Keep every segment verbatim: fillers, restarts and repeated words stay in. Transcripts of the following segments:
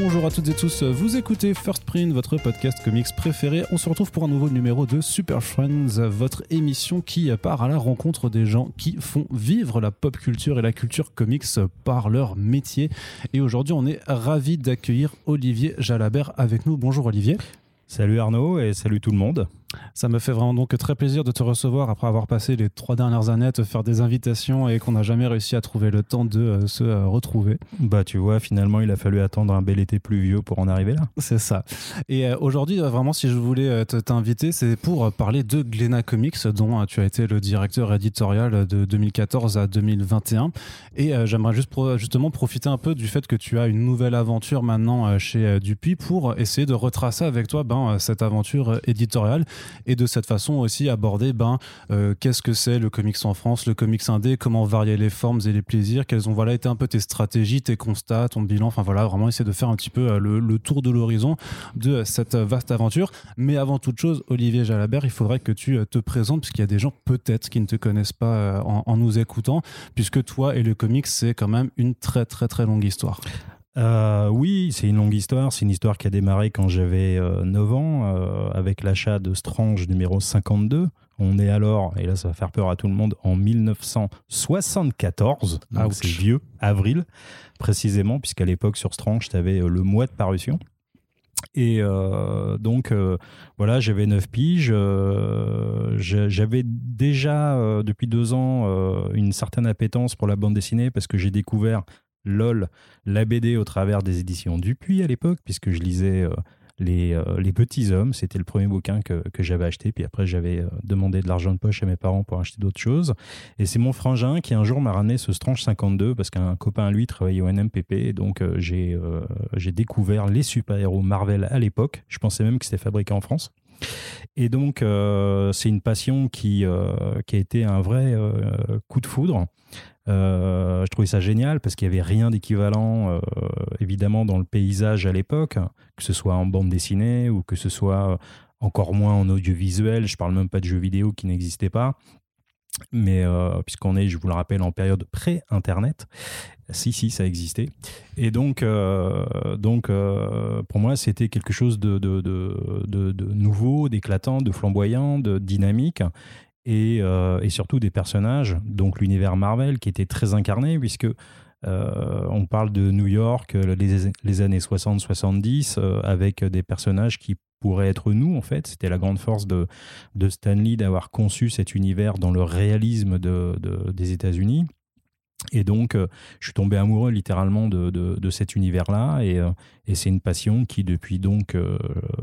Bonjour à toutes et tous, vous écoutez First Print, votre podcast comics préféré. On se retrouve pour un nouveau numéro de Super Friends, votre émission qui part à la rencontre des gens qui font vivre la pop culture et la culture comics par leur métier. Et aujourd'hui, on est ravis d'accueillir Olivier Jalabert avec nous. Bonjour Olivier. Salut Arnaud et salut tout le monde. Ça me fait vraiment donc très plaisir de te recevoir après avoir passé les trois dernières années à te faire des invitations et qu'on n'a jamais réussi à trouver le temps de euh, se euh, retrouver. Bah tu vois, finalement il a fallu attendre un bel été pluvieux pour en arriver là. C'est ça. Et euh, aujourd'hui, vraiment, si je voulais euh, te, t'inviter, c'est pour parler de Glénat Comics, dont euh, tu as été le directeur éditorial de deux mille quatorze à deux mille vingt et un. Et euh, j'aimerais juste pro- justement profiter un peu du fait que tu as une nouvelle aventure maintenant euh, chez euh, Dupuis pour essayer de retracer avec toi ben, euh, cette aventure euh, éditoriale. Et de cette façon aussi aborder ben, euh, qu'est-ce que c'est le comics en France, le comics indé, comment varier les formes et les plaisirs, quelles ont voilà, été un peu tes stratégies, tes constats, ton bilan, enfin voilà, vraiment essayer de faire un petit peu euh, le, le tour de l'horizon de cette vaste aventure. Mais avant toute chose, Olivier Jalabert, il faudrait que tu te présentes, puisqu'il y a des gens peut-être qui ne te connaissent pas euh, en, en nous écoutant, puisque toi et le comics, c'est quand même une très très très longue histoire. Euh, oui, c'est une longue histoire. C'est une histoire qui a démarré quand j'avais euh, neuf ans euh, avec l'achat de Strange numéro cinquante-deux. On est alors, et là ça va faire peur à tout le monde, en dix-neuf cent soixante-quatorze, donc Ouch. c'est vieux, avril précisément, puisqu'à l'époque sur Strange, tu avais euh, le mois de parution. Et euh, donc euh, voilà, j'avais neuf piges, euh, j'avais déjà euh, depuis deux ans euh, une certaine appétence pour la bande dessinée parce que j'ai découvert LOL, la B D au travers des éditions Dupuis à l'époque, puisque je lisais euh, les, euh, les Petits Hommes, c'était le premier bouquin que, que j'avais acheté, puis après j'avais euh, demandé de l'argent de poche à mes parents pour acheter d'autres choses, et c'est mon frangin qui un jour m'a ramené ce Strange cinquante-deux, parce qu'un copain à lui travaillait au N M P P, et donc euh, j'ai, euh, j'ai découvert les super-héros Marvel à l'époque, je pensais même que c'était fabriqué en France. Et donc euh, c'est une passion qui, euh, qui a été un vrai euh, coup de foudre. Euh, je trouvais ça génial parce qu'il n'y avait rien d'équivalent euh, évidemment dans le paysage à l'époque, que ce soit en bande dessinée ou que ce soit encore moins en audiovisuel. Je ne parle même pas de jeux vidéo qui n'existaient pas, mais euh, puisqu'on est, je vous le rappelle, en période pré-internet. Si, si, ça existait. Et donc, euh, donc euh, pour moi, c'était quelque chose de, de, de, de, de nouveau, d'éclatant, de flamboyant, de dynamique. Et, euh, et surtout des personnages, donc l'univers Marvel qui était très incarné, puisque euh, on parle de New York, les, les années soixante soixante-dix, euh, avec des personnages qui pourraient être nous, en fait. C'était la grande force de, de Stan Lee d'avoir conçu cet univers dans le réalisme de, de, des États-Unis. Et donc, euh, je suis tombé amoureux littéralement de, de, de cet univers-là, et, euh, et c'est une passion qui, depuis donc euh,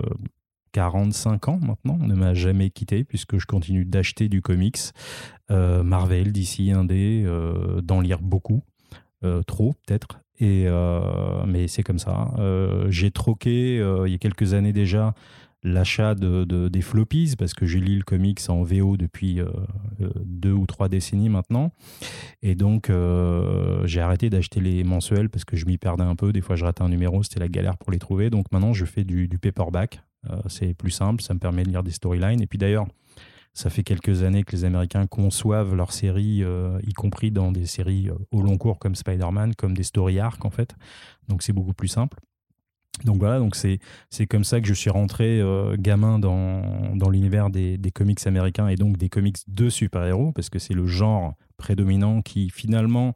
quarante-cinq ans maintenant, ne m'a jamais quitté, puisque je continue d'acheter du comics, euh, Marvel, D C, indé, euh, d'en lire beaucoup, euh, trop peut-être, et, euh, mais c'est comme ça. Euh, j'ai troqué, euh, il y a quelques années déjà, l'achat de, de, des floppies, parce que je lis le comics en V O depuis euh, deux ou trois décennies maintenant. Et donc, euh, j'ai arrêté d'acheter les mensuels parce que je m'y perdais un peu. Des fois, je ratais un numéro, c'était la galère pour les trouver. Donc maintenant, je fais du, du paperback. Euh, c'est plus simple, ça me permet de lire des storylines. Et puis d'ailleurs, ça fait quelques années que les Américains conçoivent leurs séries, euh, y compris dans des séries euh, au long cours comme Spider-Man, comme des story arcs en fait. Donc c'est beaucoup plus simple. Donc voilà, donc c'est, c'est comme ça que je suis rentré euh, gamin dans, dans l'univers des, des comics américains et donc des comics de super-héros, parce que c'est le genre prédominant qui finalement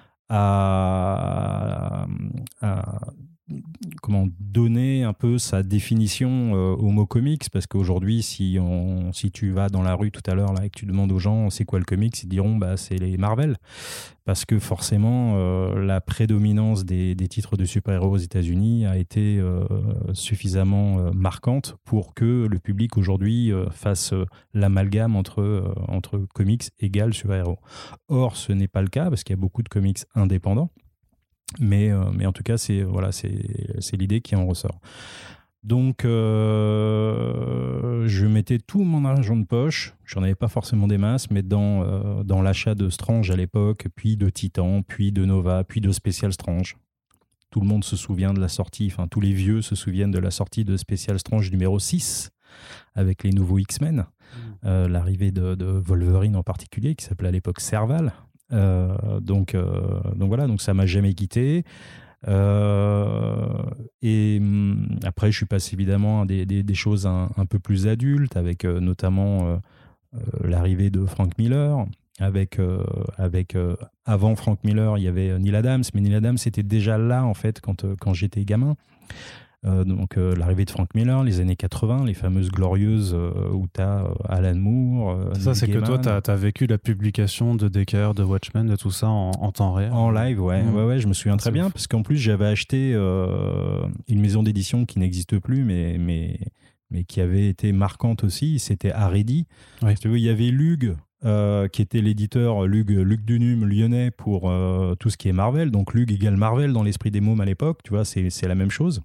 a, a comment donner un peu sa définition euh, au mot comics, parce qu'aujourd'hui si, on, si tu vas dans la rue tout à l'heure là, et que tu demandes aux gens c'est quoi le comics, ils diront bah, c'est les Marvel, parce que forcément euh, la prédominance des, des titres de super-héros aux États-Unis a été euh, suffisamment euh, marquante pour que le public aujourd'hui euh, fasse euh, l'amalgame entre, euh, entre comics égale super-héros. Or ce n'est pas le cas, parce qu'il y a beaucoup de comics indépendants. Mais, euh, mais en tout cas, c'est, voilà, c'est, c'est l'idée qui en ressort. Donc, euh, je mettais tout mon argent de poche. J'en avais pas forcément des masses, mais dans, euh, dans l'achat de Strange à l'époque, puis de Titan, puis de Nova, puis de Special Strange. Tout le monde se souvient de la sortie, enfin, tous les vieux se souviennent de la sortie de Special Strange numéro six, avec les nouveaux X-Men. Mmh. Euh, l'arrivée de, de Wolverine en particulier, qui s'appelait à l'époque Serval. Euh, donc, euh, donc voilà, donc ça m'a jamais quitté. Euh, et hum, après, je suis passé évidemment à des, des, des choses un, un peu plus adultes, avec euh, notamment euh, euh, l'arrivée de Frank Miller. Avec, euh, avec euh, avant Frank Miller, il y avait Neil Adams, mais Neil Adams était déjà là en fait quand, euh, quand j'étais gamin. Euh, donc euh, l'arrivée de Frank Miller, les années quatre-vingts, les fameuses glorieuses euh, où tu as euh, Alan Moore, euh, Ça, Neil c'est que toi, Gaiman. tu as vécu la publication de D K R, de Watchmen, de tout ça en, en temps réel. En live, ouais, Mmh. ouais, ouais, je me souviens très C'est bien, ouf. parce qu'en plus j'avais acheté euh, une maison d'édition qui n'existe plus, mais, mais, mais qui avait été marquante aussi, c'était Haredi. Oui. Si tu veux, il y avait Lug, euh, qui était l'éditeur, Lug, Lug Dunum lyonnais, pour euh, tout ce qui est Marvel, donc Lug égale Marvel dans l'esprit des mômes à l'époque, tu vois, c'est, c'est la même chose.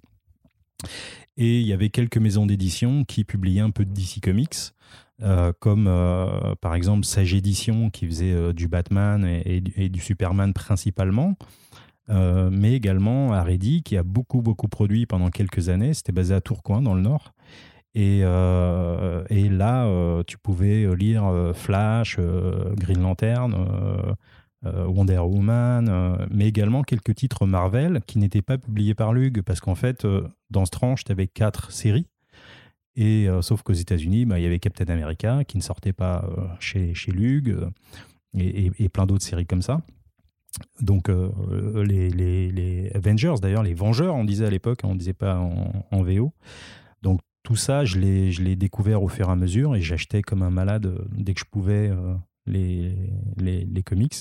Et il y avait quelques maisons d'édition qui publiaient un peu de D C Comics, euh, comme euh, par exemple Sage Édition qui faisait euh, du Batman et, et, du- et du Superman principalement, euh, mais également Haredi qui a beaucoup beaucoup produit pendant quelques années. C'était basé à Tourcoing dans le Nord. Et, euh, et là, euh, tu pouvais lire euh, Flash, euh, Green Lantern, euh, euh, Wonder Woman, euh, mais également quelques titres Marvel qui n'étaient pas publiés par Lug, parce qu'en fait, euh, dans ce tranche, tu avais quatre séries, et euh, sauf qu'aux États-Unis, bah, il y avait Captain America qui ne sortait pas euh, chez, chez Lug, euh, et, et- et plein d'autres séries comme ça. Donc, euh, les, les- les Avengers, d'ailleurs, les Vengeurs, on disait à l'époque, on ne disait pas en, en V O. Donc, tout ça, je l'ai, je l'ai découvert au fur et à mesure, et j'achetais comme un malade euh, dès que je pouvais euh, les, les, les comics.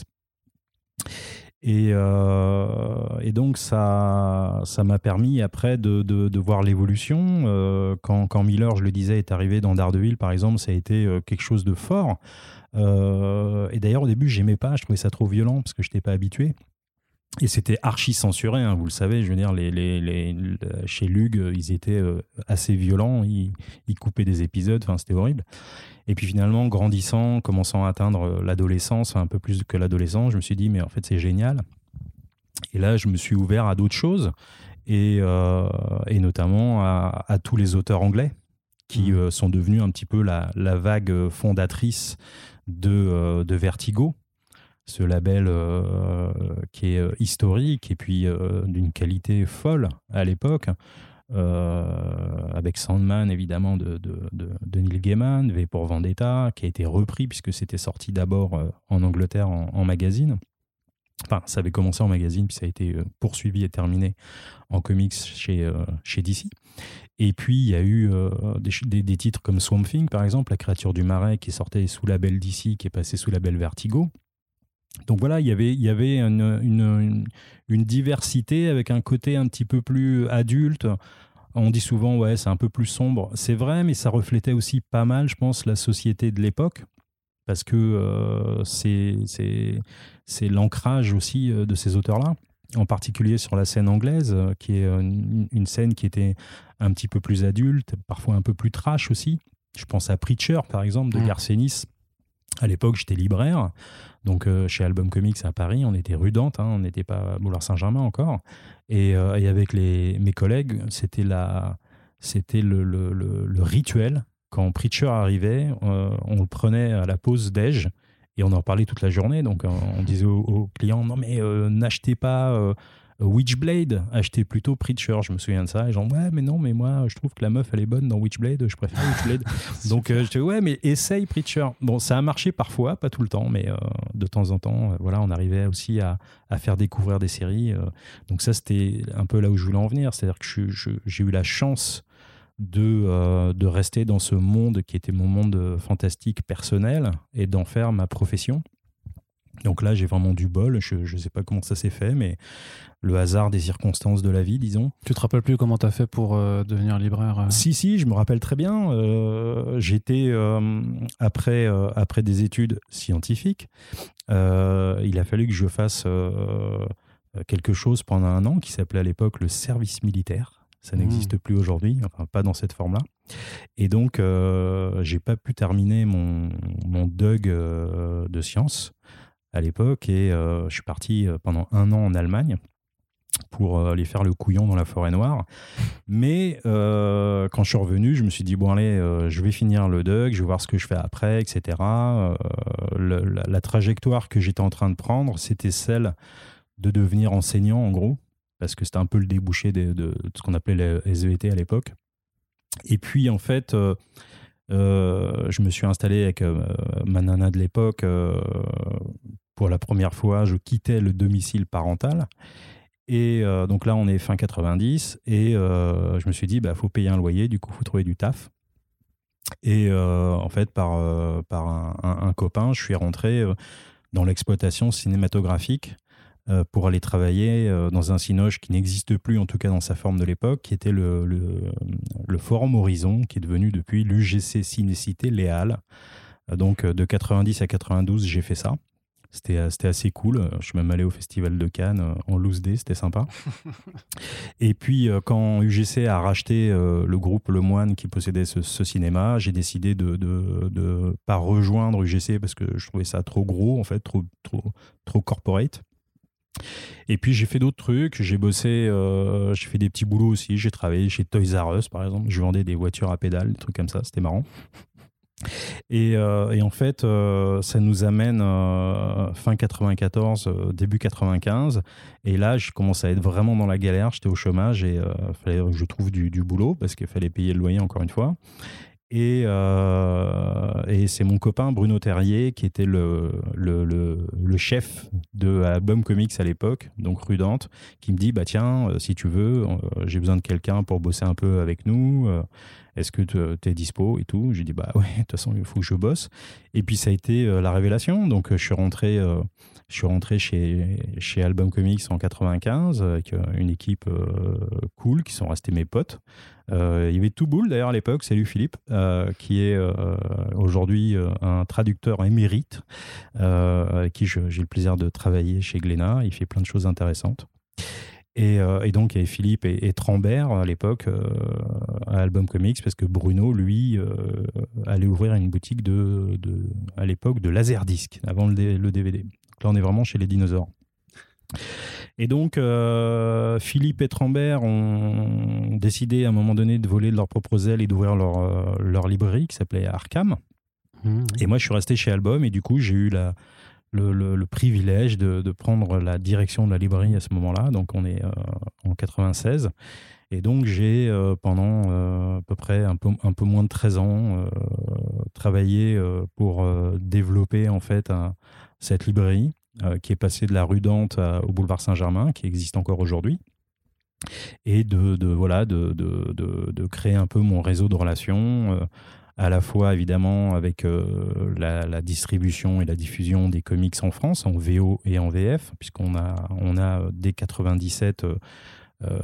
Et, euh, et donc, ça, ça m'a permis après de, de, de voir l'évolution. Euh, quand, quand Miller, je le disais, est arrivé dans Daredevil, par exemple, ça a été euh, quelque chose de fort. Euh, et d'ailleurs, au début, j'aimais pas, je trouvais ça trop violent parce que je n'étais pas habitué. Et c'était archi censuré, hein, vous le savez. Je veux dire, les, les, les, les- chez Lug, euh, ils étaient euh, assez violents. Ils, ils coupaient des épisodes. Enfin, c'était horrible. Et puis finalement, grandissant, commençant à atteindre euh, l'adolescence, enfin, un peu plus que l'adolescence, je me suis dit, mais en fait, c'est génial. Et là, je me suis ouvert à d'autres choses, et, euh, et notamment à, à tous les auteurs anglais qui Mmh. euh, sont devenus un petit peu la, la vague fondatrice de, euh, de Vertigo, ce label euh, qui est euh, historique et puis euh, d'une qualité folle à l'époque, euh, avec Sandman évidemment de, de, de, de Neil Gaiman, V pour Vendetta, qui a été repris puisque c'était sorti d'abord euh, en Angleterre en, en magazine. Enfin, ça avait commencé en magazine, puis ça a été euh, poursuivi et terminé en comics chez, euh, chez D C. Et puis, il y a eu euh, des, des, des titres comme Swamp Thing, par exemple, La créature du marais, qui sortait sous label D C, qui est passé sous label Vertigo. Donc voilà, il y avait, il y avait une, une, une, une diversité avec un côté un petit peu plus adulte. On dit souvent, ouais, c'est un peu plus sombre. C'est vrai, mais ça reflétait aussi pas mal, je pense, la société de l'époque. Parce que euh, c'est, c'est, c'est l'ancrage aussi euh, de ces auteurs-là, en particulier sur la scène anglaise, euh, qui est une, une scène qui était un petit peu plus adulte, parfois un peu plus trash aussi. Je pense à Preacher, par exemple, de Mmh. Garth Ennis. À l'époque, j'étais libraire, donc euh, chez Album Comics à Paris, on était rue Dante, hein, on n'était pas à Boulevard Saint-Germain encore. Et, euh, et avec les, mes collègues, c'était, la, c'était le, le, le, le rituel. Quand Preacher arrivait, euh, on le prenait à la pause déj et on en parlait toute la journée. Donc euh, on disait aux, aux clients, non mais euh, n'achetez pas euh, Witchblade, achetez plutôt Preacher. Je me souviens de ça. Et genre, ouais, mais non, mais moi, je trouve que la meuf, elle est bonne dans Witchblade, je préfère Witchblade. Donc euh, je dis, ouais, mais essaye Preacher. Bon, ça a marché parfois, pas tout le temps, mais euh, de temps en temps, euh, voilà, on arrivait aussi à, à faire découvrir des séries. Euh, donc ça, c'était un peu là où je voulais en venir. C'est-à-dire que je, je, j'ai eu la chance de, euh, de rester dans ce monde qui était mon monde fantastique personnel et d'en faire ma profession. Donc là, j'ai vraiment du bol. Je ne sais pas comment ça s'est fait, mais le hasard des circonstances de la vie, disons. Tu te rappelles plus comment tu as fait pour euh, devenir libraire euh... Si, si, je me rappelle très bien. Euh, j'étais, euh, après, euh, après des études scientifiques, euh, il a fallu que je fasse euh, quelque chose pendant un an qui s'appelait à l'époque le service militaire. Ça n'existe mmh. plus aujourd'hui, enfin pas dans cette forme-là. Et donc, euh, j'ai pas pu terminer mon, mon D U G euh, de sciences à l'époque, et euh, je suis parti pendant un an en Allemagne pour euh, aller faire le couillon dans la forêt noire. Mais euh, quand je suis revenu, je me suis dit, bon allez, euh, je vais finir le D U G, je vais voir ce que je fais après, et cetera. Euh, le, la, la trajectoire que j'étais en train de prendre, c'était celle de devenir enseignant, en gros. parce que c'était un peu le débouché de, de, de ce qu'on appelait les S V T à l'époque. Et puis en fait, euh, euh, je me suis installé avec euh, ma nana de l'époque. Euh, pour la première fois, je quittais le domicile parental. Et euh, donc là, on est fin quatre-vingt-dix. Et euh, je me suis dit, bah, faut payer un loyer, du coup, il faut trouver du taf. Et euh, en fait, par, euh, par un, un, un copain, je suis rentré euh, dans l'exploitation cinématographique euh, pour aller travailler euh, dans un cinoche qui n'existe plus, en tout cas dans sa forme de l'époque, qui était le, le, le Forum Horizon, qui est devenu depuis l'U G C Cinécité Les Halles. Donc de quatre-vingt-dix à quatre-vingt-douze, j'ai fait ça. C'était, c'était assez cool. Je suis même allé au Festival de Cannes en loose day, c'était sympa. Et puis, quand U G C a racheté euh, le groupe Le Moine qui possédait ce, ce cinéma, j'ai décidé de ne de, de pas rejoindre U G C parce que je trouvais ça trop gros, en fait, trop, trop, trop corporate. Et puis, j'ai fait d'autres trucs. J'ai bossé, euh, j'ai fait des petits boulots aussi. J'ai travaillé chez Toys R Us, par exemple. Je vendais des voitures à pédales, des trucs comme ça. C'était marrant. Et, euh, et en fait, euh, ça nous amène euh, fin quatre-vingt-quatorze, euh, début quatre-vingt-quinze. Et là, je commence à être vraiment dans la galère. J'étais au chômage et il euh, fallait que je trouve du, du boulot parce qu'il fallait payer le loyer encore une fois. Et, euh, et c'est mon copain Bruno Terrier qui était le, le, le, le chef de Album Comics à l'époque, donc rue Dante, qui me dit bah tiens, euh, si tu veux, euh, j'ai besoin de quelqu'un pour bosser un peu avec nous. Euh, est-ce que tu es dispo et tout? J'ai dit bah ouais, de toute façon il faut que je bosse. Et puis ça a été euh, la révélation. Donc euh, je suis rentré, euh, je suis rentré chez chez Album Comics en quatre-vingt-quinze avec euh, une équipe euh, cool qui sont restés mes potes. Euh, il y avait Touboul d'ailleurs à l'époque, salut Philippe, euh, qui est euh, aujourd'hui euh, un traducteur émérite, euh, avec qui je, j'ai le plaisir de travailler chez Glénat. Il fait plein de choses intéressantes. Et, euh, et donc il y avait Philippe et, et Trambert à l'époque euh, à Album Comics, parce que Bruno, lui, euh, allait ouvrir une boutique de, de, à l'époque de Laserdisc, avant le, D- le D V D. Donc là on est vraiment chez les dinosaures. Et donc, euh, Philippe et Trambert ont décidé à un moment donné de voler de leurs propres ailes et d'ouvrir leur, euh, leur librairie qui s'appelait Arkham. Mmh. Et moi, je suis resté chez Album et du coup, j'ai eu la, le, le, le privilège de, de prendre la direction de la librairie à ce moment-là. Donc, on est euh, en quatre-vingt-seize. Et donc, j'ai, euh, pendant euh, à peu près un peu, un peu moins de treize ans, euh, travaillé euh, pour euh, développer en fait un, cette librairie. Euh, qui est passé de la rue Dante à, au boulevard Saint-Germain, qui existe encore aujourd'hui, et de, de, voilà, de, de, de, de créer un peu mon réseau de relations, euh, à la fois évidemment avec euh, la, la distribution et la diffusion des comics en France, en V O et en V F, puisqu'on a, on a dès quatre-vingt-dix-sept euh, euh,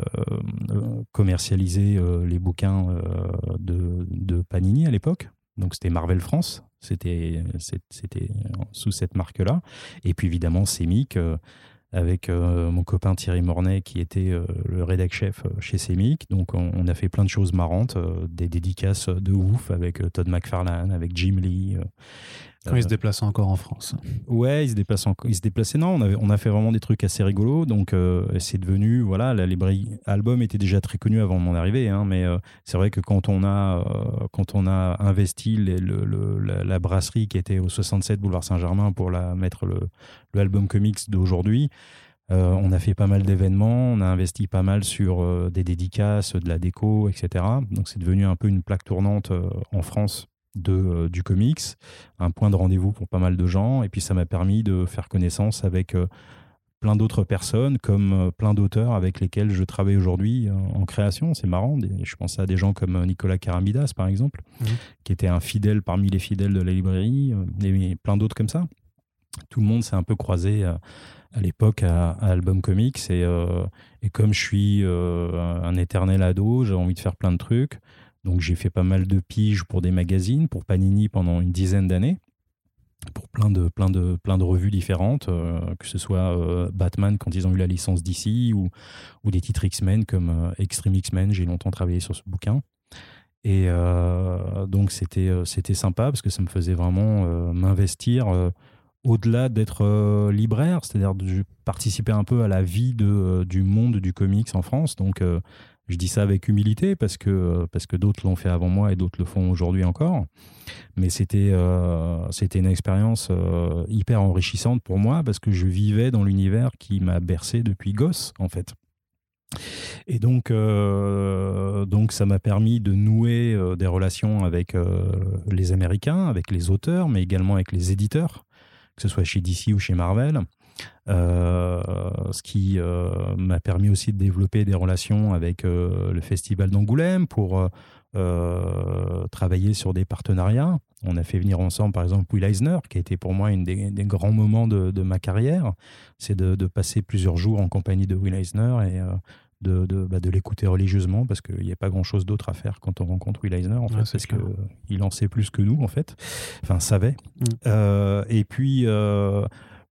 commercialisé euh, les bouquins euh, de, de Panini à l'époque. Donc c'était Marvel France, c'était, c'était sous cette marque-là. Et puis évidemment Semic, euh, avec euh, mon copain Thierry Mornay qui était euh, le rédac-chef chez Semic. Donc on, on a fait plein de choses marrantes, euh, des dédicaces de ouf avec euh, Todd McFarlane, avec Jim Lee. Euh, Quand il se déplaçait encore en France. Ouais, il se déplaçait. En, il se déplaçait. Non, on, avait, on a fait vraiment des trucs assez rigolos. Donc, euh, c'est devenu, voilà, la librairie Album était déjà très connue avant mon arrivée, hein, mais euh, c'est vrai que quand on a, euh, quand on a investi les, le, le, la, la brasserie qui était au soixante-sept boulevard Saint-Germain pour la mettre le, le Album Comics d'aujourd'hui, euh, on a fait pas mal d'événements, on a investi pas mal sur euh, des dédicaces, de la déco, et cetera. Donc, c'est devenu un peu une plaque tournante euh, en France. De, euh, du comics, un point de rendez-vous pour pas mal de gens, et puis ça m'a permis de faire connaissance avec euh, plein d'autres personnes, comme euh, plein d'auteurs avec lesquels je travaille aujourd'hui euh, en création. C'est marrant, des, je pense à des gens comme Nicolas Karamidas par exemple, mmh. qui était un fidèle parmi les fidèles de la librairie, euh, et plein d'autres comme ça. Tout le monde s'est un peu croisé euh, à l'époque à, à Album Comics, et, euh, et comme je suis euh, un éternel ado, j'ai envie de faire plein de trucs. Donc j'ai fait pas mal de piges pour des magazines, pour Panini pendant une dizaine d'années, pour plein de, plein de, plein de revues différentes, euh, que ce soit euh, Batman quand ils ont eu la licence D C, ou, ou des titres X-Men comme euh, Extreme X-Men. J'ai longtemps travaillé sur ce bouquin. Et euh, donc c'était, euh, c'était sympa parce que ça me faisait vraiment euh, m'investir euh, au-delà d'être euh, libraire, c'est-à-dire de participer un peu à la vie de, euh, du monde du comics en France. Donc euh, je dis ça avec humilité parce que, parce que d'autres l'ont fait avant moi et d'autres le font aujourd'hui encore. Mais c'était, euh, c'était une expérience euh, hyper enrichissante pour moi parce que je vivais dans l'univers qui m'a bercé depuis gosse, en fait. Et donc, euh, donc ça m'a permis de nouer euh, des relations avec euh, les Américains, avec les auteurs, mais également avec les éditeurs, que ce soit chez D C ou chez Marvel. Euh, ce qui euh, m'a permis aussi de développer des relations avec euh, le Festival d'Angoulême pour euh, travailler sur des partenariats. On a fait venir ensemble, par exemple, Will Eisner, qui a été pour moi un des, des grands moments de, de ma carrière. C'est de, de passer plusieurs jours en compagnie de Will Eisner et euh, de, de, bah, de l'écouter religieusement, parce qu'il n'y a pas grand-chose d'autre à faire quand on rencontre Will Eisner, en fait, Ouais, parce clair. qu'il en sait plus que nous, en fait. Enfin, savait. Mm. Euh, et puis... Euh,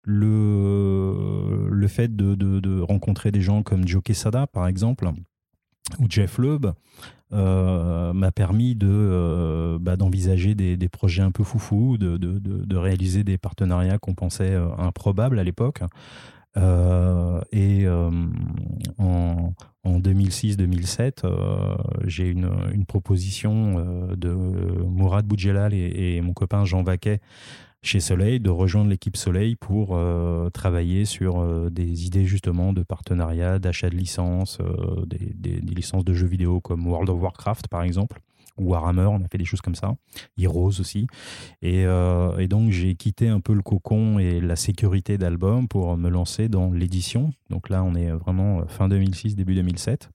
Le, le fait de, de, de rencontrer des gens comme Joe Quesada, par exemple, ou Jeff Loeb, euh, m'a permis de, euh, bah, d'envisager des, des projets un peu foufous, de, de, de, de réaliser des partenariats qu'on pensait euh, improbables à l'époque. Euh, et euh, en, en deux mille six deux mille sept, euh, j'ai une, une proposition euh, de Mourad Boudjelal et, et mon copain Jean Vaquet chez Soleil, de rejoindre l'équipe Soleil pour euh, travailler sur euh, des idées justement de partenariat, d'achat de licences, euh, des, des, des licences de jeux vidéo comme World of Warcraft par exemple, ou Warhammer, on a fait des choses comme ça, Heroes aussi. Et, euh, et donc j'ai quitté un peu le cocon et la sécurité d'album pour me lancer dans l'édition. Donc là on est vraiment fin deux mille six, début deux mille sept.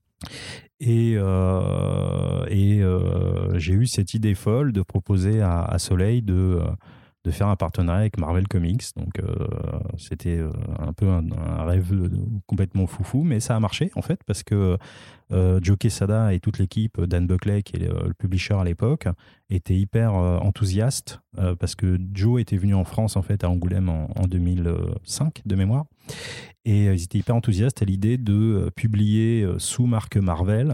Et, euh, et euh, j'ai eu cette idée folle de proposer à, à Soleil de... Euh, de faire un partenariat avec Marvel Comics. Donc, euh, c'était un peu un, un rêve complètement foufou, mais ça a marché, en fait, parce que euh, Joe Quesada et toute l'équipe, Dan Buckley, qui est le, le publisher à l'époque, étaient hyper euh, enthousiastes, euh, parce que Joe était venu en France, en fait, à Angoulême en, en deux mille cinq, de mémoire, et euh, ils étaient hyper enthousiastes à l'idée de euh, publier euh, sous marque Marvel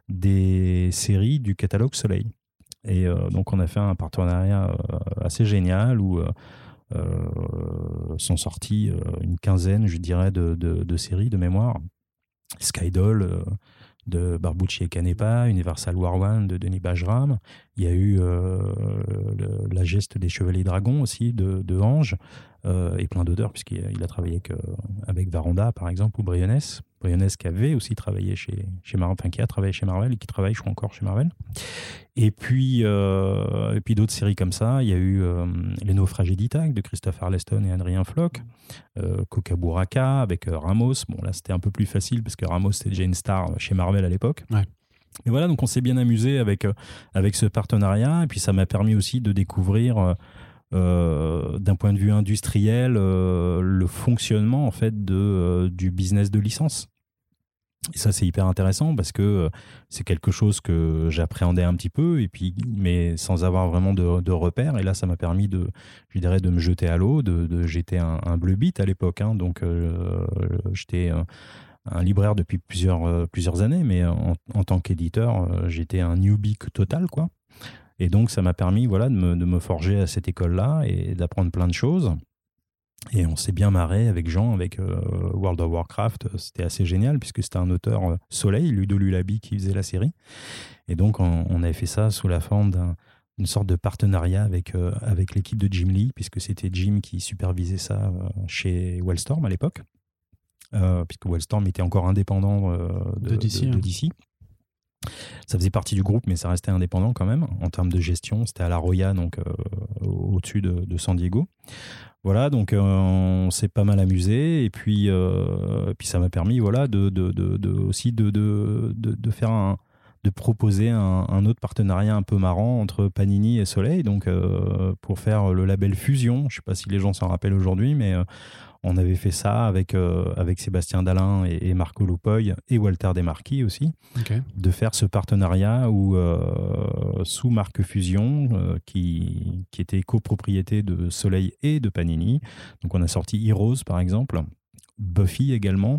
des séries du catalogue Soleil. Et euh, donc, on a fait un partenariat euh, assez génial où euh, euh, sont sorties euh, une quinzaine, je dirais, de, de, de séries de mémoire. Skydoll euh, de Barbucci et Canepa, Universal War One de Denis Bajram. Il y a eu euh, le, la geste des Chevaliers Dragons aussi de, de Ange euh, et plein d'auteurs, puisqu'il a, il a travaillé avec, euh, avec Varanda, par exemple, ou Briones. Briones qui avait aussi travaillé chez, chez Marvel, enfin qui a travaillé chez Marvel et qui travaille, je crois, encore chez Marvel. Et puis, euh, et puis d'autres séries comme ça. Il y a eu euh, Les Naufragés d'Ithaque de Christopher Arleston et Adrien Floch, euh, Kokaburaka avec euh, Ramos. Bon, là, c'était un peu plus facile parce que Ramos, c'était déjà une star chez Marvel à l'époque. Ouais. Mais voilà, donc on s'est bien amusé avec, euh, avec ce partenariat. Et puis, ça m'a permis aussi de découvrir, euh, euh, d'un point de vue industriel, euh, le fonctionnement en fait, de, euh, du business de licence. Et ça, c'est hyper intéressant parce que c'est quelque chose que j'appréhendais un petit peu, et puis, mais sans avoir vraiment de, de repères. Et là, ça m'a permis de, je dirais, de me jeter à l'eau. De, de, j'étais un, un bleu beat à l'époque, hein, donc euh, j'étais un, un libraire depuis plusieurs, euh, plusieurs années, mais en, en tant qu'éditeur, euh, j'étais un newbie total, quoi. Et donc, ça m'a permis voilà, de, me, de me forger à cette école-là et d'apprendre plein de choses. Et on s'est bien marré avec Jean, avec euh, World of Warcraft. C'était assez génial puisque c'était un auteur euh, Soleil, Ludo Lulabi, qui faisait la série. Et donc, on, on avait fait ça sous la forme d'un, d'une sorte de partenariat avec, euh, avec l'équipe de Jim Lee, puisque c'était Jim qui supervisait ça euh, chez Wildstorm à l'époque, euh, puisque Wildstorm était encore indépendant euh, de, de, D C, de, de D C. Ça faisait partie du groupe, mais ça restait indépendant quand même. En termes de gestion, c'était à La Roya, donc euh, au-dessus de, de San Diego. Voilà, donc euh, on s'est pas mal amusé, et puis, euh, et puis ça m'a permis voilà, de, de, de, de, aussi de, de, de, de faire un, de proposer un, un autre partenariat un peu marrant entre Panini et Soleil, donc euh, pour faire le label Fusion. Je sais pas si les gens s'en rappellent aujourd'hui, mais euh, on avait fait ça avec, euh, avec Sébastien Dalin et, et Marco Lupoy et Walter Desmarquis aussi, okay. de faire ce partenariat où, euh, sous marque Fusion, euh, qui, qui était copropriété de Soleil et de Panini. Donc on a sorti Heroes par exemple, Buffy également,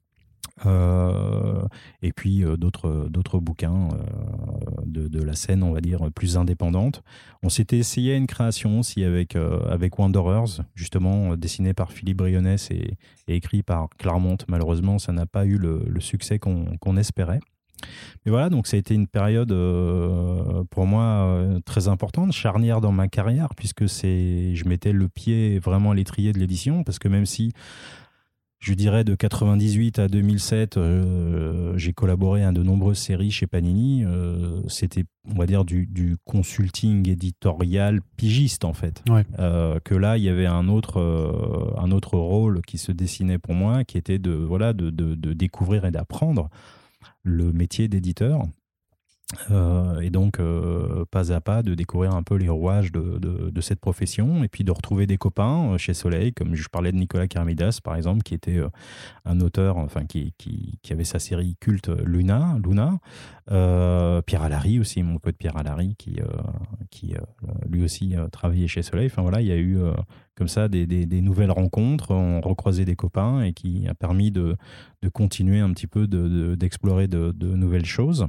euh, et puis euh, d'autres, d'autres bouquins euh, de, de la scène, on va dire, plus indépendante. On s'était essayé à une création aussi avec, euh, avec Wanderers, justement euh, dessiné par Philippe Briones et, et écrit par Claremont. Malheureusement, ça n'a pas eu le, le succès qu'on, qu'on espérait. Mais voilà, donc ça a été une période euh, pour moi euh, très importante, charnière dans ma carrière, puisque c'est, je mettais le pied vraiment à l'étrier de l'édition, parce que même si je dirais de quatre-vingt-dix-huit à deux mille sept, euh, j'ai collaboré à de nombreuses séries chez Panini. Euh, c'était, on va dire, du, du consulting éditorial pigiste, en fait. Ouais. Euh, que là, il y avait un autre, euh, un autre rôle qui se dessinait pour moi, qui était de, voilà, de, de, de découvrir et d'apprendre le métier d'éditeur. Euh, et donc, euh, pas à pas, de découvrir un peu les rouages de, de, de cette profession et puis de retrouver des copains euh, chez Soleil, comme je parlais de Nicolas Karamidas, par exemple, qui était euh, un auteur, enfin, qui, qui, qui avait sa série culte Luna, Luna. Euh, Pierre Allary aussi, mon pote Pierre Allary, qui, euh, qui euh, lui aussi euh, travaillait chez Soleil. Enfin voilà, il y a eu euh, comme ça des, des, des nouvelles rencontres, on recroisait des copains et qui a permis de, de continuer un petit peu de, de, d'explorer de, de nouvelles choses.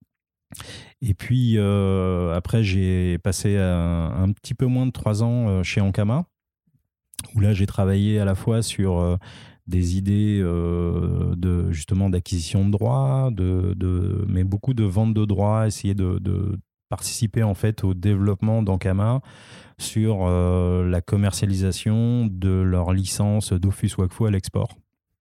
Et puis euh, après, j'ai passé un, un petit peu moins de trois ans euh, chez Ankama, où là j'ai travaillé à la fois sur euh, des idées euh, de justement d'acquisition de droits, de, de, mais beaucoup de vente de droits, essayer de, de participer en fait au développement d'Ankama sur euh, la commercialisation de leur licence Dofus Wakfu à l'export.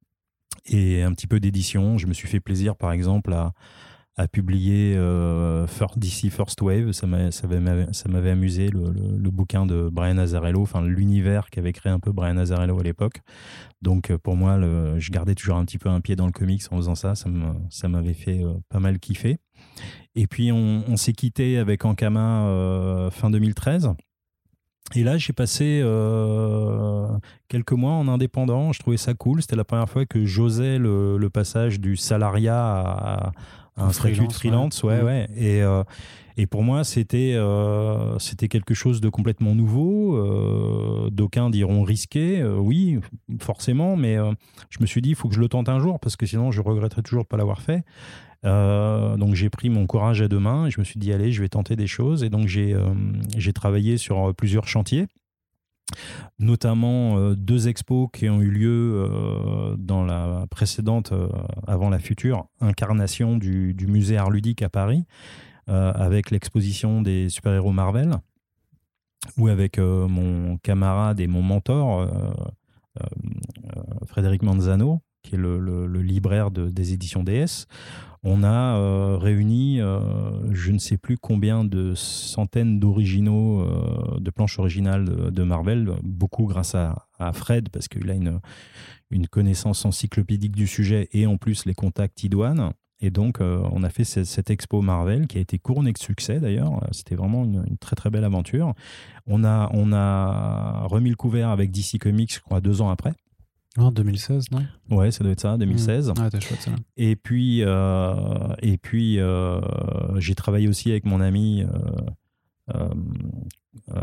Et un petit peu d'édition. Je me suis fait plaisir par exemple à a publié euh, D C First Wave, ça m'avait, ça m'avait, ça m'avait amusé, le, le, le bouquin de Brian Azzarello, enfin l'univers qu'avait créé un peu Brian Azzarello à l'époque. Donc pour moi, le, je gardais toujours un petit peu un pied dans le comics en faisant ça, ça, me, ça m'avait fait euh, pas mal kiffer. Et puis on, on s'est quitté avec Ankama euh, fin deux mille treize. Et là, j'ai passé euh, quelques mois en indépendant, je trouvais ça cool, c'était la première fois que j'osais le, le passage du salariat à, à un statut de freelance, ouais, ouais. ouais. Et, euh, et pour moi, c'était, euh, c'était quelque chose de complètement nouveau. Euh, d'aucuns diront risqué, euh, oui, forcément, mais euh, je me suis dit, il faut que je le tente un jour, parce que sinon, je regretterais toujours de ne pas l'avoir fait. Euh, donc j'ai pris mon courage à deux mains et je me suis dit, allez, je vais tenter des choses. Et donc j'ai, euh, j'ai travaillé sur plusieurs chantiers, notamment euh, deux expos qui ont eu lieu euh, dans la précédente, euh, avant la future, incarnation du, du musée Art Ludique à Paris, euh, avec l'exposition des super-héros Marvel, où avec euh, mon camarade et mon mentor, euh, euh, Frédéric Manzano, qui est le, le, le libraire de, des éditions D S, on a euh, réuni euh, je ne sais plus combien de centaines d'originaux, euh, de planches originales de, de Marvel, beaucoup grâce à, à Fred, parce qu'il a une, une connaissance encyclopédique du sujet et en plus les contacts idoines. Et donc, euh, on a fait cette, cette expo Marvel qui a été couronnée de succès d'ailleurs. C'était vraiment une, une très très belle aventure. On a, on a remis le couvert avec D C Comics, je crois, deux ans après. En deux mille seize, non ? Ouais, ça doit être ça, deux mille seize. Mmh. Ah, t'es chouette, ça. Et puis, euh, et puis euh, j'ai travaillé aussi avec mon ami. Euh, euh, euh,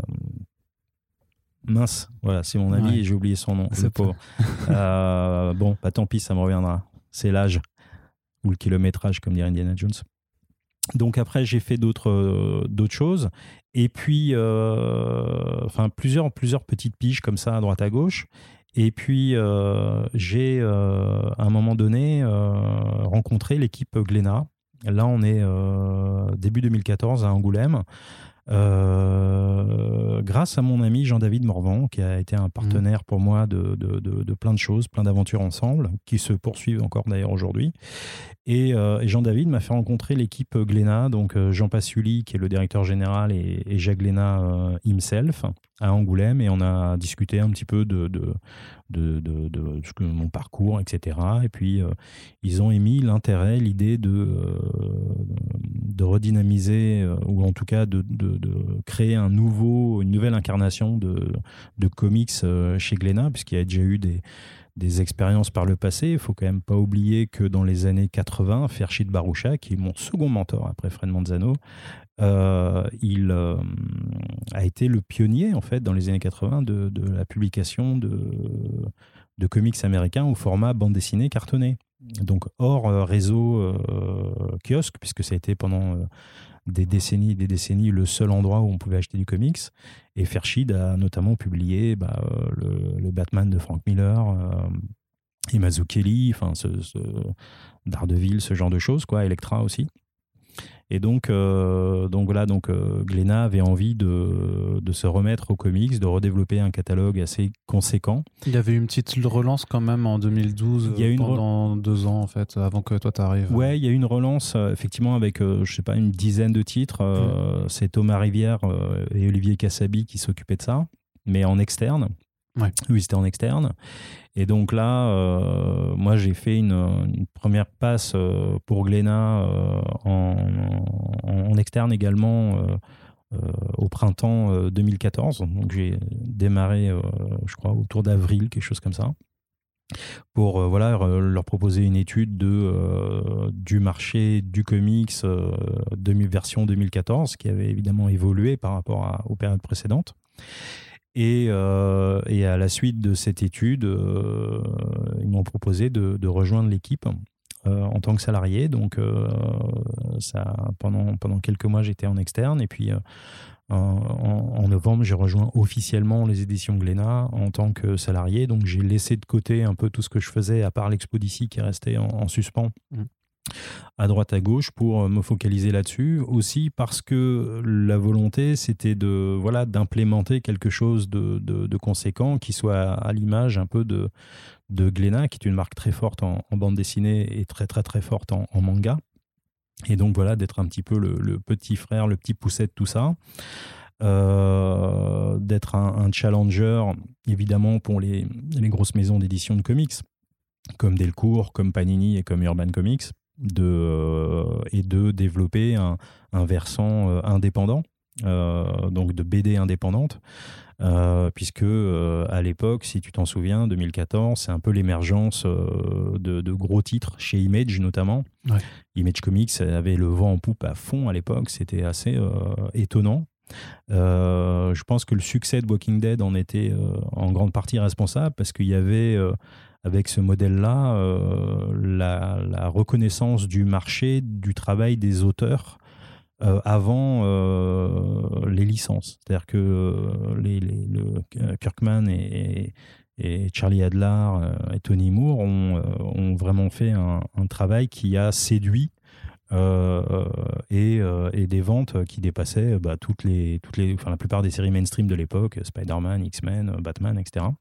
mince, voilà, c'est mon ami ouais. et j'ai oublié son nom, c'est le pauvre. euh, bon, bah, tant pis, ça me reviendra. C'est l'âge ou le kilométrage, comme dirait Indiana Jones. Donc après, j'ai fait d'autres, euh, d'autres choses. Et puis, euh, enfin, plusieurs, plusieurs petites piges comme ça, à droite à gauche. Et puis, euh, j'ai, euh, à un moment donné, euh, rencontré l'équipe Glénat. Là, on est euh, début deux mille quatorze à Angoulême. Euh, grâce à mon ami Jean-David Morvan, qui a été un partenaire pour moi de, de, de, de plein de choses, plein d'aventures ensemble, qui se poursuivent encore d'ailleurs aujourd'hui. Et, euh, et Jean-David m'a fait rencontrer l'équipe Glénat, donc euh, Jean Passuli, qui est le directeur général, et, et Jacques Glénat euh, himself, à Angoulême, et on a discuté un petit peu de, de, de, de, de, de mon parcours, et cetera. Et puis, euh, ils ont émis l'intérêt, l'idée de, euh, de redynamiser, euh, ou en tout cas de, de, de créer un nouveau, une nouvelle incarnation de, de comics euh, chez Glénat, puisqu'il y a déjà eu des des expériences par le passé. Il ne faut quand même pas oublier que dans les années quatre-vingts, Ferchid Baroucha, qui est mon second mentor après Fred Manzano, euh, il euh, a été le pionnier en fait dans les années quatre-vingts de, de la publication de, de comics américains au format bande dessinée cartonnée. Donc hors euh, réseau euh, kiosque, puisque ça a été pendant euh, des décennies et des décennies le seul endroit où on pouvait acheter du comics. Et Ferchid a notamment publié bah, euh, le, le Batman de Frank Miller, euh, et Mazzucchelli, enfin ce, ce Daredevil, ce genre de choses, quoi, Elektra aussi. Et donc, euh, donc voilà, donc euh, Glénat avait envie de, de se remettre aux comics, de redévelopper un catalogue assez conséquent. Il y avait une petite relance quand même en deux mille douze, Il y a une pendant re... deux ans en fait, avant que toi t'arrives. Ouais, il y a eu une relance euh, effectivement avec, euh, je sais pas, une dizaine de titres. Euh, mmh. C'est Thomas Rivière euh, et Olivier Kassabi qui s'occupaient de ça, mais en externe. Ouais. Oui, c'était en externe. Et donc là, euh, moi, j'ai fait une, une première passe euh, pour Glénat euh, en, en, en externe également euh, euh, au printemps euh, deux mille quatorze. Donc j'ai démarré, euh, je crois, autour d'avril, quelque chose comme ça, pour euh, voilà, leur proposer une étude de, euh, du marché du comics euh, demi, version deux mille quatorze, qui avait évidemment évolué par rapport à, aux périodes précédentes. Et, euh, et à la suite de cette étude, euh, ils m'ont proposé de, de rejoindre l'équipe euh, en tant que salarié. Donc, euh, ça, pendant, pendant quelques mois, j'étais en externe. Et puis, euh, en, en novembre, j'ai rejoint officiellement les éditions Glénat en tant que salarié. Donc, j'ai laissé de côté un peu tout ce que je faisais, à part l'Expo d'ici qui est resté en, en suspens. Mmh. à droite à gauche pour me focaliser là-dessus, aussi parce que la volonté c'était de voilà d'implémenter quelque chose de, de, de conséquent qui soit à l'image un peu de, de Glénat, qui est une marque très forte en, en bande dessinée et très très très forte en, en manga, et donc voilà d'être un petit peu le, le petit frère, le petit pousset de tout ça. Euh, d'être un, un challenger évidemment pour les, les grosses maisons d'édition de comics comme Delcourt, comme Panini et comme Urban Comics, de, euh, et de développer un, un versant euh, indépendant, euh, donc de B D indépendante, euh, puisque euh, à l'époque, si tu t'en souviens, deux mille quatorze, c'est un peu l'émergence euh, de, de gros titres chez Image notamment. Ouais. Image Comics avait le vent en poupe à fond à l'époque, c'était assez euh, étonnant. Euh, je pense que le succès de Walking Dead en était euh, en grande partie responsable, parce qu'il y avait euh, avec ce modèle-là euh, la, la reconnaissance du marché, du travail des auteurs euh, avant euh, les licences. C'est-à-dire que euh, les, les, le, Kirkman et, et Charlie Adler euh, et Tony Moore ont, euh, ont vraiment fait un, un travail qui a séduit Euh, et, euh, et des ventes qui dépassaient bah, toutes les, toutes les, enfin, la plupart des séries mainstream de l'époque, Spider-Man, X-Men, Batman, et cetera.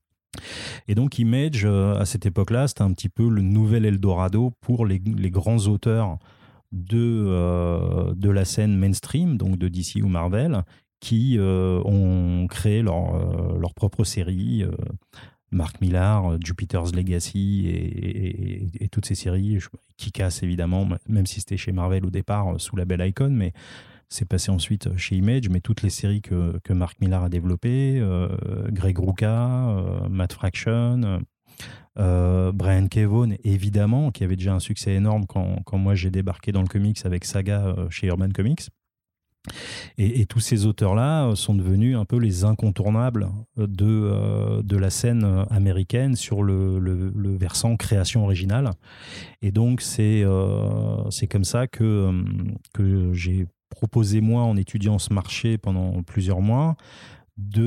Et donc Image, euh, à cette époque-là, c'était un petit peu le nouvel Eldorado pour les, les grands auteurs de, euh, de la scène mainstream, donc de D C ou Marvel, qui euh, ont créé leur, euh, leur propre série. Euh, Mark Millar, Jupiter's Legacy et, et, et toutes ces séries, Kick-Ass évidemment, même si c'était chez Marvel au départ sous label Icon, mais c'est passé ensuite chez Image, mais toutes les séries que, que Mark Millar a développées, euh, Greg Rucka, euh, Matt Fraction, euh, Brian K. Vaughan évidemment, qui avait déjà un succès énorme quand, quand moi j'ai débarqué dans le comics avec Saga euh, chez Urban Comics. Et, et tous ces auteurs-là sont devenus un peu les incontournables de, euh, de la scène américaine sur le, le, le versant création originale. Et donc, c'est, euh, c'est comme ça que, que j'ai proposé, moi, en étudiant ce marché pendant plusieurs mois, de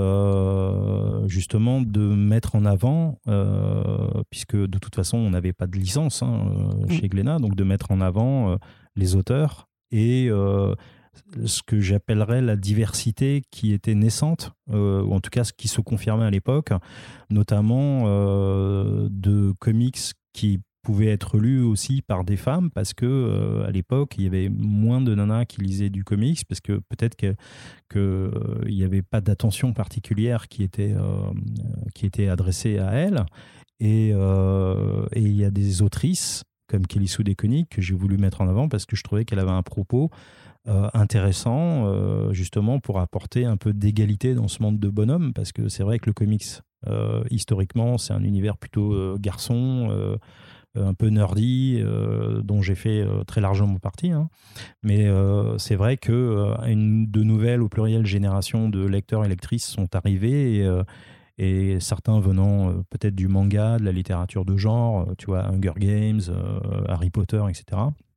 euh, justement de mettre en avant, euh, puisque de toute façon, on n'avait pas de licence hein, euh, chez Glénat, donc de mettre en avant euh, les auteurs et... Euh, ce que j'appellerais la diversité qui était naissante, euh, ou en tout cas ce qui se confirmait à l'époque, notamment euh, de comics qui pouvaient être lus aussi par des femmes, parce que euh, à l'époque il y avait moins de nanas qui lisaient du comics, parce que peut-être que que il n'y avait pas d'attention particulière qui était euh, qui était adressée à elles, et euh, et il y a des autrices comme Kelly Sue DeConnick que j'ai voulu mettre en avant parce que je trouvais qu'elle avait un propos Euh, intéressant euh, justement pour apporter un peu d'égalité dans ce monde de bonhommes, parce que c'est vrai que le comics euh, historiquement c'est un univers plutôt euh, garçon, euh, un peu nerdy, euh, dont j'ai fait euh, très largement partie hein. Mais euh, c'est vrai que euh, une, de nouvelles au pluriel générations de lecteurs et lectrices sont arrivées, et, euh, et certains venant euh, peut-être du manga, de la littérature de genre, euh, tu vois, Hunger Games, euh, Harry Potter, et cetera.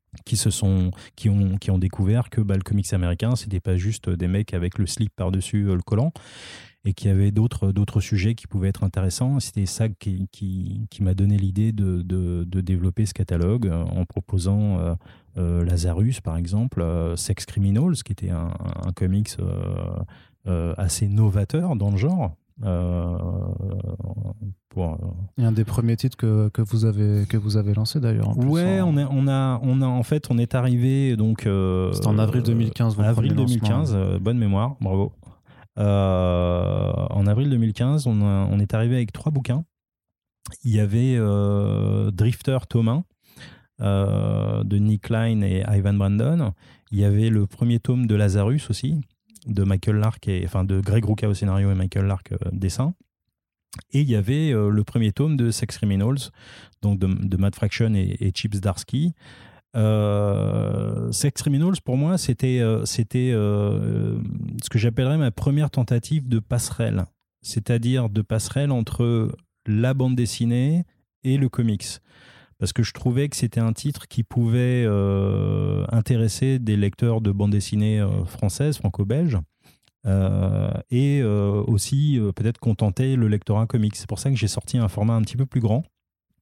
qui se sont qui ont qui ont découvert que bah, le comics américain c'était pas juste des mecs avec le slip par-dessus euh, le collant, et qu'il y avait d'autres d'autres sujets qui pouvaient être intéressants. C'était ça qui qui, qui m'a donné l'idée de, de de développer ce catalogue euh, en proposant euh, euh, Lazarus par exemple, euh, Sex Criminals qui était un, un comics euh, euh, assez novateur dans le genre. Euh, pour, Et un des premiers titres que, que vous avez que vous avez lancé d'ailleurs. En plus, ouais, en... on a on a on a en fait on est arrivé donc. Euh, C'était en avril deux mille quinze. En avril deux mille quinze, euh, bonne mémoire, bravo. Euh, en avril deux mille quinze, on, a, on est arrivé avec trois bouquins. Il y avait euh, Drifter Thomas euh, de Nick Klein et Ivan Brandon. Il y avait le premier tome de Lazarus aussi, de Michael Lark et enfin de Greg Rucka au scénario et Michael Lark euh, dessin. Et il y avait euh, le premier tome de Sex Criminals, donc de, de Matt Fraction et, et Chips Darsky. Euh, Sex Criminals, pour moi, c'était, euh, c'était euh, ce que j'appellerais ma première tentative de passerelle, c'est-à-dire de passerelle entre la bande dessinée et le comics. Parce que je trouvais que c'était un titre qui pouvait euh, intéresser des lecteurs de bande dessinée euh, française, franco-belge, euh, et euh, aussi euh, peut-être contenter le lectorat comics. C'est pour ça que j'ai sorti un format un petit peu plus grand.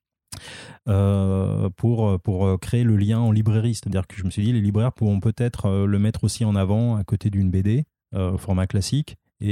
Euh, pour, pour créer le lien en librairie. C'est-à-dire que je me suis dit, les libraires pourront peut-être euh, le mettre aussi en avant à côté d'une B D, euh, format classique,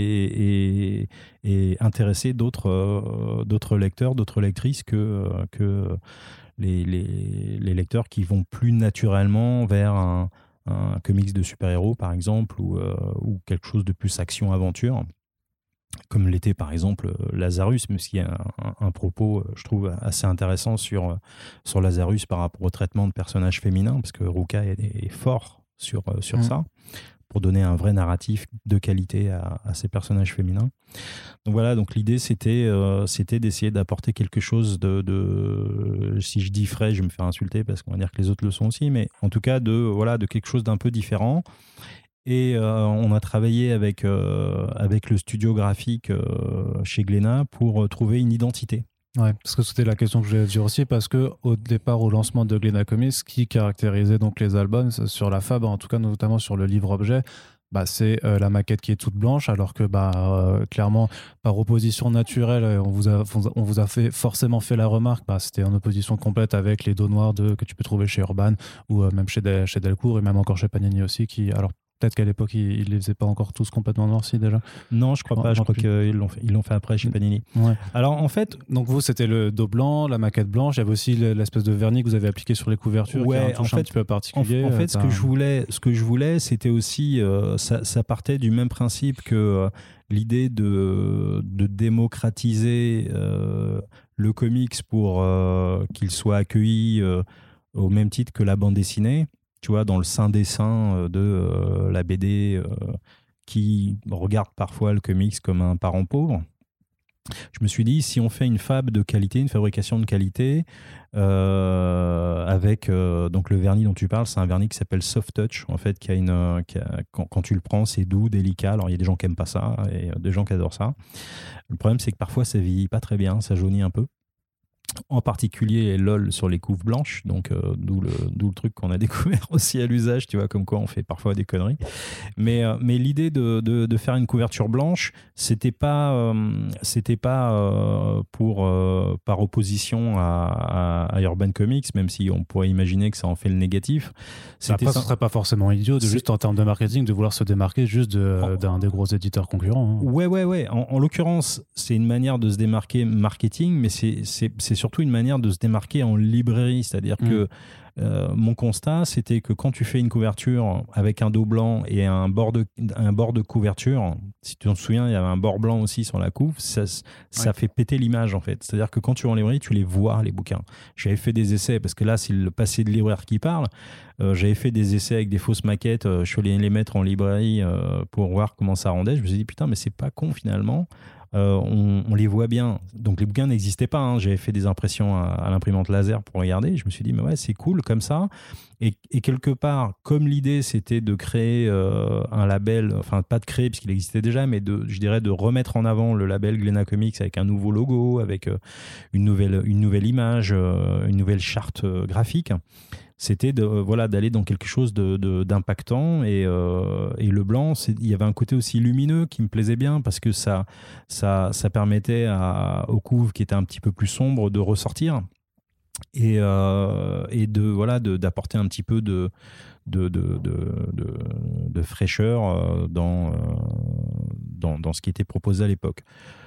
et, et, et intéresser d'autres, euh, d'autres lecteurs, d'autres lectrices que, que les, les, les lecteurs qui vont plus naturellement vers un, un comics de super-héros, par exemple, ou, euh, ou quelque chose de plus action-aventure, comme l'était par exemple Lazarus, mais il y a un, un propos, je trouve, assez intéressant sur, sur Lazarus par rapport au traitement de personnages féminins, parce que Rucka est, est fort sur, sur mmh. ça, pour donner un vrai narratif de qualité à, à ces personnages féminins. Donc voilà, donc l'idée c'était, euh, c'était d'essayer d'apporter quelque chose de, de, si je dis frais, je vais me faire insulter parce qu'on va dire que les autres le sont aussi, mais en tout cas de, voilà, de quelque chose d'un peu différent. Et euh, on a travaillé avec, euh, avec le studio graphique euh, chez Glénat pour euh, trouver une identité. Ouais, parce que c'était la question que je voulais dire aussi, parce qu'au départ, au lancement de Glénat Comics, ce qui caractérisait donc les albums sur la Fab, en tout cas notamment sur le livre-objet, bah, c'est euh, la maquette qui est toute blanche, alors que bah, euh, clairement, par opposition naturelle, on vous a, on vous a fait, forcément fait la remarque, bah, c'était en opposition complète avec les dos noirs de, que tu peux trouver chez Urban, ou euh, même chez, Del, chez Delcourt, et même encore chez Panini aussi, qui... Alors, peut-être qu'à l'époque, ils ne les faisaient pas encore tous complètement noirs, si déjà. Non, je crois pas. Je crois qu'ils l'ont fait, ils l'ont fait après chez Panini. Ouais. Alors, en fait... Donc, vous, c'était le dos blanc, la maquette blanche. Il y avait aussi l'espèce de vernis que vous avez appliqué sur les couvertures, ouais, qui a un touche en fait, un petit peu particulier. En, en fait, ce que, je voulais, ce que je voulais, c'était aussi... Euh, ça, ça partait du même principe que euh, l'idée de, de démocratiser euh, le comics pour euh, qu'il soit accueilli euh, au même titre que la bande dessinée. Tu vois, dans le sein des seins de euh, la B D euh, qui regarde parfois le comics comme un parent pauvre. Je me suis dit, si on fait une fab de qualité, une fabrication de qualité, euh, avec euh, donc le vernis dont tu parles, c'est un vernis qui s'appelle Soft Touch, en fait, qui a une, qui a, quand, quand tu le prends, c'est doux, délicat. Alors, il y a des gens qui n'aiment pas ça et des gens qui adorent ça. Le problème, c'est que parfois, ça vieillit pas très bien, ça jaunit un peu. En particulier LOL sur les couves blanches, donc euh, d'où le, d'où le truc qu'on a découvert aussi à l'usage, tu vois, comme quoi on fait parfois des conneries. Mais, euh, mais l'idée de, de, de faire une couverture blanche, c'était pas, euh, c'était pas euh, pour, euh, par opposition à, à, à Urban Comics, même si on pourrait imaginer que ça en fait le négatif. Après, ce serait pas forcément idiot, de juste en termes de marketing, de vouloir se démarquer juste de, en, d'un des gros éditeurs concurrents. Hein. Ouais, ouais, ouais. En, en l'occurrence, c'est une manière de se démarquer marketing, mais c'est, c'est, c'est surtout une manière de se démarquer en librairie. C'est-à-dire mmh. que euh, mon constat, c'était que quand tu fais une couverture avec un dos blanc et un bord de, un bord de couverture, si tu t'en souviens, il y avait un bord blanc aussi sur la couve, ça, ça ouais. fait péter l'image en fait. C'est-à-dire que quand tu vas en librairie, tu les vois, les bouquins. J'avais fait des essais, parce que là, c'est le passé de libraire qui parle. Euh, j'avais fait des essais avec des fausses maquettes, euh, je suis allé les mettre en librairie euh, pour voir comment ça rendait. Je me suis dit, putain, mais c'est pas con finalement. Euh, on, on les voit bien. Donc les bouquins n'existaient pas. Hein. J'avais fait des impressions à, à l'imprimante laser pour regarder. Je me suis dit, mais ouais, c'est cool comme ça. Et, et quelque part, comme l'idée, c'était de créer euh, un label, enfin pas de créer puisqu'il existait déjà, mais de, je dirais de remettre en avant le label Glénat Comics avec un nouveau logo, avec euh, une, nouvelle, une nouvelle image, euh, une nouvelle charte euh, graphique. c'était de, euh, voilà, d'aller dans quelque chose de, de, d'impactant. Et, euh, et le blanc, c'est, il y avait un côté aussi lumineux qui me plaisait bien parce que ça, ça, ça permettait à, aux couves qui étaient un petit peu plus sombres de ressortir et, euh, et de, voilà, de, d'apporter un petit peu de, de, de, de, de, de fraîcheur dans, dans, dans ce qui était proposé à l'époque.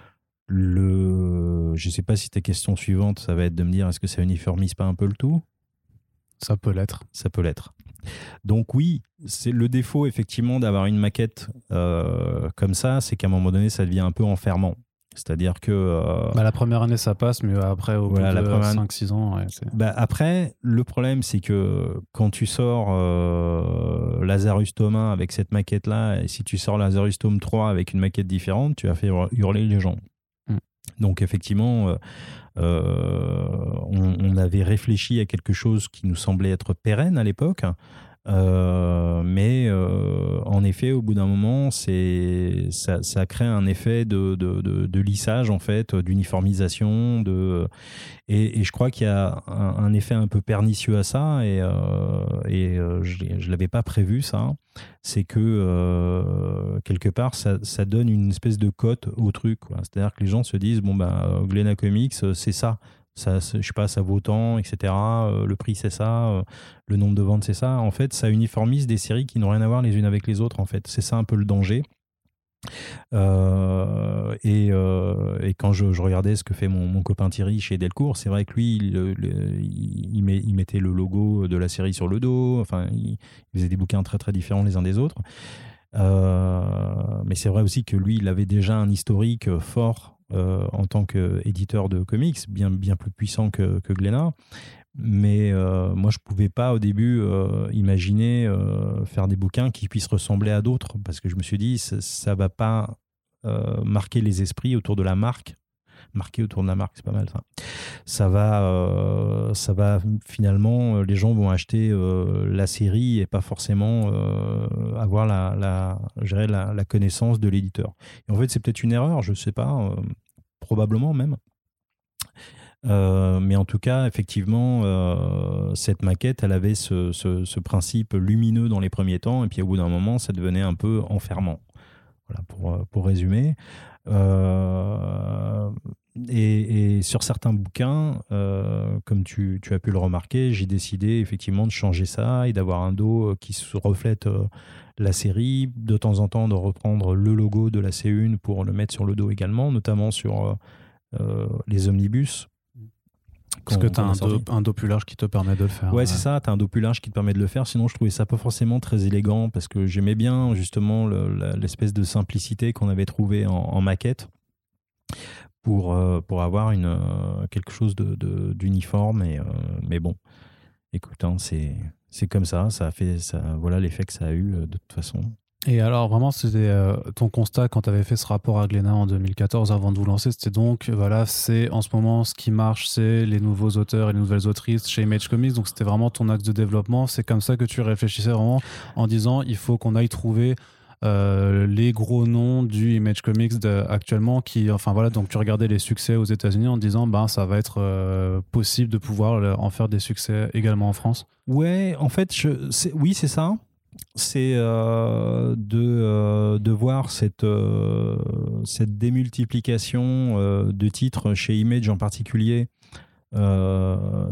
Le... Je ne sais pas si ta question suivante, ça va être de me dire est-ce que ça uniformise pas un peu le tout ? Ça peut l'être. Ça peut l'être. Donc oui, c'est le défaut effectivement d'avoir une maquette euh, comme ça, c'est qu'à un moment donné, ça devient un peu enfermant. C'est-à-dire que... Euh, bah, la première année, ça passe, mais après, au voilà, bout de cinq six ans... Ouais, c'est... Bah, après, le problème, c'est que quand tu sors euh, Lazarus Tome un avec cette maquette-là, et si tu sors Lazarus Tome trois avec une maquette différente, tu vas faire hurler les gens. Mm. Donc effectivement, euh, euh, on, on avait réfléchi à quelque chose qui nous semblait être pérenne à l'époque. Euh, mais euh, en effet, au bout d'un moment, c'est, ça, ça crée un effet de, de, de, de lissage, en fait, d'uniformisation. De, et, et je crois qu'il y a un, un effet un peu pernicieux à ça, et, euh, et euh, je ne l'avais pas prévu, ça. C'est que, euh, quelque part, ça, ça donne une espèce de cote au truc, quoi. C'est-à-dire que les gens se disent, bon, ben, Glénat Comics, c'est ça. Ça, je sais pas, ça vaut tant, et cetera. Euh, le prix, c'est ça. Euh, le nombre de ventes, c'est ça. En fait, ça uniformise des séries qui n'ont rien à voir les unes avec les autres, en fait. C'est ça un peu le danger. Euh, et, euh, et quand je, je regardais ce que fait mon, mon copain Thierry chez Delcourt, c'est vrai que lui, il, il, il, met, il mettait le logo de la série sur le dos. Enfin, il, il faisait des bouquins très, très différents les uns des autres. Euh, mais c'est vrai aussi que lui, il avait déjà un historique fort Euh, en tant qu'éditeur de comics, bien, bien plus puissant que, que Glénat. Mais euh, moi, je ne pouvais pas au début euh, imaginer euh, faire des bouquins qui puissent ressembler à d'autres, parce que je me suis dit, ça ne va pas euh, marquer les esprits autour de la marque. Marquer autour de la marque, c'est pas mal ça. Ça va, euh, ça va finalement, les gens vont acheter euh, la série et pas forcément euh, avoir la, la, je dirais la, la connaissance de l'éditeur. Et en fait, c'est peut-être une erreur, je ne sais pas, euh, probablement même. Euh, mais en tout cas, effectivement, euh, cette maquette, elle avait ce, ce, ce principe lumineux dans les premiers temps, et puis au bout d'un moment, ça devenait un peu enfermant. Voilà, pour, pour résumer. Euh, et, et sur certains bouquins, euh, comme tu, tu as pu le remarquer, j'ai décidé effectivement de changer ça et d'avoir un dos qui se reflète euh, la série, de temps en temps de reprendre le logo de la C un pour le mettre sur le dos également, notamment sur euh, les omnibus. Parce que tu as un dos, un dos plus large qui te permet de le faire. Ouais, ouais. C'est ça, tu as un dos plus large qui te permet de le faire. Sinon, je trouvais ça pas forcément très élégant parce que j'aimais bien justement le, la, l'espèce de simplicité qu'on avait trouvée en, en maquette pour, euh, pour avoir une, euh, quelque chose de, de, d'uniforme. Et, euh, mais bon, écoute, hein, c'est, c'est comme ça. Ça a fait, ça, voilà l'effet que ça a eu euh, de toute façon. Et alors vraiment, c'était euh, ton constat quand tu avais fait ce rapport à Glénat en deux mille quatorze avant de vous lancer, c'était donc, voilà, c'est en ce moment ce qui marche, c'est les nouveaux auteurs et les nouvelles autrices chez Image Comics, donc c'était vraiment ton axe de développement. C'est comme ça que tu réfléchissais vraiment en disant, il faut qu'on aille trouver euh, les gros noms du Image Comics de, actuellement, qui, enfin voilà, donc tu regardais les succès aux États-Unis en disant, ben ça va être euh, possible de pouvoir en faire des succès également en France. Ouais, en fait, je, c'est, oui, c'est ça. C'est euh, de, euh, de voir cette, euh, cette démultiplication euh, de titres chez Image en particulier, euh,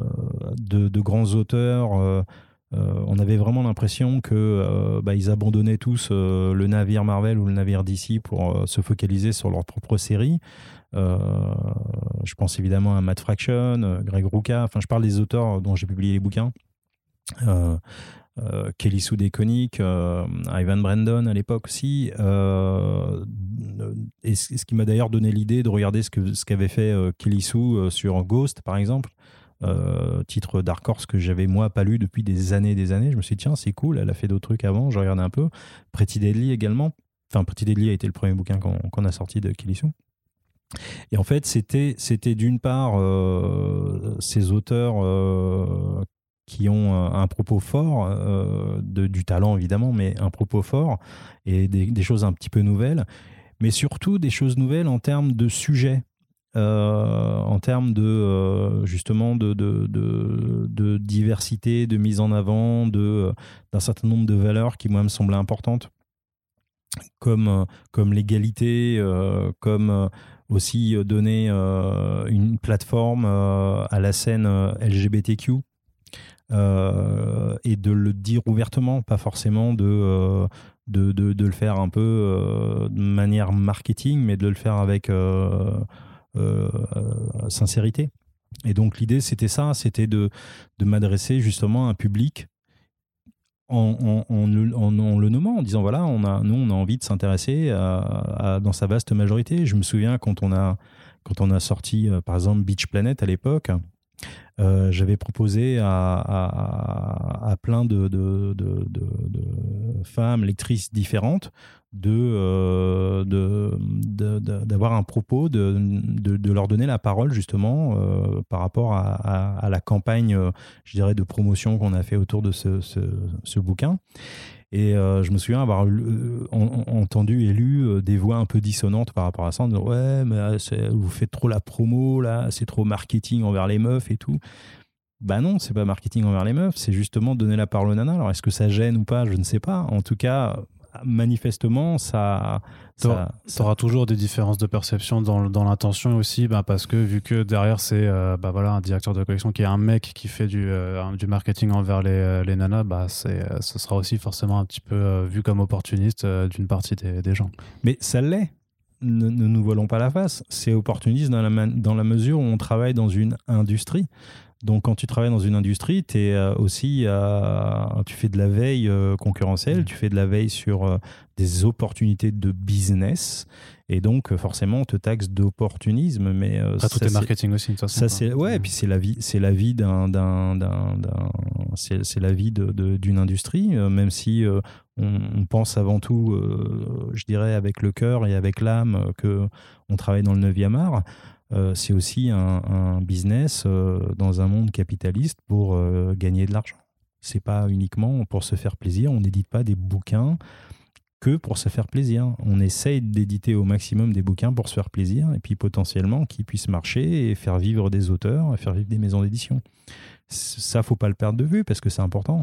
de, de grands auteurs. Euh, euh, on avait vraiment l'impression que euh, bah, ils abandonnaient tous euh, le navire Marvel ou le navire D C pour euh, se focaliser sur leur propre série. Euh, je pense évidemment à Matt Fraction, Greg Rucka. Enfin, je parle des auteurs dont j'ai publié les bouquins. Euh, Euh, Kelly Sue DeConnick, euh, Ivan Brandon à l'époque aussi, euh, et ce qui m'a d'ailleurs donné l'idée de regarder ce que ce qu'avait fait euh, Kelly Sue euh, sur Ghost par exemple, euh, titre Dark Horse que j'avais moi pas lu depuis des années et des années. Je me suis dit tiens, c'est cool, elle a fait d'autres trucs avant, je regardais un peu. Pretty Deadly également, enfin Pretty Deadly a été le premier bouquin qu'on, qu'on a sorti de Kelly Sue. Et en fait, c'était, c'était d'une part euh, ces auteurs euh, qui ont un propos fort, euh, de, du talent évidemment, mais un propos fort et des, des choses un petit peu nouvelles, mais surtout des choses nouvelles en termes de sujet. euh, en termes de euh, justement de, de, de, de diversité, de mise en avant, de, euh, d'un certain nombre de valeurs qui moi me semblaient importantes, comme, euh, comme l'égalité, euh, comme euh, aussi donner euh, une plateforme euh, à la scène euh, L G B T Q. Euh, et de le dire ouvertement, pas forcément de, euh, de, de, de le faire un peu euh, de manière marketing, mais de le faire avec euh, euh, sincérité. Et donc l'idée c'était ça, c'était de, de m'adresser justement à un public en, en, en, le, en, en le nommant, en disant voilà, on a, nous on a envie de s'intéresser à, à, dans sa vaste majorité. Je me souviens quand on a, quand on a sorti euh, par exemple Beach Planet à l'époque, Euh, j'avais proposé à, à, à plein de, de, de, de, de femmes lectrices différentes de, euh, de, de, de, d'avoir un propos, de, de, de leur donner la parole justement euh, par rapport à, à, à la campagne, euh, je dirais, de promotion qu'on a fait autour de ce, ce, ce bouquin. Et euh, je me souviens avoir euh, en, entendu et lu euh, des voix un peu dissonantes par rapport à ça, en disant ouais, mais c'est, vous faites trop la promo là, c'est trop marketing envers les meufs et tout. Bah non, c'est pas marketing envers les meufs, c'est justement donner la parole aux nanas. Alors est-ce que ça gêne ou pas, je ne sais pas. En tout cas, manifestement, ça. Ça, ça aura toujours des différences de perception dans, dans l'intention aussi, bah, parce que vu que derrière c'est euh, bah, voilà, un directeur de collection qui est un mec qui fait du, euh, du marketing envers les, les nanas, bah, c'est, ce sera aussi forcément un petit peu euh, vu comme opportuniste euh, d'une partie des, des gens. Mais ça l'est. Ne, ne nous voilons pas la face. C'est opportuniste dans la, man- dans la mesure où on travaille dans une industrie. Donc, quand tu travailles dans une industrie, t'es euh, aussi, euh, tu fais de la veille euh, concurrentielle, tu fais de la veille sur euh, des opportunités de business, et donc euh, forcément, on te taxe d'opportunisme. Mais euh, Après, tout ça, est marketing aussi, de toute façon. ça, c'est, ouais, et puis c'est la vie, c'est la vie d'un, d'un, d'un, d'un c'est, c'est la vie de, de, d'une industrie, euh, même si euh, on, on pense avant tout, euh, je dirais, avec le cœur et avec l'âme, euh, que on travaille dans le neuvième art. Euh, c'est aussi un, un business euh, dans un monde capitaliste pour euh, gagner de l'argent. C'est pas uniquement pour se faire plaisir. On n'édite pas des bouquins que pour se faire plaisir. On essaye d'éditer au maximum des bouquins pour se faire plaisir et puis potentiellement qu'ils puissent marcher et faire vivre des auteurs et faire vivre des maisons d'édition. Ça, faut pas le perdre de vue parce que c'est important.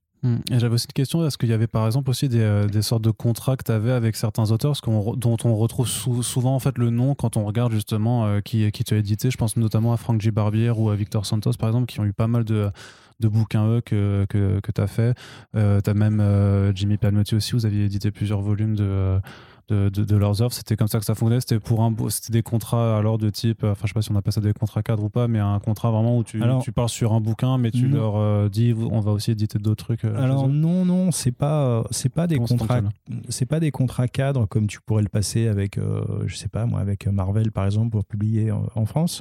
Et j'avais aussi une question, est-ce qu'il y avait par exemple aussi des, euh, des sortes de contrats que tu avais avec certains auteurs, parce qu'on, dont on retrouve sou- souvent en fait le nom quand on regarde justement euh, qui, qui t'a édité. Je pense notamment à Frank J. Barbier ou à Victor Santos par exemple, qui ont eu pas mal de, de bouquins eux que, que, que tu as fait. Euh, tu as même euh, Jimmy Palmiotti aussi, vous aviez édité plusieurs volumes de... De, de, de leurs œuvres. C'était comme ça que ça fonctionnait. C'était pour un, c'était des contrats alors de type, enfin je sais pas si on appelle ça des contrats cadres ou pas, mais un contrat vraiment où tu, alors, tu parles sur un bouquin, mais tu non. leur euh, dis on va aussi éditer d'autres trucs. Euh, alors non non, c'est pas c'est pas des Comment contrats c'est pas des contrats cadres comme tu pourrais le passer avec euh, je sais pas moi avec Marvel par exemple pour publier en, en France.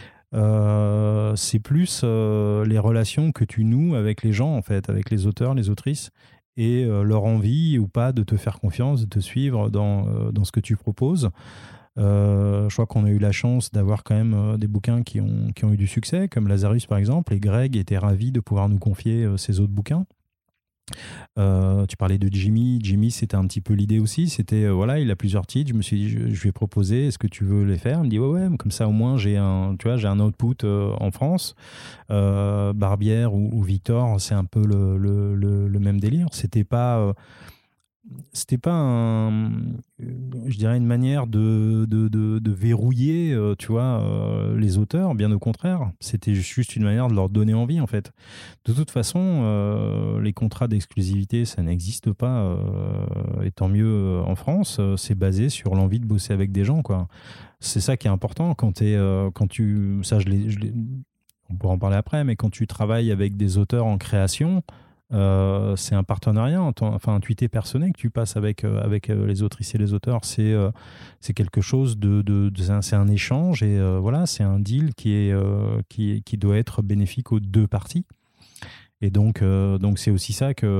Euh, c'est plus euh, les relations que tu noues avec les gens en fait, avec les auteurs, les autrices, et euh, leur envie ou pas de te faire confiance, de te suivre dans, euh, dans ce que tu proposes. Euh, je crois qu'on a eu la chance d'avoir quand même euh, des bouquins qui ont, qui ont eu du succès, comme Lazarus par exemple, et Greg était ravi de pouvoir nous confier euh, ses autres bouquins. Euh, tu parlais de Jimmy. Jimmy, c'était un petit peu l'idée aussi. C'était, euh, voilà, il a plusieurs titres. Je me suis dit, je, je lui ai proposé, est-ce que tu veux les faire? Il me dit, ouais, ouais, comme ça au moins j'ai un, tu vois, j'ai un output euh, en France. Euh, Barbière ou, ou Victor, c'est un peu le, le, le, le même délire. C'était pas. Euh, C'était pas, un, je dirais, une manière de, de, de, de verrouiller, euh, tu vois, euh, les auteurs. Bien au contraire, c'était juste une manière de leur donner envie, en fait. De toute façon, euh, les contrats d'exclusivité, ça n'existe pas, euh, et tant mieux en France. C'est basé sur l'envie de bosser avec des gens, quoi. C'est ça qui est important quand, t'es, euh, quand tu, ça, je l'ai, je l'ai, on pourra en parler après, mais quand tu travailles avec des auteurs en création. Euh, c'est un partenariat, enfin un tuité personnel que tu passes avec, euh, avec euh, les autrices et les auteurs. C'est, euh, c'est quelque chose de, de, de c'est, un, c'est un échange et euh, voilà, c'est un deal qui, est, euh, qui, qui doit être bénéfique aux deux parties. Et donc, euh, donc c'est aussi ça que,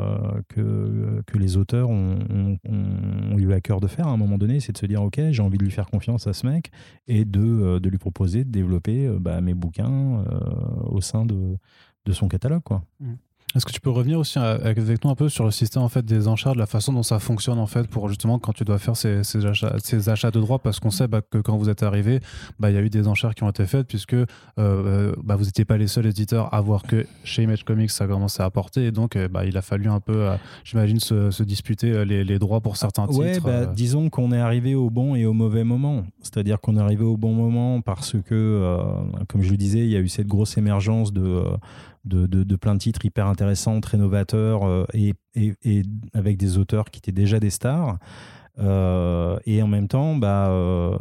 que, que les auteurs ont, ont, ont eu à cœur de faire à un moment donné, c'est de se dire ok, j'ai envie de lui faire confiance à ce mec et de, de lui proposer de développer bah, mes bouquins euh, au sein de, de son catalogue, quoi. Mmh. Est-ce que tu peux revenir aussi avec nous un peu sur le système en fait des enchères, de la façon dont ça fonctionne en fait pour justement quand tu dois faire ces, ces, achats, ces achats de droits, parce qu'on sait bah, que quand vous êtes arrivé, bah, il y a eu des enchères qui ont été faites puisque euh, bah, vous n'étiez pas les seuls éditeurs à voir que chez Image Comics ça commençait à porter et donc bah, il a fallu un peu, euh, j'imagine, se, se disputer les, les droits pour certains ah, ouais, titres. bah, Euh... Disons qu'on est arrivé au bon et au mauvais moment. C'est-à-dire qu'on est arrivé au bon moment parce que, euh, comme je le disais, il y a eu cette grosse émergence de... Euh, De, de, de plein de titres hyper intéressants, très novateurs euh, et, et, et avec des auteurs qui étaient déjà des stars. Euh, et en même temps, bah, euh,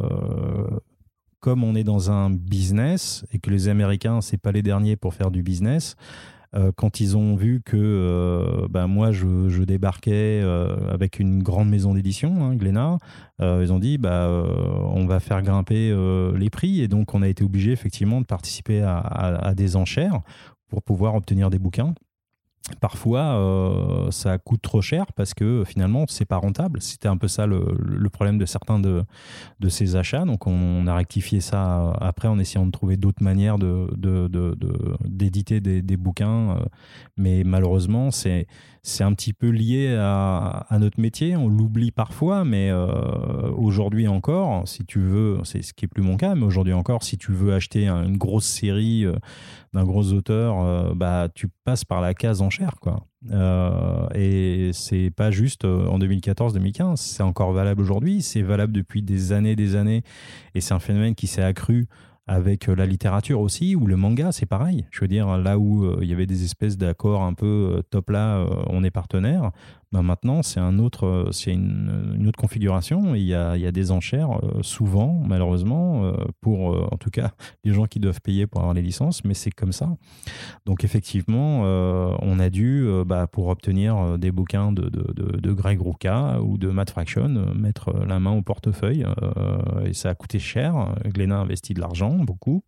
comme on est dans un business et que les Américains, c'est pas les derniers pour faire du business, euh, quand ils ont vu que euh, bah, moi, je, je débarquais euh, avec une grande maison d'édition, hein, Glénat, euh, ils ont dit bah, euh, on va faire grimper euh, les prix. Et donc, on a été obligé effectivement de participer à, à, à des enchères pour pouvoir obtenir des bouquins. Parfois, euh, ça coûte trop cher parce que finalement, c'est pas rentable. C'était un peu ça le, le problème de certains de, de ces achats. Donc, on a rectifié ça après en essayant de trouver d'autres manières de, de, de, de, d'éditer des, des bouquins. Mais malheureusement, c'est, c'est un petit peu lié à, à notre métier. On l'oublie parfois, mais euh, aujourd'hui encore, si tu veux, c'est ce qui est plus mon cas, mais aujourd'hui encore, si tu veux acheter une grosse série d'un gros auteur, euh, bah, tu passes par la case enchère, quoi. Euh, et c'est pas juste en deux mille quatorze deux mille quinze, c'est encore valable aujourd'hui, c'est valable depuis des années des années, et c'est un phénomène qui s'est accru avec la littérature aussi, ou le manga, c'est pareil. Je veux dire, là où il euh, y avait des espèces d'accords un peu euh, top là, euh, on est partenaire, ben maintenant c'est un autre, euh, c'est une, une autre configuration. Il y a, y a des enchères, euh, souvent, malheureusement, euh, pour euh, en tout cas les gens qui doivent payer pour avoir les licences, mais c'est comme ça. Donc effectivement, euh, on a dû, euh, bah, pour obtenir des bouquins de, de, de, de Greg Rucka ou de Matt Fraction, euh, mettre la main au portefeuille, euh, et ça a coûté cher. Glénat a investi de l'argent, beaucoup.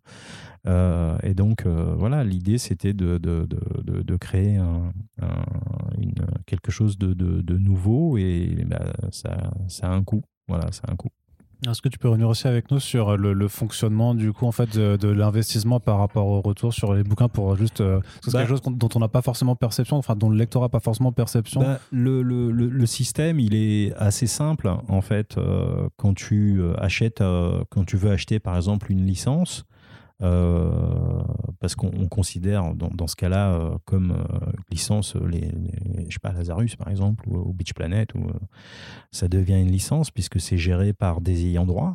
Euh, et donc, euh, voilà, l'idée, c'était de, de, de, de créer un, un, une, quelque chose de, de, de nouveau, et bah, ça, ça a un coût. Voilà, ça a un coût. Est-ce que tu peux revenir aussi avec nous sur le, le fonctionnement du coup en fait de, de l'investissement par rapport au retour sur les bouquins pour juste euh, c'est bah, quelque chose dont on n'a pas forcément perception, enfin dont le lectorat n'a pas forcément perception. Bah, le, le, le, le système il est assez simple en fait. Euh, quand tu achètes, euh, quand tu veux acheter par exemple une licence. Euh, parce qu'on on considère dans, dans ce cas-là euh, comme euh, licence les, les, je sais pas, Lazarus par exemple ou, ou Beach Planet, où euh, ça devient une licence puisque c'est géré par des ayants droit,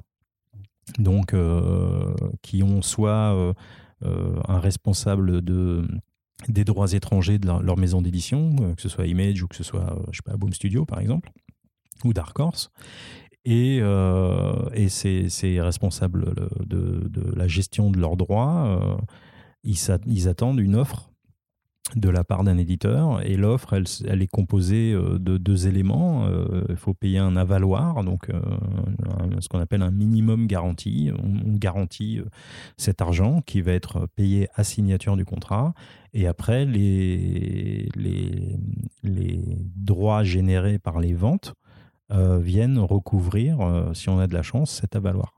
donc euh, qui ont soit euh, euh, un responsable de des droits étrangers de leur, leur maison d'édition, euh, que ce soit Image ou que ce soit euh, je sais pas, Boom Studio par exemple, ou Dark Horse. Et, euh, et ces, ces responsables de, de la gestion de leurs droits, euh, ils, ils attendent une offre de la part d'un éditeur. Et l'offre, elle, elle est composée de deux éléments. Euh, il faut payer un avaloir, donc euh, un, ce qu'on appelle un minimum garantie. On, on garantit cet argent qui va être payé à signature du contrat. Et après, les, les, les droits générés par les ventes Euh, viennent recouvrir, euh, si on a de la chance, cet avaloir.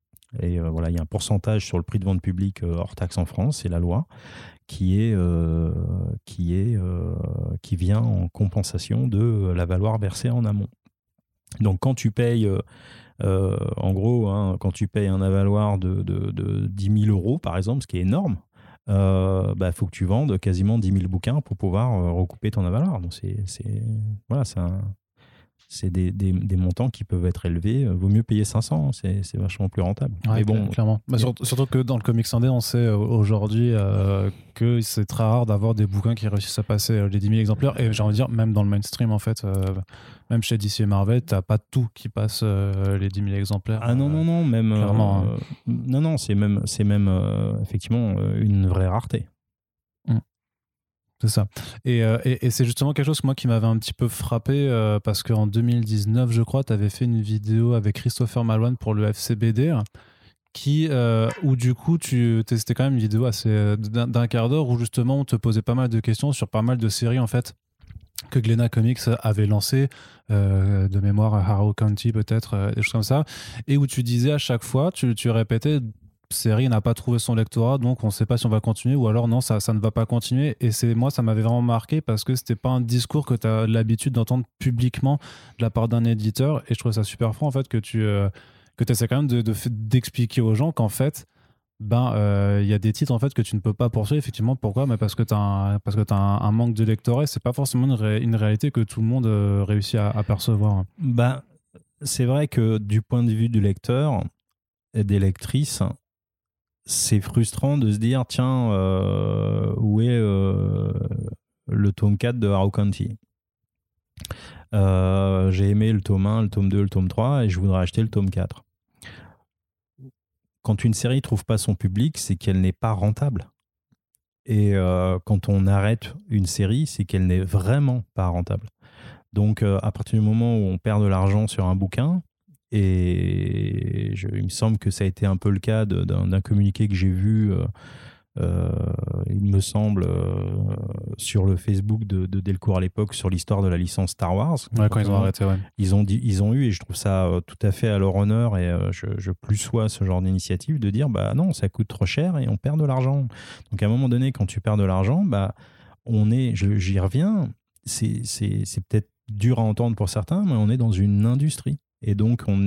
Et euh, voilà, il y a un pourcentage sur le prix de vente public euh, hors taxe en France, c'est la loi, qui est, euh, qui est, euh, qui vient en compensation de euh, l'avaloir versé en amont. Donc quand tu payes, euh, euh, en gros, hein, quand tu payes un avaloir de, de, de dix mille euros, par exemple, ce qui est énorme, il euh, bah, faut que tu vendes quasiment dix mille bouquins pour pouvoir euh, recouper ton avaloir. Donc c'est, c'est, voilà, c'est un... c'est des, des, des montants qui peuvent être élevés. Vaut mieux payer cinq cents, c'est, c'est vachement plus rentable. Ouais, mais bon, clairement. Bah, surtout, surtout que dans le comics indé, on sait aujourd'hui euh, que c'est très rare d'avoir des bouquins qui réussissent à passer les dix mille exemplaires. Et j'ai envie de dire, même dans le mainstream, en fait, euh, même chez D C et Marvel, t'as pas tout qui passe euh, les dix mille exemplaires. Ah non, non, non, même. Clairement. Euh, hein. Non, non, c'est même, c'est même euh, effectivement une vraie rareté. Mmh. C'est ça. Et, euh, et, et c'est justement quelque chose que moi qui m'avait un petit peu frappé euh, parce qu'en deux mille dix-neuf, je crois, tu avais fait une vidéo avec Christopher Malouane pour le F C B D qui, euh, où du coup, tu, c'était quand même une vidéo assez, d'un, d'un quart d'heure où justement on te posait pas mal de questions sur pas mal de séries en fait que Glénat Comics avait lancé, euh, de mémoire Harrow County peut-être, euh, des choses comme ça, et où tu disais à chaque fois, tu, tu répétais série n'a pas trouvé son lectorat, donc on ne sait pas si on va continuer, ou alors non, ça, ça ne va pas continuer. Et c'est moi, ça m'avait vraiment marqué parce que c'était pas un discours que tu as l'habitude d'entendre publiquement de la part d'un éditeur. Et je trouve ça super fort en fait que tu euh, que essaies quand même de, de, d'expliquer aux gens qu'en fait, ben il euh, y a des titres en fait que tu ne peux pas poursuivre. Effectivement, pourquoi? Mais parce que tu as un, parce que t'as un, un manque de lectorat. C'est pas forcément une, ré, une réalité que tout le monde euh, réussit à, à percevoir. Bah, c'est vrai que du point de vue du lecteur et des lectrices, c'est frustrant de se dire tiens, euh, où est euh, le tome quatre de Harrow County? euh, J'ai aimé le tome un, le tome deux, le tome trois et je voudrais acheter le tome quatre. Quand une série ne trouve pas son public, c'est qu'elle n'est pas rentable. Et euh, quand on arrête une série, c'est qu'elle n'est vraiment pas rentable. Donc, euh, à partir du moment où on perd de l'argent sur un bouquin, et je, il me semble que ça a été un peu le cas de, d'un, d'un communiqué que j'ai vu, euh, euh, il me semble, euh, sur le Facebook de, de Delcourt à l'époque, sur l'histoire de la licence Star Wars. Ouais, quand ils ont arrêté, ouais. Ils ont, dit, ils ont eu, et je trouve ça euh, tout à fait à leur honneur, et euh, je, je plus sois ce genre d'initiative, de dire, bah non, ça coûte trop cher et on perd de l'argent. Donc, à un moment donné, quand tu perds de l'argent, bah, on est, je, j'y reviens, c'est, c'est, c'est peut-être dur à entendre pour certains, mais on est dans une industrie. Et donc, on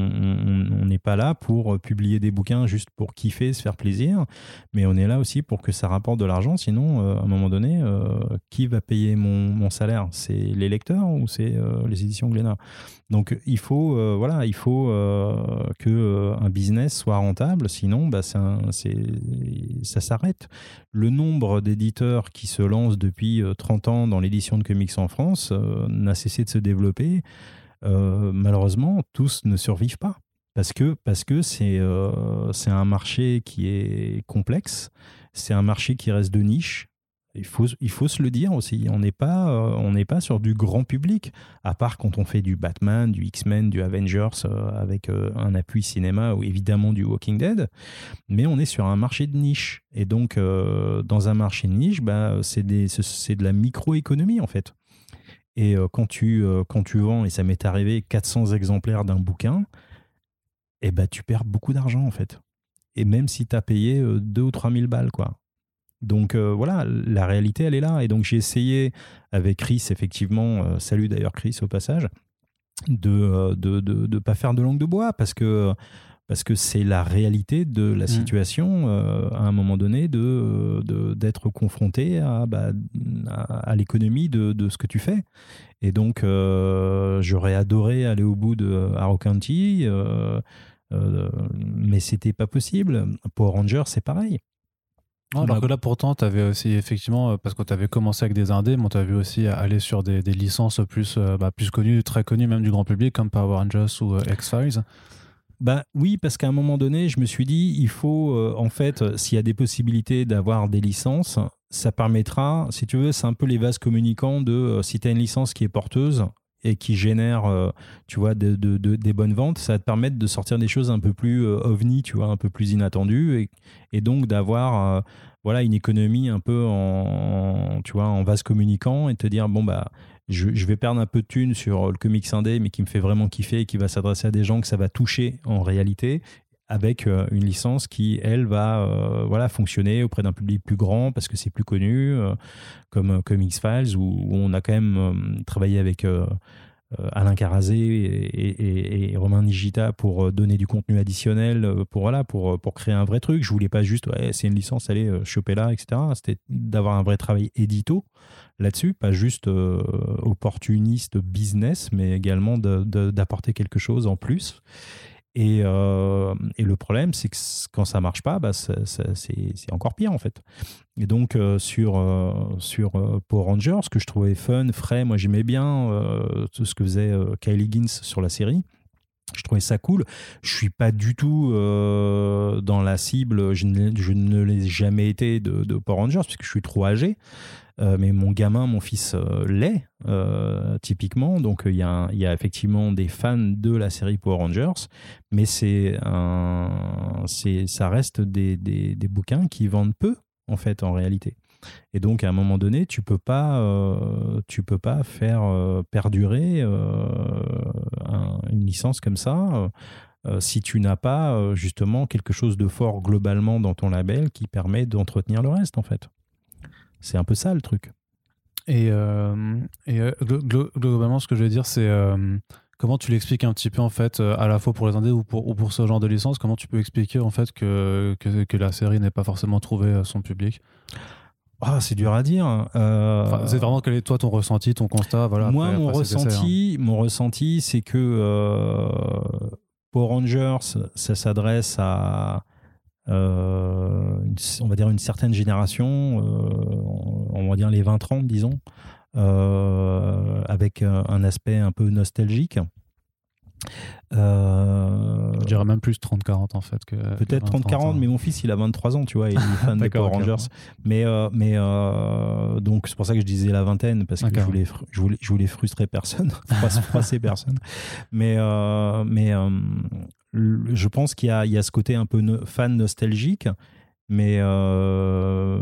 n'est pas là pour publier des bouquins juste pour kiffer, se faire plaisir, mais on est là aussi pour que ça rapporte de l'argent. Sinon, euh, à un moment donné, euh, qui va payer mon, mon salaire? C'est les lecteurs ou c'est euh, les éditions Glénat? Donc, il faut, euh, voilà, il faut euh, que euh, un business soit rentable, sinon, bah, c'est un, c'est, ça s'arrête. Le nombre d'éditeurs qui se lancent depuis trente ans dans l'édition de comics en France euh, n'a cessé de se développer. Euh, malheureusement, tous ne survivent pas parce que, parce que c'est, euh, c'est un marché qui est complexe, c'est un marché qui reste de niche. Il faut, il faut se le dire aussi, on n'est pas, euh, on n'est pas sur du grand public, à part quand on fait du Batman, du X-Men, du Avengers euh, avec euh, un appui cinéma ou évidemment du Walking Dead, mais on est sur un marché de niche. Et donc, euh, dans un marché de niche, bah, c'est, des, c'est de la microéconomie en fait. Et euh, quand, tu, euh, quand tu vends, et ça m'est arrivé, quatre cents exemplaires d'un bouquin, eh ben, tu perds beaucoup d'argent en fait. Et même si tu as payé euh, deux ou trois mille balles, quoi. Donc euh, voilà, la réalité, elle est là. Et donc j'ai essayé avec Chris, effectivement, euh, salut d'ailleurs Chris au passage, de ne euh, de, de, de pas faire de langue de bois parce que parce que c'est la réalité de la situation euh, à un moment donné de, de, d'être confronté à, bah, à, à l'économie de, de ce que tu fais. Et donc, euh, j'aurais adoré aller au bout de Harrow County, euh, euh, mais c'était pas possible. Power Rangers, c'est pareil. Ouais, alors que là, pourtant, tu avais aussi, effectivement, parce que tu avais commencé avec des indés, mais tu avais aussi aller sur des, des licences plus, euh, bah, plus connues, très connues, même du grand public, comme Power Rangers ou euh, X-Files. Bah oui, parce qu'à un moment donné, je me suis dit, il faut, euh, en fait, s'il y a des possibilités d'avoir des licences, ça permettra, si tu veux, c'est un peu les vases communicants de euh, si tu as une licence qui est porteuse et qui génère, euh, tu vois, de, de, de, des bonnes ventes, ça va te permettre de sortir des choses un peu plus euh, ovni, tu vois, un peu plus inattendues et, et donc d'avoir, euh, voilà, une économie un peu en, tu vois, en vase communicant et te dire, bon, bah, Je, je vais perdre un peu de thunes sur le comics indé, mais qui me fait vraiment kiffer et qui va s'adresser à des gens que ça va toucher en réalité, avec euh, une licence qui, elle, va euh, voilà, fonctionner auprès d'un public plus grand parce que c'est plus connu, euh, comme, comme X-Files, où, où on a quand même euh, travaillé avec euh, Alain Carazé et, et, et Romain Nigita pour donner du contenu additionnel, pour, voilà, pour, pour créer un vrai truc. Je voulais pas juste, ouais, c'est une licence, allez, choper là, et cetera. C'était d'avoir un vrai travail édito là-dessus, pas juste euh, opportuniste business, mais également de, de, d'apporter quelque chose en plus. Et, euh, et le problème, c'est que quand ça marche pas, bah, ça, ça, c'est, c'est encore pire en fait. Et donc euh, sur, euh, sur euh, Power Rangers, ce que je trouvais fun, frais, moi j'aimais bien euh, tout ce que faisait euh, Kyle Higgins sur la série. Je trouvais ça cool. Je suis pas du tout euh, dans la cible, je ne, je ne l'ai jamais été de, de Power Rangers parce que je suis trop âgé. Euh, mais mon gamin, mon fils euh, l'est, euh, typiquement. Donc, il y, y a effectivement des fans de la série Power Rangers, mais c'est un, c'est, ça reste des, des, des bouquins qui vendent peu, en fait, en réalité. Et donc, à un moment donné, tu peux pas, euh, tu peux pas faire euh, perdurer euh, un, une licence comme ça. euh, si tu n'as pas euh, justement quelque chose de fort globalement dans ton label qui permet d'entretenir le reste en fait. C'est un peu ça le truc. Et, euh, et euh, glo- glo- globalement, ce que je veux dire, c'est euh, comment tu l'expliques un petit peu, en fait, euh, à la fois pour les indés ou pour, ou pour ce genre de licence, comment tu peux expliquer, en fait, que, que, que la série n'ait pas forcément trouvé euh, son public? Ah, c'est dur à dire. Euh, Enfin, c'est vraiment quel est, toi, ton ressenti, ton constat, voilà, moi, après, mon, après cet essai, hein. ressenti, mon ressenti, c'est que euh, Power Rangers, ça s'adresse à, euh, une- on va dire, une certaine génération, euh, on va dire les vingt trente, disons, euh, avec un, un aspect un peu nostalgique. Euh, Je dirais même plus trente quarante, en fait. Que, Peut-être trente quarante, mais mon fils, il a vingt-trois ans, tu vois, et il est fan de Power Rangers. Mais, euh, mais euh, donc, c'est pour ça que je disais la vingtaine, parce que je voulais, je, voulais, je voulais frustrer personne, froisser personne. Mais, euh, mais euh, je pense qu'il y a, il y a ce côté un peu no, fan nostalgique, mais, euh,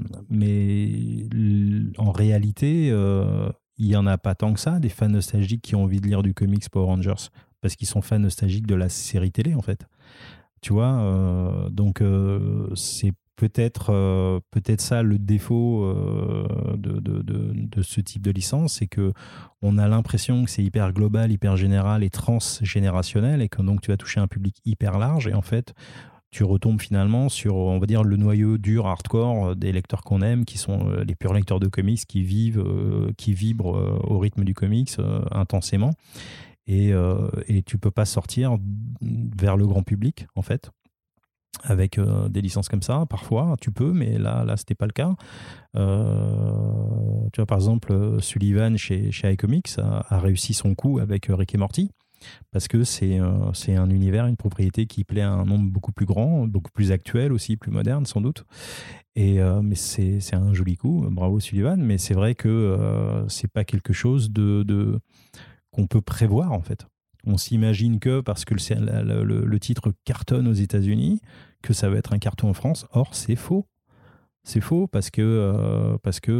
mais en réalité, euh, il n'y en a pas tant que ça, des fans nostalgiques qui ont envie de lire du comics Power Rangers, parce qu'ils sont fans nostalgiques de la série télé, en fait. Tu vois, euh, donc euh, c'est peut-être euh, peut-être ça le défaut euh, de, de, de, de ce type de licence, c'est que on a l'impression que c'est hyper global, hyper général et transgénérationnel, et que donc tu vas toucher un public hyper large, et en fait tu retombes finalement sur, on va dire, le noyau dur, hardcore des lecteurs qu'on aime, qui sont les purs lecteurs de comics, qui vivent, euh, qui vibrent euh, au rythme du comics euh, intensément. Et, euh, et tu peux pas sortir vers le grand public, en fait, avec euh, des licences comme ça. Parfois, tu peux, mais là, là c'était pas le cas. Euh, tu vois, par exemple, Sullivan chez, chez iComics a, a réussi son coup avec Rick et Morty, parce que c'est euh, c'est un univers, une propriété qui plaît à un nombre beaucoup plus grand, beaucoup plus actuel aussi, plus moderne sans doute. Et, euh, mais c'est c'est un joli coup, bravo Sullivan, mais c'est vrai que euh, c'est pas quelque chose de... de qu'on peut prévoir en fait. On s'imagine que parce que le, le, le, le titre cartonne aux États-Unis, que ça va être un carton en France. Or, c'est faux. C'est faux parce que euh, parce que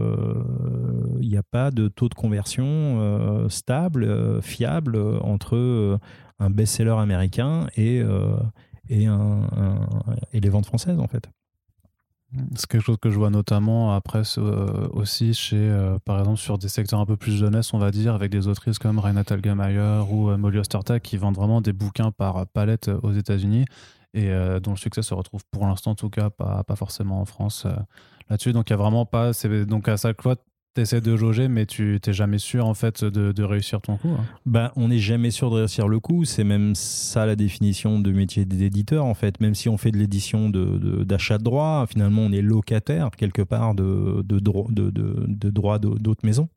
il euh, n'y a pas de taux de conversion euh, stable, euh, fiable euh, entre euh, un best-seller américain et euh, et, un, un, et les ventes françaises en fait. C'est quelque chose que je vois notamment après euh, aussi chez, euh, par exemple, sur des secteurs un peu plus jeunesse, on va dire, avec des autrices comme Renate Algemeyer ou euh, Molly Ostertag qui vendent vraiment des bouquins par palette aux États-Unis et euh, dont le succès se retrouve pour l'instant, en tout cas, pas, pas forcément en France euh, là-dessus. Donc, il n'y a vraiment pas. C'est, donc, à chaque fois, tu essaies de jauger, mais tu n'es jamais sûr en fait de, de réussir ton coup. Hein. Bah, on n'est jamais sûr de réussir le coup. C'est même ça la définition de métier d'éditeur en fait. Même si on fait de l'édition de, de, d'achat de droits, finalement on est locataire quelque part de, de, de, de, de, de droits d'autres maisons.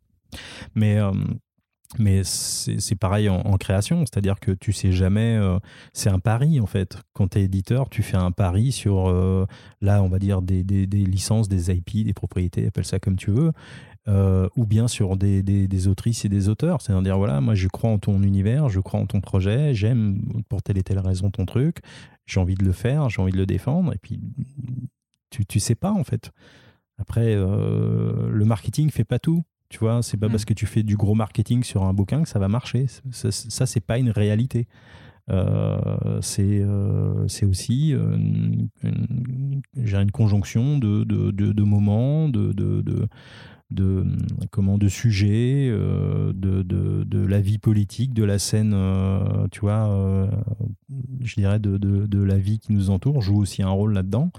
Mais euh, mais c'est, c'est pareil en, en création, c'est-à-dire que tu sais jamais, euh, c'est un pari en fait. Quand tu es éditeur, tu fais un pari sur, euh, là on va dire des, des, des licences, des I P, des propriétés, appelle ça comme tu veux, euh, ou bien sur des, des, des autrices et des auteurs. C'est-à-dire, voilà, moi je crois en ton univers, je crois en ton projet, j'aime pour telle et telle raison ton truc, j'ai envie de le faire, j'ai envie de le défendre, et puis tu, tu sais pas en fait. Après, euh, le marketing fait pas tout. Tu vois, c'est pas mmh. parce que tu fais du gros marketing sur un bouquin que ça va marcher. Ça, ça c'est pas une réalité. Euh, c'est, euh, c'est aussi une, une, une conjonction de, de, de, de moments, de, de, de, de, comment, de sujets, euh, de, de, de la vie politique, de la scène, euh, tu vois, euh, je dirais de, de, de la vie qui nous entoure, joue aussi un rôle là-dedans.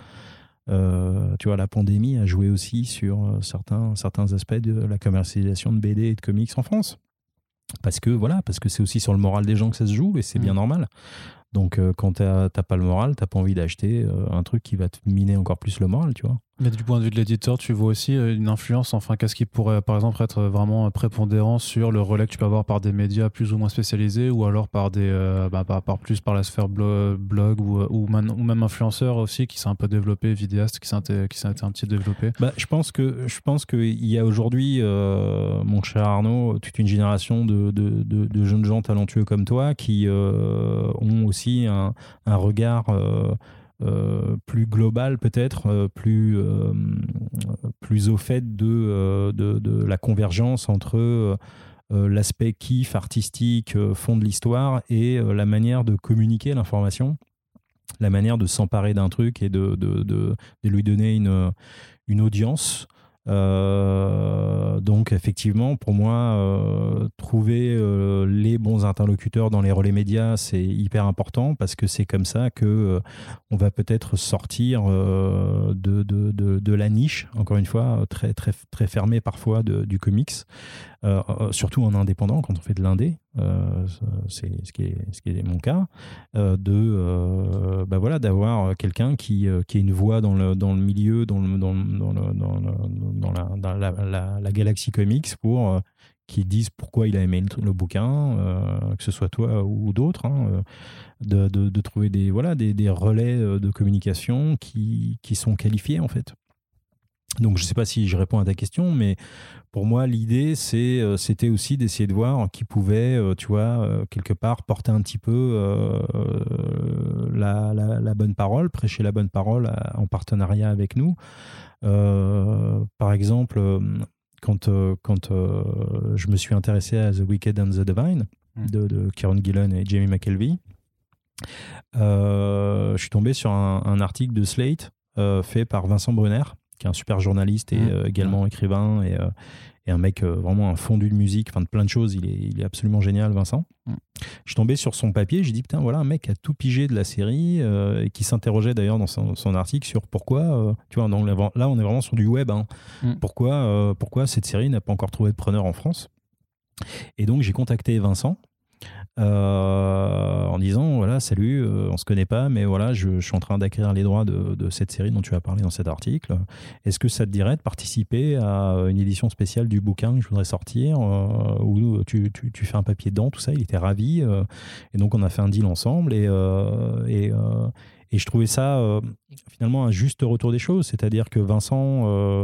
Euh, tu vois, la pandémie a joué aussi sur certains, certains aspects de la commercialisation de B D et de comics en France. Parce que, voilà, parce que c'est aussi sur le moral des gens que ça se joue, et c'est mmh. bien normal. Donc, euh, quand t'as, t'as pas le moral, t'as pas envie d'acheter euh, un truc qui va te miner encore plus le moral, tu vois. Mais du point de vue de l'éditeur, tu vois aussi une influence, enfin, qu'est-ce qui pourrait, par exemple, être vraiment prépondérant sur le relais que tu peux avoir par des médias plus ou moins spécialisés, ou alors par des, euh, bah, par, par plus par la sphère blog, blog ou, ou, man, ou même influenceurs aussi, qui s'est un peu développé, vidéaste, qui s'est, qui s'est un petit développé. Bah, je pense que, je pense qu'il y a aujourd'hui, euh, mon cher Arnaud, toute une génération de, de, de, de jeunes gens talentueux comme toi qui euh, ont aussi un, un regard euh, Euh, plus global peut-être, euh, plus, euh, plus au fait de, euh, de, de la convergence entre euh, euh, l'aspect kiff artistique, euh, fond de l'histoire et euh, la manière de communiquer l'information, la manière de s'emparer d'un truc et de, de, de, de lui donner une, une audience. Euh, donc effectivement, pour moi, euh, trouver euh, les bons interlocuteurs dans les relais médias, c'est hyper important parce que c'est comme ça que euh, on va peut-être sortir euh, de, de, de, de la niche, encore une fois, très, très, très fermée parfois de, du comics. Euh, surtout en indépendant, quand on fait de l'indé, euh, c'est ce qui est, ce qui est mon cas, euh, de euh, bah voilà, d'avoir quelqu'un qui, euh, qui a une voix dans le, dans le milieu, dans, le, dans, le, dans, le, dans, le, dans, la, dans la, la, la galaxie comics, pour euh, qu'ils disent pourquoi il a aimé le, le bouquin, euh, que ce soit toi ou d'autres, hein, de, de, de trouver des, voilà, des, des relais de communication qui, qui sont qualifiés en fait. Donc je ne sais pas si je réponds à ta question, mais pour moi l'idée c'est, euh, c'était aussi d'essayer de voir qui pouvait, euh, tu vois, euh, quelque part porter un petit peu euh, la, la, la bonne parole, prêcher la bonne parole à, en partenariat avec nous. Euh, par exemple, quand, euh, quand euh, je me suis intéressé à The Wicked and the Divine de, de Kieron Gillen et Jamie McKelvey, euh, je suis tombé sur un, un article de Slate euh, fait par Vincent Brunner, qui est un super journaliste et mmh. euh, également mmh. écrivain et, euh, et un mec euh, vraiment un fondu de musique, enfin de plein de choses. Il est, il est absolument génial, Vincent. Mmh. Je suis tombé sur son papier, j'ai dit putain, voilà un mec qui a tout pigé de la série euh, et qui s'interrogeait d'ailleurs dans son, son article sur pourquoi, euh, tu vois, dans le, là on est vraiment sur du web, hein, mmh. pourquoi, euh, pourquoi cette série n'a pas encore trouvé de preneur en France. Et donc j'ai contacté Vincent. Euh, en disant voilà salut euh, on se connaît pas mais voilà je, je suis en train d'acquérir les droits de, de cette série dont tu as parlé dans cet article, est-ce que ça te dirait de participer à une édition spéciale du bouquin que je voudrais sortir euh, où tu, tu, tu fais un papier dedans, tout ça. Il était ravi euh, et donc on a fait un deal ensemble et, euh, et, euh, et je trouvais ça euh, finalement un juste retour des choses, c'est-à-dire que Vincent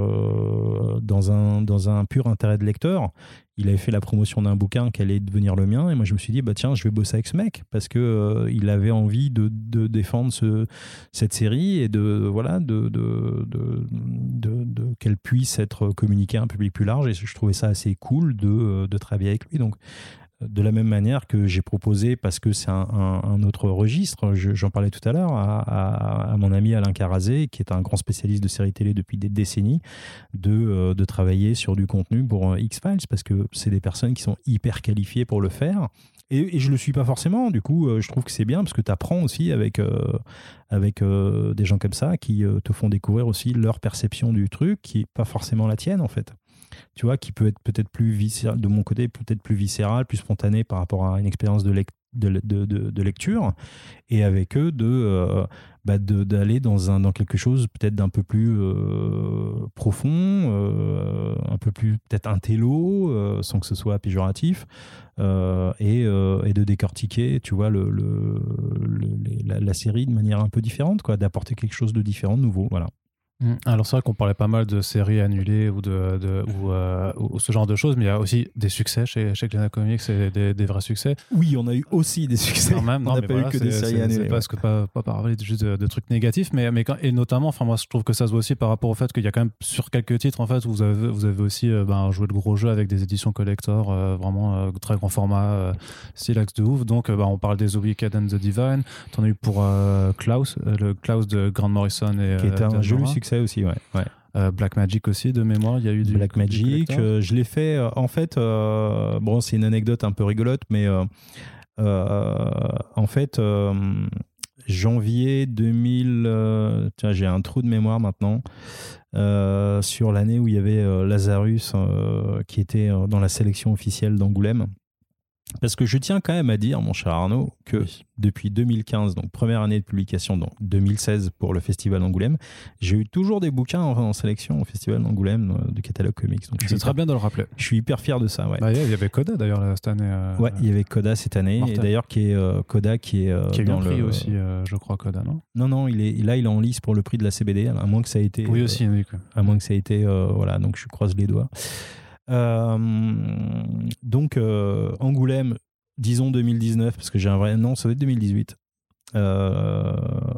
euh, dans, un, dans un pur intérêt de lecteur, il avait fait la promotion d'un bouquin qui allait devenir le mien et moi je me suis dit bah tiens je vais bosser avec ce mec parce que euh, il avait envie de, de défendre ce, cette série et de voilà de, de, de, de, de qu'elle puisse être communiquée à un public plus large et je trouvais ça assez cool de, de travailler avec lui. Donc de la même manière que j'ai proposé, parce que c'est un, un, un autre registre, je, j'en parlais tout à l'heure, à, à, à mon ami Alain Carazé, qui est un grand spécialiste de séries télé depuis des décennies, de, euh, de travailler sur du contenu pour euh, X-Files, parce que c'est des personnes qui sont hyper qualifiées pour le faire. Et, et je ne le suis pas forcément, du coup, euh, je trouve que c'est bien, parce que tu apprends aussi avec, euh, avec euh, des gens comme ça, qui euh, te font découvrir aussi leur perception du truc, qui n'est pas forcément la tienne, en fait. Tu vois, qui peut être peut-être plus viscéral, de mon côté, peut-être plus viscéral, plus spontané par rapport à une expérience de, lec- de, de, de, de lecture, et avec eux de, euh, bah de d'aller dans un dans quelque chose peut-être d'un peu plus euh, profond, euh, un peu plus peut-être intello, euh, sans que ce soit péjoratif, euh, et, euh, et de décortiquer, tu vois, le, le, le la, la série de manière un peu différente, quoi, d'apporter quelque chose de différent, de nouveau, voilà. Alors c'est vrai qu'on parlait pas mal de séries annulées ou, de, de, ou, euh, ou ce genre de choses, mais il y a aussi des succès chez, chez Glénat Comics et des, des vrais succès. Oui, on a eu aussi des succès. Quand même, non, on n'a mais pas voilà, eu que c'est, des séries c'est, annulées. C'est ouais. parce que pas, pas parler juste de, de trucs négatifs, mais, mais quand, et notamment, enfin moi je trouve que ça se voit aussi par rapport au fait qu'il y a quand même sur quelques titres en fait où vous avez, vous avez aussi euh, ben, joué le gros jeu avec des éditions collector, euh, vraiment euh, très grand format, euh, stylax de ouf. Donc euh, ben, on parle des The Wicked and the Divine. T'en as eu pour euh, Klaus, euh, le Klaus de Grant Morrison et qui était euh, un joli succès aussi, ouais. ouais. Euh, Black Magic aussi, de mémoire, il y a eu du Black Magic. Euh, je l'ai fait, euh, en fait, euh, bon, c'est une anecdote un peu rigolote, mais euh, euh, en fait, euh, janvier deux mille, euh, tiens, j'ai un trou de mémoire maintenant, euh, sur l'année où il y avait euh, Lazarus euh, qui était euh, dans la sélection officielle d'Angoulême. Parce que je tiens quand même à dire, mon cher Arnaud, que oui. Depuis deux mille quinze, donc première année de publication, donc deux mille seize pour le Festival d'Angoulême, j'ai eu toujours des bouquins en, en sélection au Festival d'Angoulême euh, du catalogue comics. Donc c'est très bien de le rappeler. Je suis hyper fier de ça. Ouais. Bah, il y avait Coda d'ailleurs là, cette année. Euh, ouais, il y avait Coda cette année. Mortel. Et d'ailleurs, qui est, euh, Coda qui est. Euh, qui a eu dans un prix le, aussi, euh, je crois, Coda, non Non, non, il est, là, il est en lice pour le prix de la C B D, à moins que ça ait été. Oui, aussi, euh, oui. À moins que ça ait été. Euh, voilà, donc je croise les doigts. Euh, donc, euh, Angoulême. Disons deux mille dix-neuf, parce que j'ai un vrai... Non, ça va être deux mille dix-huit. Euh...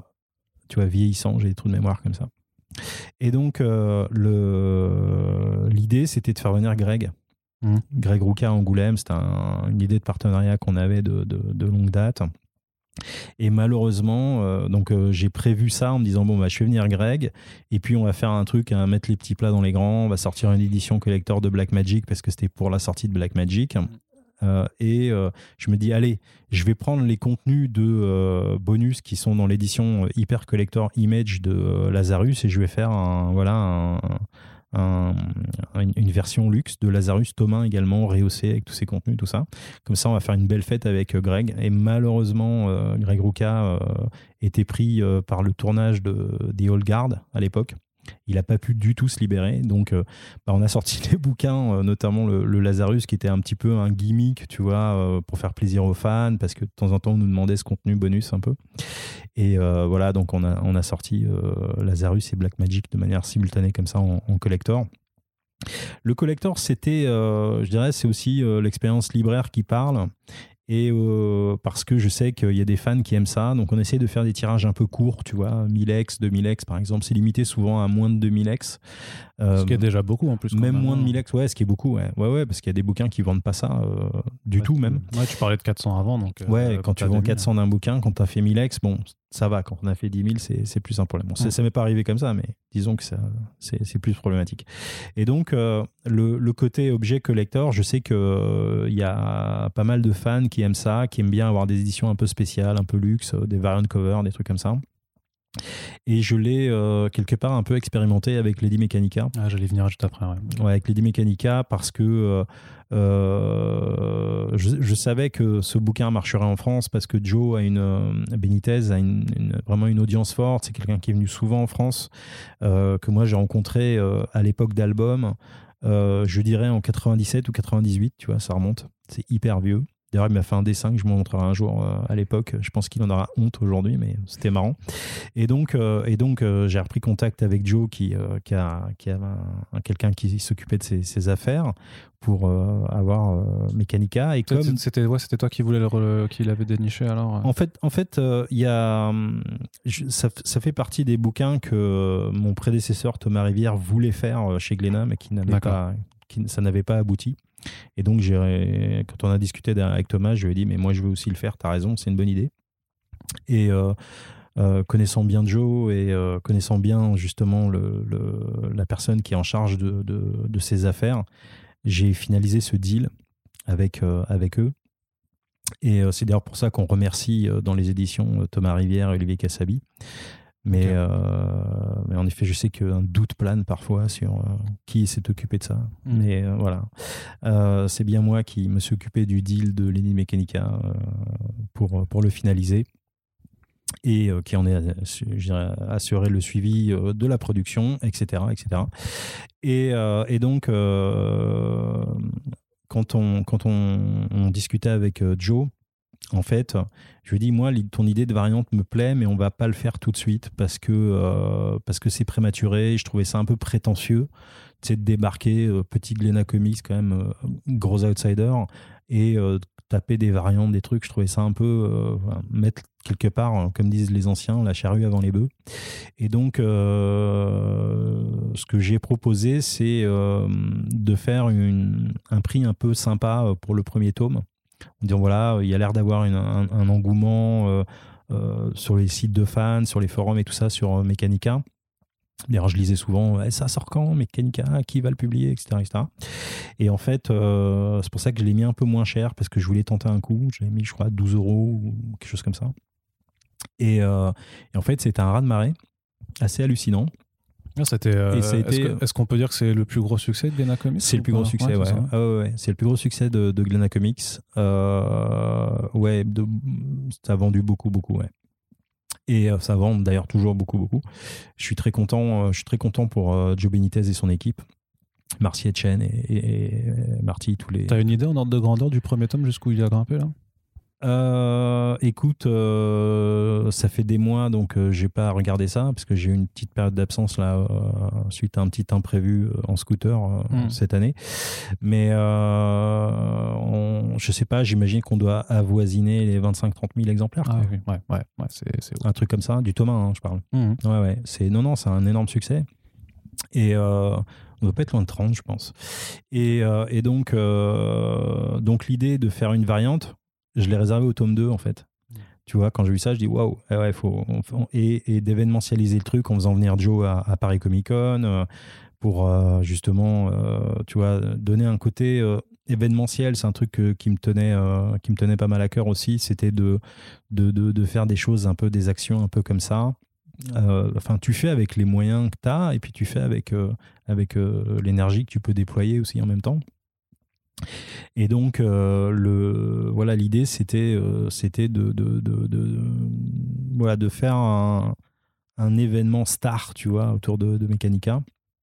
Tu vois, vieillissant, j'ai des trous de mémoire comme ça. Et donc, euh, le... l'idée, c'était de faire venir Greg, Mmh. Greg Rucka à Angoulême, c'était un, une idée de partenariat qu'on avait de, de, de longue date. Et malheureusement, euh, donc euh, j'ai prévu ça en me disant bon bah je fais venir Greg et puis on va faire un truc, à mettre les petits plats dans les grands, on va sortir une édition collector de Blackmagic parce que c'était pour la sortie de Blackmagic. Mmh. Euh, et euh, je me dis allez, je vais prendre les contenus de euh, bonus qui sont dans l'édition Hyper Collector Image de euh, Lazarus et je vais faire un, voilà un, un, une, une version luxe de Lazarus Thomas également rehaussée avec tous ses contenus, tout ça. Comme ça, on va faire une belle fête avec euh, Greg. Et malheureusement, euh, Greg Rucka euh, était pris euh, par le tournage de The Old Guard à l'époque. Il n'a pas pu du tout se libérer. Donc, euh, bah, on a sorti les bouquins, euh, notamment le, le Lazarus, qui était un petit peu un gimmick, tu vois, euh, pour faire plaisir aux fans, parce que de temps en temps, on nous demandait ce contenu bonus un peu. Et euh, voilà, donc on a, on a sorti euh, Lazarus et Blackmagic de manière simultanée, comme ça, en, en collector. Le collector, c'était, euh, je dirais, c'est aussi euh, l'expérience libraire qui parle. Et euh, parce que je sais qu'il y a des fans qui aiment ça, donc on essaie de faire des tirages un peu courts, tu vois, mille ex, deux mille ex par exemple, c'est limité souvent à moins de deux mille ex. Euh, ce qui est déjà beaucoup en plus. Même, même moins de mille ex, ouais, ce qui est beaucoup, ouais, ouais, ouais parce qu'il y a des bouquins qui vendent pas ça euh, du ouais, tout tu, même. Ouais, tu parlais de quatre cents avant, donc. Ouais, euh, quand tu vends quatre cents d'un bouquin, quand tu as fait mille ex, bon, ça va. Quand on a fait dix mille, c'est, c'est plus un problème. Bon, ça, ça m'est pas arrivé comme ça, mais disons que ça, c'est, c'est plus problématique. Et donc, euh, le, le côté objet collector, je sais qu'il euh, y a pas mal de fans qui aiment ça, qui aiment bien avoir des éditions un peu spéciales, un peu luxe, des variant covers, des trucs comme ça. Et je l'ai euh, quelque part un peu expérimenté avec Lady Mechanica. Ah, j'allais venir juste après. Ouais, ouais avec Lady Mechanica parce que euh, euh, je, je savais que ce bouquin marcherait en France parce que Joe a une euh, Benitez a une, une, vraiment une audience forte. C'est quelqu'un qui est venu souvent en France, euh, que moi j'ai rencontré euh, à l'époque d'Album. Euh, je dirais en quatre-vingt-dix-sept ou quatre-vingt-dix-huit, tu vois, ça remonte. C'est hyper vieux. D'ailleurs, il m'a fait un dessin que je me montrerai un jour euh, à l'époque. Je pense qu'il en aura honte aujourd'hui, mais c'était marrant. Et donc, euh, et donc euh, j'ai repris contact avec Joe, qui, euh, qui a, qui a un, un, quelqu'un qui s'occupait de ses, ses affaires pour euh, avoir euh, Mechanica. Et c'était, comme... c'était, ouais, c'était toi qui, voulais le, qui l'avait déniché alors En fait, en fait euh, y a, je, ça, ça fait partie des bouquins que mon prédécesseur Thomas Rivière voulait faire chez Glénat, mais qui n'avait pas, qui, ça n'avait pas abouti. Et donc, j'ai, quand on a discuté avec Thomas, je lui ai dit, mais moi, je veux aussi le faire, t'as raison, c'est une bonne idée. Et euh, euh, connaissant bien Joe et euh, connaissant bien justement le, le, la personne qui est en charge de, de, de ces affaires, j'ai finalisé ce deal avec, euh, avec eux. Et euh, c'est d'ailleurs pour ça qu'on remercie euh, dans les éditions euh, Thomas Rivière et Olivier Cassabi. Mais, okay. euh, mais en effet, je sais qu'un doute plane parfois sur euh, qui s'est occupé de ça. Mmh. Mais euh, voilà. Euh, c'est bien moi qui me suis occupé du deal de Lady Mechanica euh, pour, pour le finaliser. Et euh, qui en est, je dirais, assuré le suivi euh, de la production, et cetera. et cetera. Et, euh, et donc, euh, quand, on, quand on, on discutait avec euh, Joe, en fait, je lui ai dit, moi, ton idée de variante me plaît, mais on ne va pas le faire tout de suite parce que, euh, parce que c'est prématuré. Je trouvais ça un peu prétentieux, tu sais, de débarquer, euh, petit Glénat Comics, quand même, euh, gros outsider, et euh, taper des variantes, des trucs. Je trouvais ça un peu euh, mettre quelque part, comme disent les anciens, la charrue avant les bœufs. Et donc, euh, ce que j'ai proposé, c'est euh, de faire une, un prix un peu sympa pour le premier tome. En disant voilà, il y a l'air d'avoir une, un, un engouement euh, euh, sur les sites de fans, sur les forums et tout ça, sur euh, Mechanica. D'ailleurs, je lisais souvent eh, ça sort quand Mechanica, qui va le publier, et cetera, et cetera. Et en fait, euh, c'est pour ça que je l'ai mis un peu moins cher parce que je voulais tenter un coup. Je l'ai mis, je crois, douze euros ou quelque chose comme ça. Et, euh, et en fait, c'était un raz-de-marée assez hallucinant. Ah, c'était, euh, et ça a est-ce, été... que, est-ce qu'on peut dire que c'est le plus gros succès de Glénat Comics? C'est le plus gros succès, ouais. Ouais. Ah, ouais, ouais. C'est le plus gros succès de, de Glénat Comics. Euh, ouais, de, ça a vendu beaucoup, beaucoup, ouais. Et euh, ça vend d'ailleurs toujours beaucoup, beaucoup. Je suis très content, euh, je suis très content pour euh, Joe Benitez et son équipe. Marcy Etchen et, et, et Marty, tous les... T'as une idée en ordre de grandeur du premier tome jusqu'où il a grimpé, là? Euh, écoute, euh, ça fait des mois, donc euh, j'ai pas regardé ça parce que j'ai eu une petite période d'absence là euh, suite à un petit imprévu euh, en scooter euh, mmh. cette année. Mais euh, on, je sais pas, j'imagine qu'on doit avoisiner les vingt-cinq à trente mille exemplaires. Ah, oui, ouais, ouais, ouais, c'est, c'est un truc comme ça, du tome un, hein, je parle. Mmh. Ouais, ouais, c'est non, non, c'est un énorme succès. Et euh, on doit pas être loin de trente, je pense. Et, euh, et donc, euh, donc l'idée de faire une variante, je l'ai réservée au tome deux, en fait. Mmh. Tu vois, quand j'ai vu ça, je dis waouh, ouais, faut, on, et, et d'événementialiser le truc en faisant venir Joe à, à Paris Comic Con euh, pour euh, justement, euh, tu vois, donner un côté euh, événementiel. C'est un truc que, qui, me tenait, euh, qui me tenait pas mal à cœur aussi. C'était de, de, de, de faire des choses un peu, des actions un peu comme ça. Euh, enfin, tu fais avec les moyens que tu as et puis tu fais avec, euh, avec euh, l'énergie que tu peux déployer aussi en même temps. Et donc, euh, le, voilà, l'idée, c'était, euh, c'était de, de, de, de, voilà, de faire un, un événement star, tu vois, autour de, de Mechanica.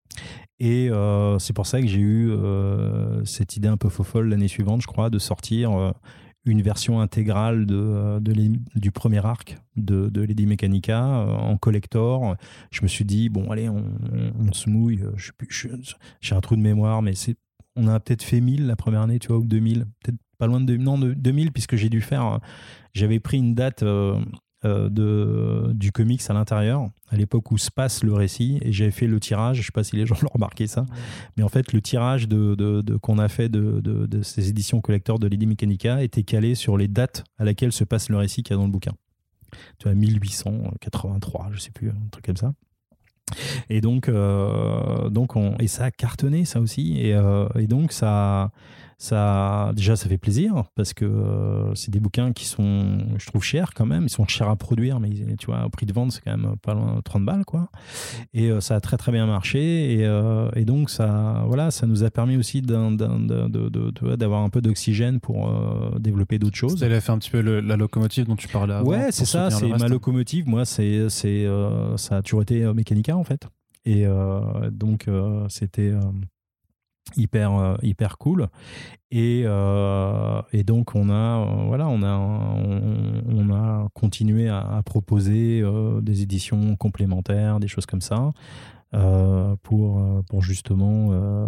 Et euh, c'est pour ça que j'ai eu euh, cette idée un peu fofolle l'année suivante, je crois, de sortir euh, une version intégrale de, de du premier arc de, de Lady Mechanica euh, en collector. Je me suis dit, bon, allez, on, on, on se mouille. Je, je, j'ai un trou de mémoire, mais c'est, on a peut-être fait mille la première année, tu vois, ou deux mille. Peut-être pas loin de deux mille, non, de deux mille, puisque j'ai dû faire. J'avais pris une date. Euh, Euh, de, du comics à l'intérieur, à l'époque où se passe le récit, et j'avais fait le tirage, je ne sais pas si les gens l'ont remarqué ça, ouais. Mais en fait le tirage de, de, de, qu'on a fait de, de, de ces éditions collector de Lady Mechanica était calé sur les dates à laquelle se passe le récit qu'il y a dans le bouquin. Tu vois, mille huit cent quatre-vingt-trois, je ne sais plus, un truc comme ça. Et donc, euh, donc on, et ça a cartonné ça aussi, et, euh, et donc ça... Ça, déjà, ça fait plaisir parce que euh, c'est des bouquins qui sont, je trouve, chers quand même. Ils sont chers à produire, mais tu vois, au prix de vente, c'est quand même pas loin de trente balles, quoi. Et euh, ça a très, très bien marché. Et, euh, et donc, ça, voilà, ça nous a permis aussi d'un, d'un, de, de, de, de, d'avoir un peu d'oxygène pour euh, développer d'autres choses. C'était fait un petit peu le, la locomotive dont tu parlais avant. Ouais, c'est ça, c'est ma locomotive. Moi, c'est, c'est, euh, ça a toujours été euh, Mechanica, en fait. Et euh, donc, euh, c'était... Euh, hyper euh, hyper cool et euh, et donc on a euh, voilà on a on, on a continué à, à proposer euh, des éditions complémentaires, des choses comme ça euh, pour pour justement euh,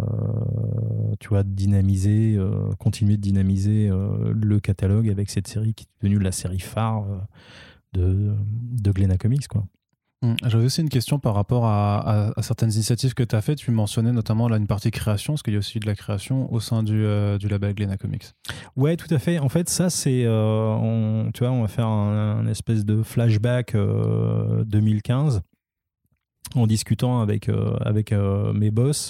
tu vois dynamiser euh, continuer de dynamiser euh, le catalogue avec cette série qui est devenue la série phare euh, de de Glénat Comics, quoi. J'avais aussi une question par rapport à, à, à certaines initiatives que tu as faites. Tu mentionnais notamment là, une partie création, parce qu'il y a aussi de la création au sein du, euh, du label Glénat Comics. Ouais, tout à fait. En fait, ça, c'est. Euh, on, tu vois, on va faire un, un espèce de flashback euh, deux mille quinze en discutant avec, euh, avec euh, mes boss.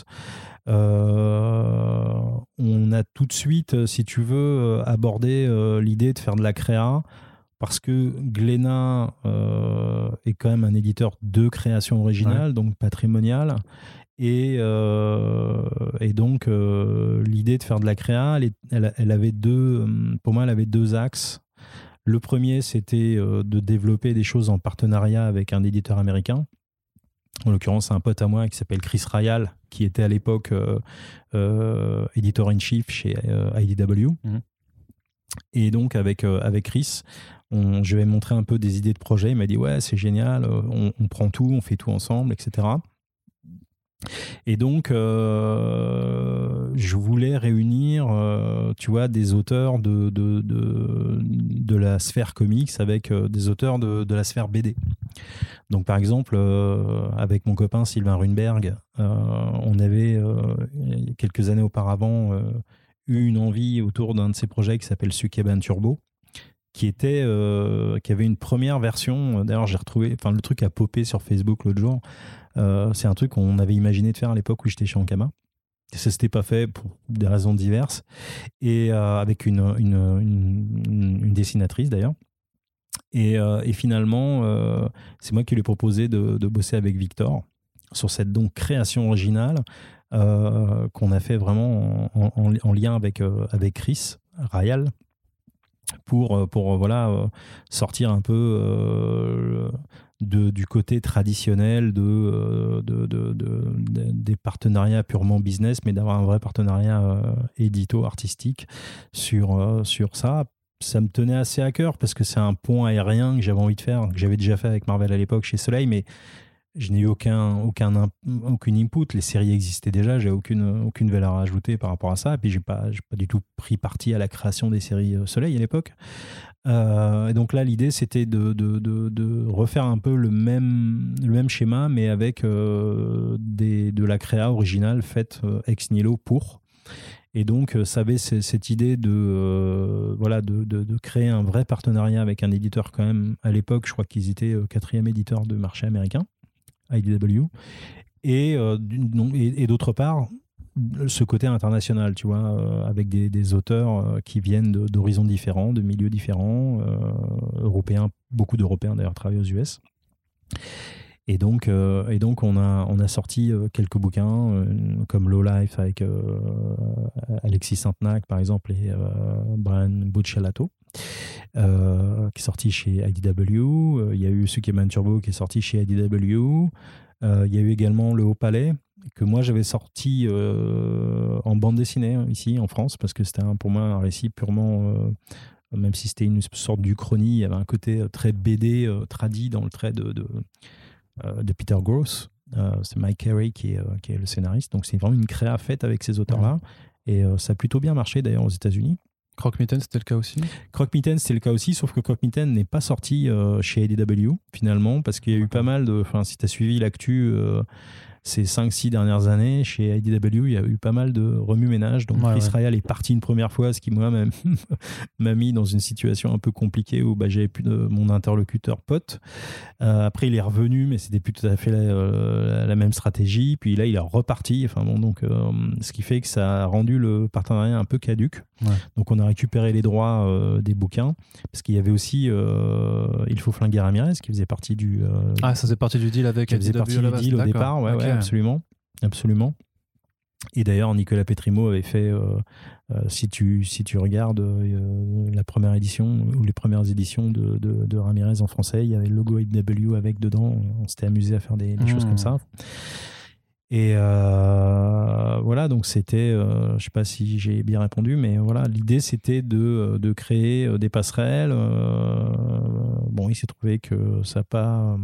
Euh, on a tout de suite, si tu veux, abordé euh, l'idée de faire de la créa. Parce que Glénat euh, est quand même un éditeur de création originale, ouais. Donc patrimoniale. Et, euh, et donc, euh, l'idée de faire de la créa, elle, elle, elle avait deux, pour moi, elle avait deux axes. Le premier, c'était euh, de développer des choses en partenariat avec un éditeur américain. En l'occurrence, c'est un pote à moi qui s'appelle Chris Ryall, qui était à l'époque euh, euh, editor-in-chief chez euh, I D W. Mmh. Et donc, avec, euh, avec Chris, on, je lui ai montré un peu des idées de projet. Il m'a dit ouais, c'est génial, on, on prend tout, on fait tout ensemble, et cetera. Et donc, euh, je voulais réunir, euh, tu vois, des auteurs de, de, de, de la sphère comics avec euh, des auteurs de, de la sphère B D. Donc, par exemple, euh, avec mon copain Sylvain Runberg, euh, on avait, euh, quelques années auparavant, euh, eu une envie autour d'un de ces projets qui s'appelle Sukeban Turbo, qui était euh, qui avait une première version. D'ailleurs, j'ai retrouvé, enfin le truc a popé sur Facebook l'autre jour. Euh, c'est un truc qu'on avait imaginé de faire à l'époque où j'étais chez Ankama. Ça s'était pas fait pour des raisons diverses et euh, avec une une, une une dessinatrice d'ailleurs. Et, euh, et finalement, euh, c'est moi qui lui ai proposé de, de bosser avec Victor sur cette donc création originale euh, qu'on a fait vraiment en, en, en lien avec euh, avec Chris Ryall. Pour, pour voilà, euh, sortir un peu euh, de, du côté traditionnel de, de, de, de, de, des partenariats purement business, mais d'avoir un vrai partenariat euh, édito-artistique sur, euh, sur ça. Ça me tenait assez à cœur parce que c'est un pont aérien que j'avais envie de faire, que j'avais déjà fait avec Marvel à l'époque chez Soleil, mais je n'ai eu aucun, aucun, aucune input. Les séries existaient déjà, j'ai aucune, aucune valeur à ajouter par rapport à ça. Et puis, j'ai pas, j'ai pas du tout pris parti à la création des séries Soleil à l'époque. Euh, et donc là, l'idée, c'était de, de, de, de refaire un peu le même, le même schéma, mais avec euh, des, de la créa originale faite euh, ex nihilo pour. Et donc, ça avait cette idée de, euh, voilà, de, de, de créer un vrai partenariat avec un éditeur quand même. À l'époque, je crois qu'ils étaient quatrième éditeur de marché américain, I D W. Et, euh, et, et d'autre part, ce côté international, tu vois, euh, avec des, des auteurs euh, qui viennent de, d'horizons différents, de milieux différents, euh, européens, beaucoup d'Européens d'ailleurs travaillent aux U S. Et donc, euh, et donc on, a, on a sorti euh, quelques bouquins, euh, comme Low Life avec euh, Alexis Sainte-Nac, par exemple, et euh, Brian Buccellato, euh, qui est sorti chez I D W. Euh, il y a eu Sukeman Turbo qui est sorti chez I D W. Euh, il y a eu également Le Haut Palais, que moi j'avais sorti euh, en bande dessinée, hein, ici en France, parce que c'était un, pour moi un récit purement... Euh, même si c'était une sorte d'Uchronie, il y avait un côté très B D, euh, tradi dans le trait de... de de Peter Gross, euh, c'est Mike Carey qui est, euh, qui est le scénariste, donc c'est vraiment une créa faite avec ces auteurs-là, et euh, ça a plutôt bien marché d'ailleurs aux États-Unis. Croque-Mitaine, c'était le cas aussi Croque-Mitaine, c'était le cas aussi, sauf que Croque-Mitaine n'est pas sorti euh, chez I D W finalement, parce qu'il y a eu pas mal de... Enfin, si tu as suivi l'actu euh, ces cinq six dernières années, chez I D W, il y a eu pas mal de remue-ménage. Donc, ouais, Chris ouais. Ryall est parti une première fois, ce qui, moi, m'a, m'a mis dans une situation un peu compliquée où bah, j'avais plus de mon interlocuteur pote. Euh, après, il est revenu, mais c'était plus tout à fait la, euh, la même stratégie. Puis là, il est reparti. Enfin, bon, donc, euh, ce qui fait que ça a rendu le partenariat un peu caduc. Ouais. Donc, on a récupéré les droits euh, des bouquins, parce qu'il y avait aussi euh, Il faut flinguer Ramirez, qui faisait partie du... Euh, ah, ça faisait partie du deal avec I D W. Qui faisait partie du deal au départ, ouais, okay. ouais, absolument. Absolument. Et d'ailleurs, Nicolas Petrimo avait fait, euh, euh, si, tu, si tu regardes euh, la première édition ou les premières éditions de, de, de Ramirez en français, il y avait le logo I D W avec dedans. On s'était amusé à faire des, des mmh. choses comme ça. Et euh, voilà, donc c'était, euh, je ne sais pas si j'ai bien répondu, mais voilà, l'idée c'était de, de créer des passerelles. Euh, bon, il s'est trouvé que ça n'a pas...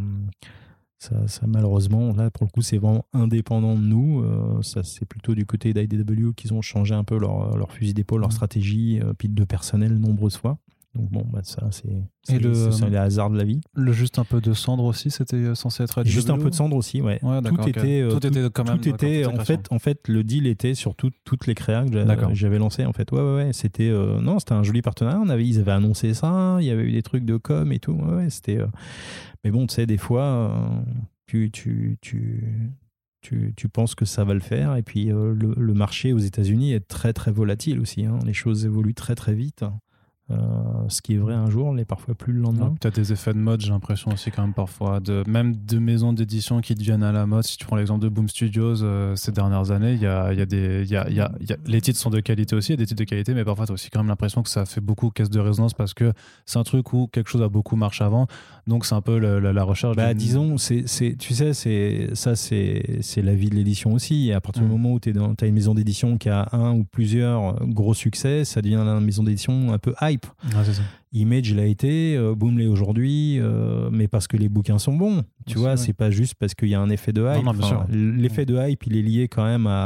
Ça, ça, malheureusement, là, pour le coup, c'est vraiment indépendant de nous. Euh, ça, c'est plutôt du côté d'I D W qu'ils ont changé un peu leur, leur fusil d'épaule, leur stratégie, euh, puis de personnel nombreuses fois. Donc bon, bah, ça, c'est, c'est, le, ce sont les hasards de la vie. Le juste un peu de cendre aussi, c'était censé être I D W. Juste un peu de cendre aussi, ouais. ouais tout, était, okay. euh, tout, tout était quand même... Tout était, en fait, en fait, le deal était sur tout, toutes les créas que j'avais, j'avais lancées. En fait. Ouais, ouais, ouais. C'était, euh, non, c'était un joli partenariat. On avait, ils avaient annoncé ça, il y avait eu des trucs de com et tout. Ouais, ouais, c'était... Euh... Mais bon, tu sais, des fois... Euh... Tu, tu, tu, tu, tu penses que ça va le faire. Et puis, euh, le, le marché aux États-Unis est très, très volatile aussi. Hein. Les choses évoluent très, très vite. Euh, ce qui est vrai un jour, l'est parfois plus le lendemain. Ouais, tu as des effets de mode, j'ai l'impression aussi, quand même, parfois. De, même de maisons d'édition qui deviennent à la mode. Si tu prends l'exemple de Boom Studios, euh, ces dernières années, y a, y a des, y a, y a, y a, les titres sont de qualité aussi, il y a des titres de qualité, mais parfois, tu as aussi quand même l'impression que ça fait beaucoup caisse de résonance parce que c'est un truc où quelque chose a beaucoup marché avant. Donc, c'est un peu le, la, la recherche. Bah, d'une... disons, c'est, c'est, tu sais, c'est, ça, c'est, c'est la vie de l'édition aussi. Et à partir mmh. du moment où tu as une maison d'édition qui a un ou plusieurs gros succès, ça devient une maison d'édition un peu hype. Ouais, c'est ça. Image, il a été, euh, Boom l'est aujourd'hui, euh, mais parce que les bouquins sont bons. Tu vois, c'est pas juste parce qu'il y a un effet de hype. Non, non, enfin, l'effet de hype, il est lié quand même à,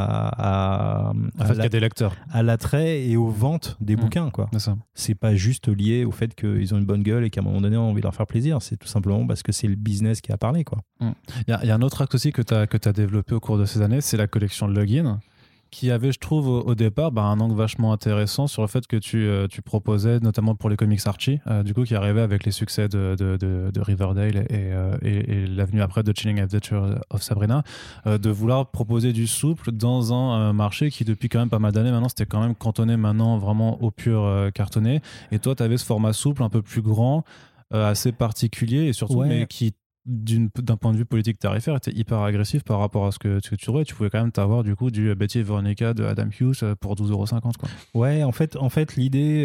à, à, fait, la, y a des lecteurs. à l'attrait et aux ventes des mmh. bouquins. Quoi. C'est ça. C'est pas juste lié au fait qu'ils ont une bonne gueule et qu'à un moment donné, on a envie de leur faire plaisir. C'est tout simplement parce que c'est le business qui a parlé. Quoi. Mmh. Il y a, y a un autre acte aussi que tu as que tu as développé au cours de ces années, c'est la collection Login, qui avait, je trouve, au, au départ, bah, un angle vachement intéressant sur le fait que tu, euh, tu proposais, notamment pour les comics Archie, euh, du coup, qui arrivait avec les succès de, de, de, de Riverdale et, euh, et, et l'avenue après de Chilling Adventure of Sabrina, euh, de vouloir proposer du souple dans un euh, marché qui, depuis quand même pas mal d'années, maintenant, c'était quand même cantonné maintenant vraiment au pur euh, cartonné. Et toi, tu avais ce format souple un peu plus grand, euh, assez particulier et surtout, ouais. mais qui D'une, d'un point de vue politique tarifaire, était hyper agressif par rapport à ce que, ce que tu trouvais. Tu pouvais quand même t'avoir du coup du Betty et Veronica de Adam Hughes pour douze euros cinquante. Quoi. Ouais, en fait, en fait l'idée,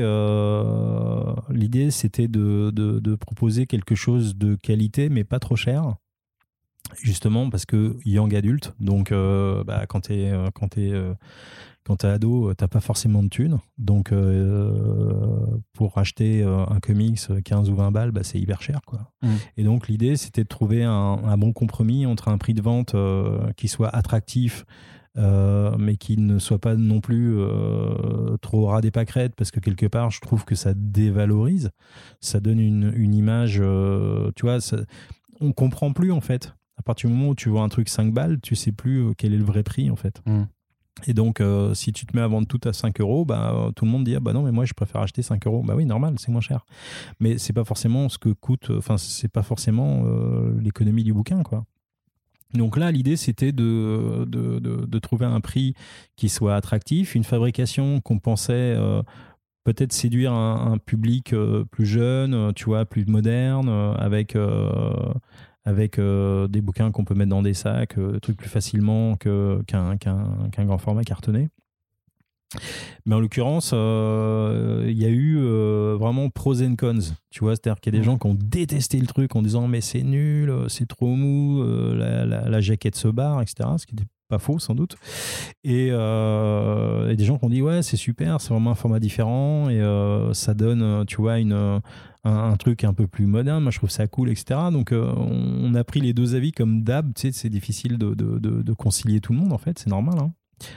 euh, l'idée c'était de, de, de proposer quelque chose de qualité, mais pas trop cher. Justement parce que young adulte, donc euh, bah, quand t'es, quand t'es, euh, quand t'es ado, t'as pas forcément de thunes. Donc, euh, pour acheter un comics quinze ou vingt balles, bah, c'est hyper cher, quoi. Mmh. Et donc, l'idée, c'était de trouver un, un bon compromis entre un prix de vente euh, qui soit attractif, Euh, mais qui ne soit pas non plus euh, trop ras des pâquerettes, parce que quelque part je trouve que ça dévalorise, ça donne une, une image, euh, tu vois, ça, on comprend plus en fait. À partir du moment où tu vois un truc cinq balles, tu sais plus euh, quel est le vrai prix en fait. Mm. Et donc euh, si tu te mets à vendre tout à cinq euros, bah, euh, tout le monde dit ah bah non mais moi je préfère acheter cinq euros. Bah oui, normal, c'est moins cher, mais c'est pas forcément ce que coûte, enfin c'est pas forcément euh, l'économie du bouquin, quoi. Donc là, l'idée, c'était de, de, de, de trouver un prix qui soit attractif, une fabrication qu'on pensait euh, peut-être séduire un, un public euh, plus jeune, tu vois, plus moderne, euh, avec, euh, avec euh, des bouquins qu'on peut mettre dans des sacs, euh, des trucs plus facilement que, qu'un, qu'un, qu'un grand format cartonné. Mais en l'occurrence, il euh, y a eu euh, vraiment pros and cons, tu vois, c'est-à-dire qu'il y a des gens qui ont détesté le truc en disant mais c'est nul, c'est trop mou, euh, la, la, la jaquette se barre, et cetera. Ce qui n'était pas faux sans doute. Et, euh, et des gens qui ont dit ouais c'est super, c'est vraiment un format différent et euh, ça donne, tu vois, une, un, un truc un peu plus moderne. Moi je trouve ça cool, et cetera. Donc euh, on, on a pris les deux avis comme d'hab. Tu sais, c'est difficile de, de, de, de concilier tout le monde en fait, c'est normal, hein.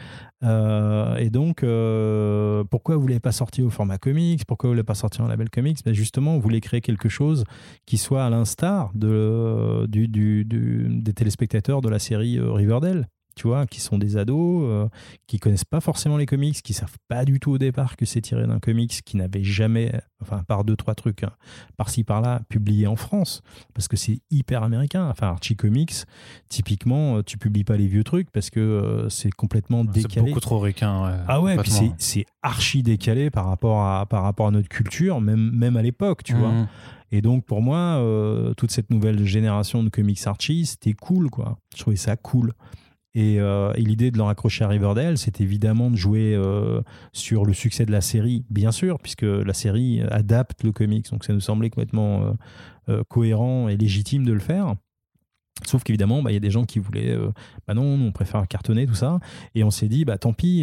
Euh, et donc, euh, pourquoi vous ne l'avez pas sorti au format comics? Pourquoi vous ne l'avez pas sorti en label comics? Ben justement, on voulait créer quelque chose qui soit à l'instar de, du, du, du, des téléspectateurs de la série Riverdale, tu vois, qui sont des ados, euh, qui connaissent pas forcément les comics, qui savent pas du tout au départ que c'est tiré d'un comics, qui n'avait jamais, enfin, par deux, trois trucs, hein, par-ci, par-là, publié en France, parce que c'est hyper américain. Enfin, Archie Comics, typiquement, tu publies pas les vieux trucs parce que euh, c'est complètement décalé. C'est beaucoup trop ricain. Ouais, ah ouais, puis c'est, c'est archi décalé par rapport à, par rapport à notre culture, même, même à l'époque, tu mmh. vois. Et donc, pour moi, euh, toute cette nouvelle génération de comics Archie, c'était cool, quoi. Je trouvais ça cool. Et, euh, et l'idée de leur accrocher à Riverdale, c'est évidemment de jouer euh, sur le succès de la série, bien sûr, puisque la série adapte le comics. Donc ça nous semblait complètement euh, euh, cohérent et légitime de le faire. Sauf qu'évidemment, bah, y a des gens qui voulaient euh, bah non, on préfère cartonner, tout ça. Et on s'est dit, bah tant pis,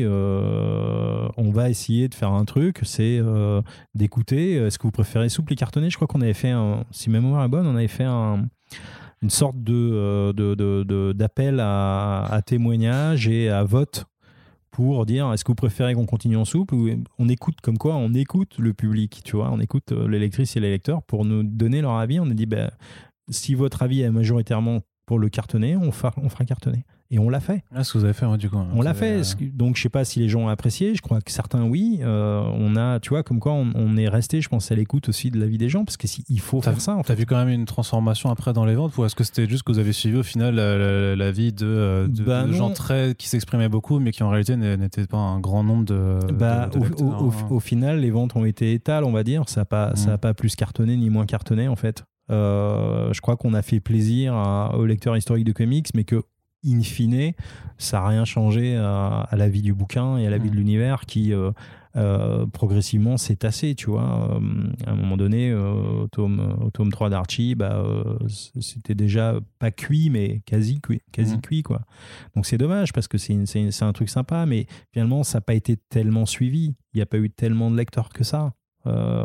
euh, on va essayer de faire un truc, c'est euh, d'écouter. Est-ce que vous préférez souple et cartonné? Je crois qu'on avait fait, un, si ma mémoire est bonne, on avait fait un... une sorte de, de, de, de, d'appel à, à témoignage et à vote pour dire est-ce que vous préférez qu'on continue en souple ou on écoute, comme quoi on écoute le public, tu vois, on écoute les lectrices et les lecteurs pour nous donner leur avis. On a dit ben, si votre avis est majoritairement pour le cartonner, on fera, on fera cartonner. Et on l'a fait. Ah, ce que vous avez fait, ouais, du coup. On l'a fait. Euh... Donc, je sais pas si les gens ont apprécié. Je crois que certains, oui. Euh, on a, tu vois, comme quoi on, on est resté, je pense, à l'écoute aussi de l'avis des gens, parce qu'il faut t'as, faire ça. En t'as fait. vu quand même une transformation après dans les ventes, ou est-ce que c'était juste que vous avez suivi au final l'avis la, de, de, bah de gens très, qui s'exprimaient beaucoup, mais qui en réalité n'étaient pas un grand nombre de. Bah, de, de lecteurs, au, au, hein. au, au final, les ventes ont été étales, on va dire. Ça n'a pas, mmh. ça a pas plus cartonné ni moins cartonné, en fait. Euh, je crois qu'on a fait plaisir à, aux lecteurs historiques de comics, mais que in fine, ça n'a rien changé à, à la vie du bouquin et à la vie mmh. de l'univers qui euh, euh, progressivement s'est tassé, tu vois. Euh, à un moment donné, euh, au, tome, au tome trois d'Archie, bah, euh, c'était déjà pas cuit, mais quasi cuit, quasi mmh. cuit, quoi. Donc c'est dommage parce que c'est, une, c'est, une, c'est un truc sympa, mais finalement, ça n'a pas été tellement suivi. Il n'y a pas eu tellement de lecteurs que ça. Euh,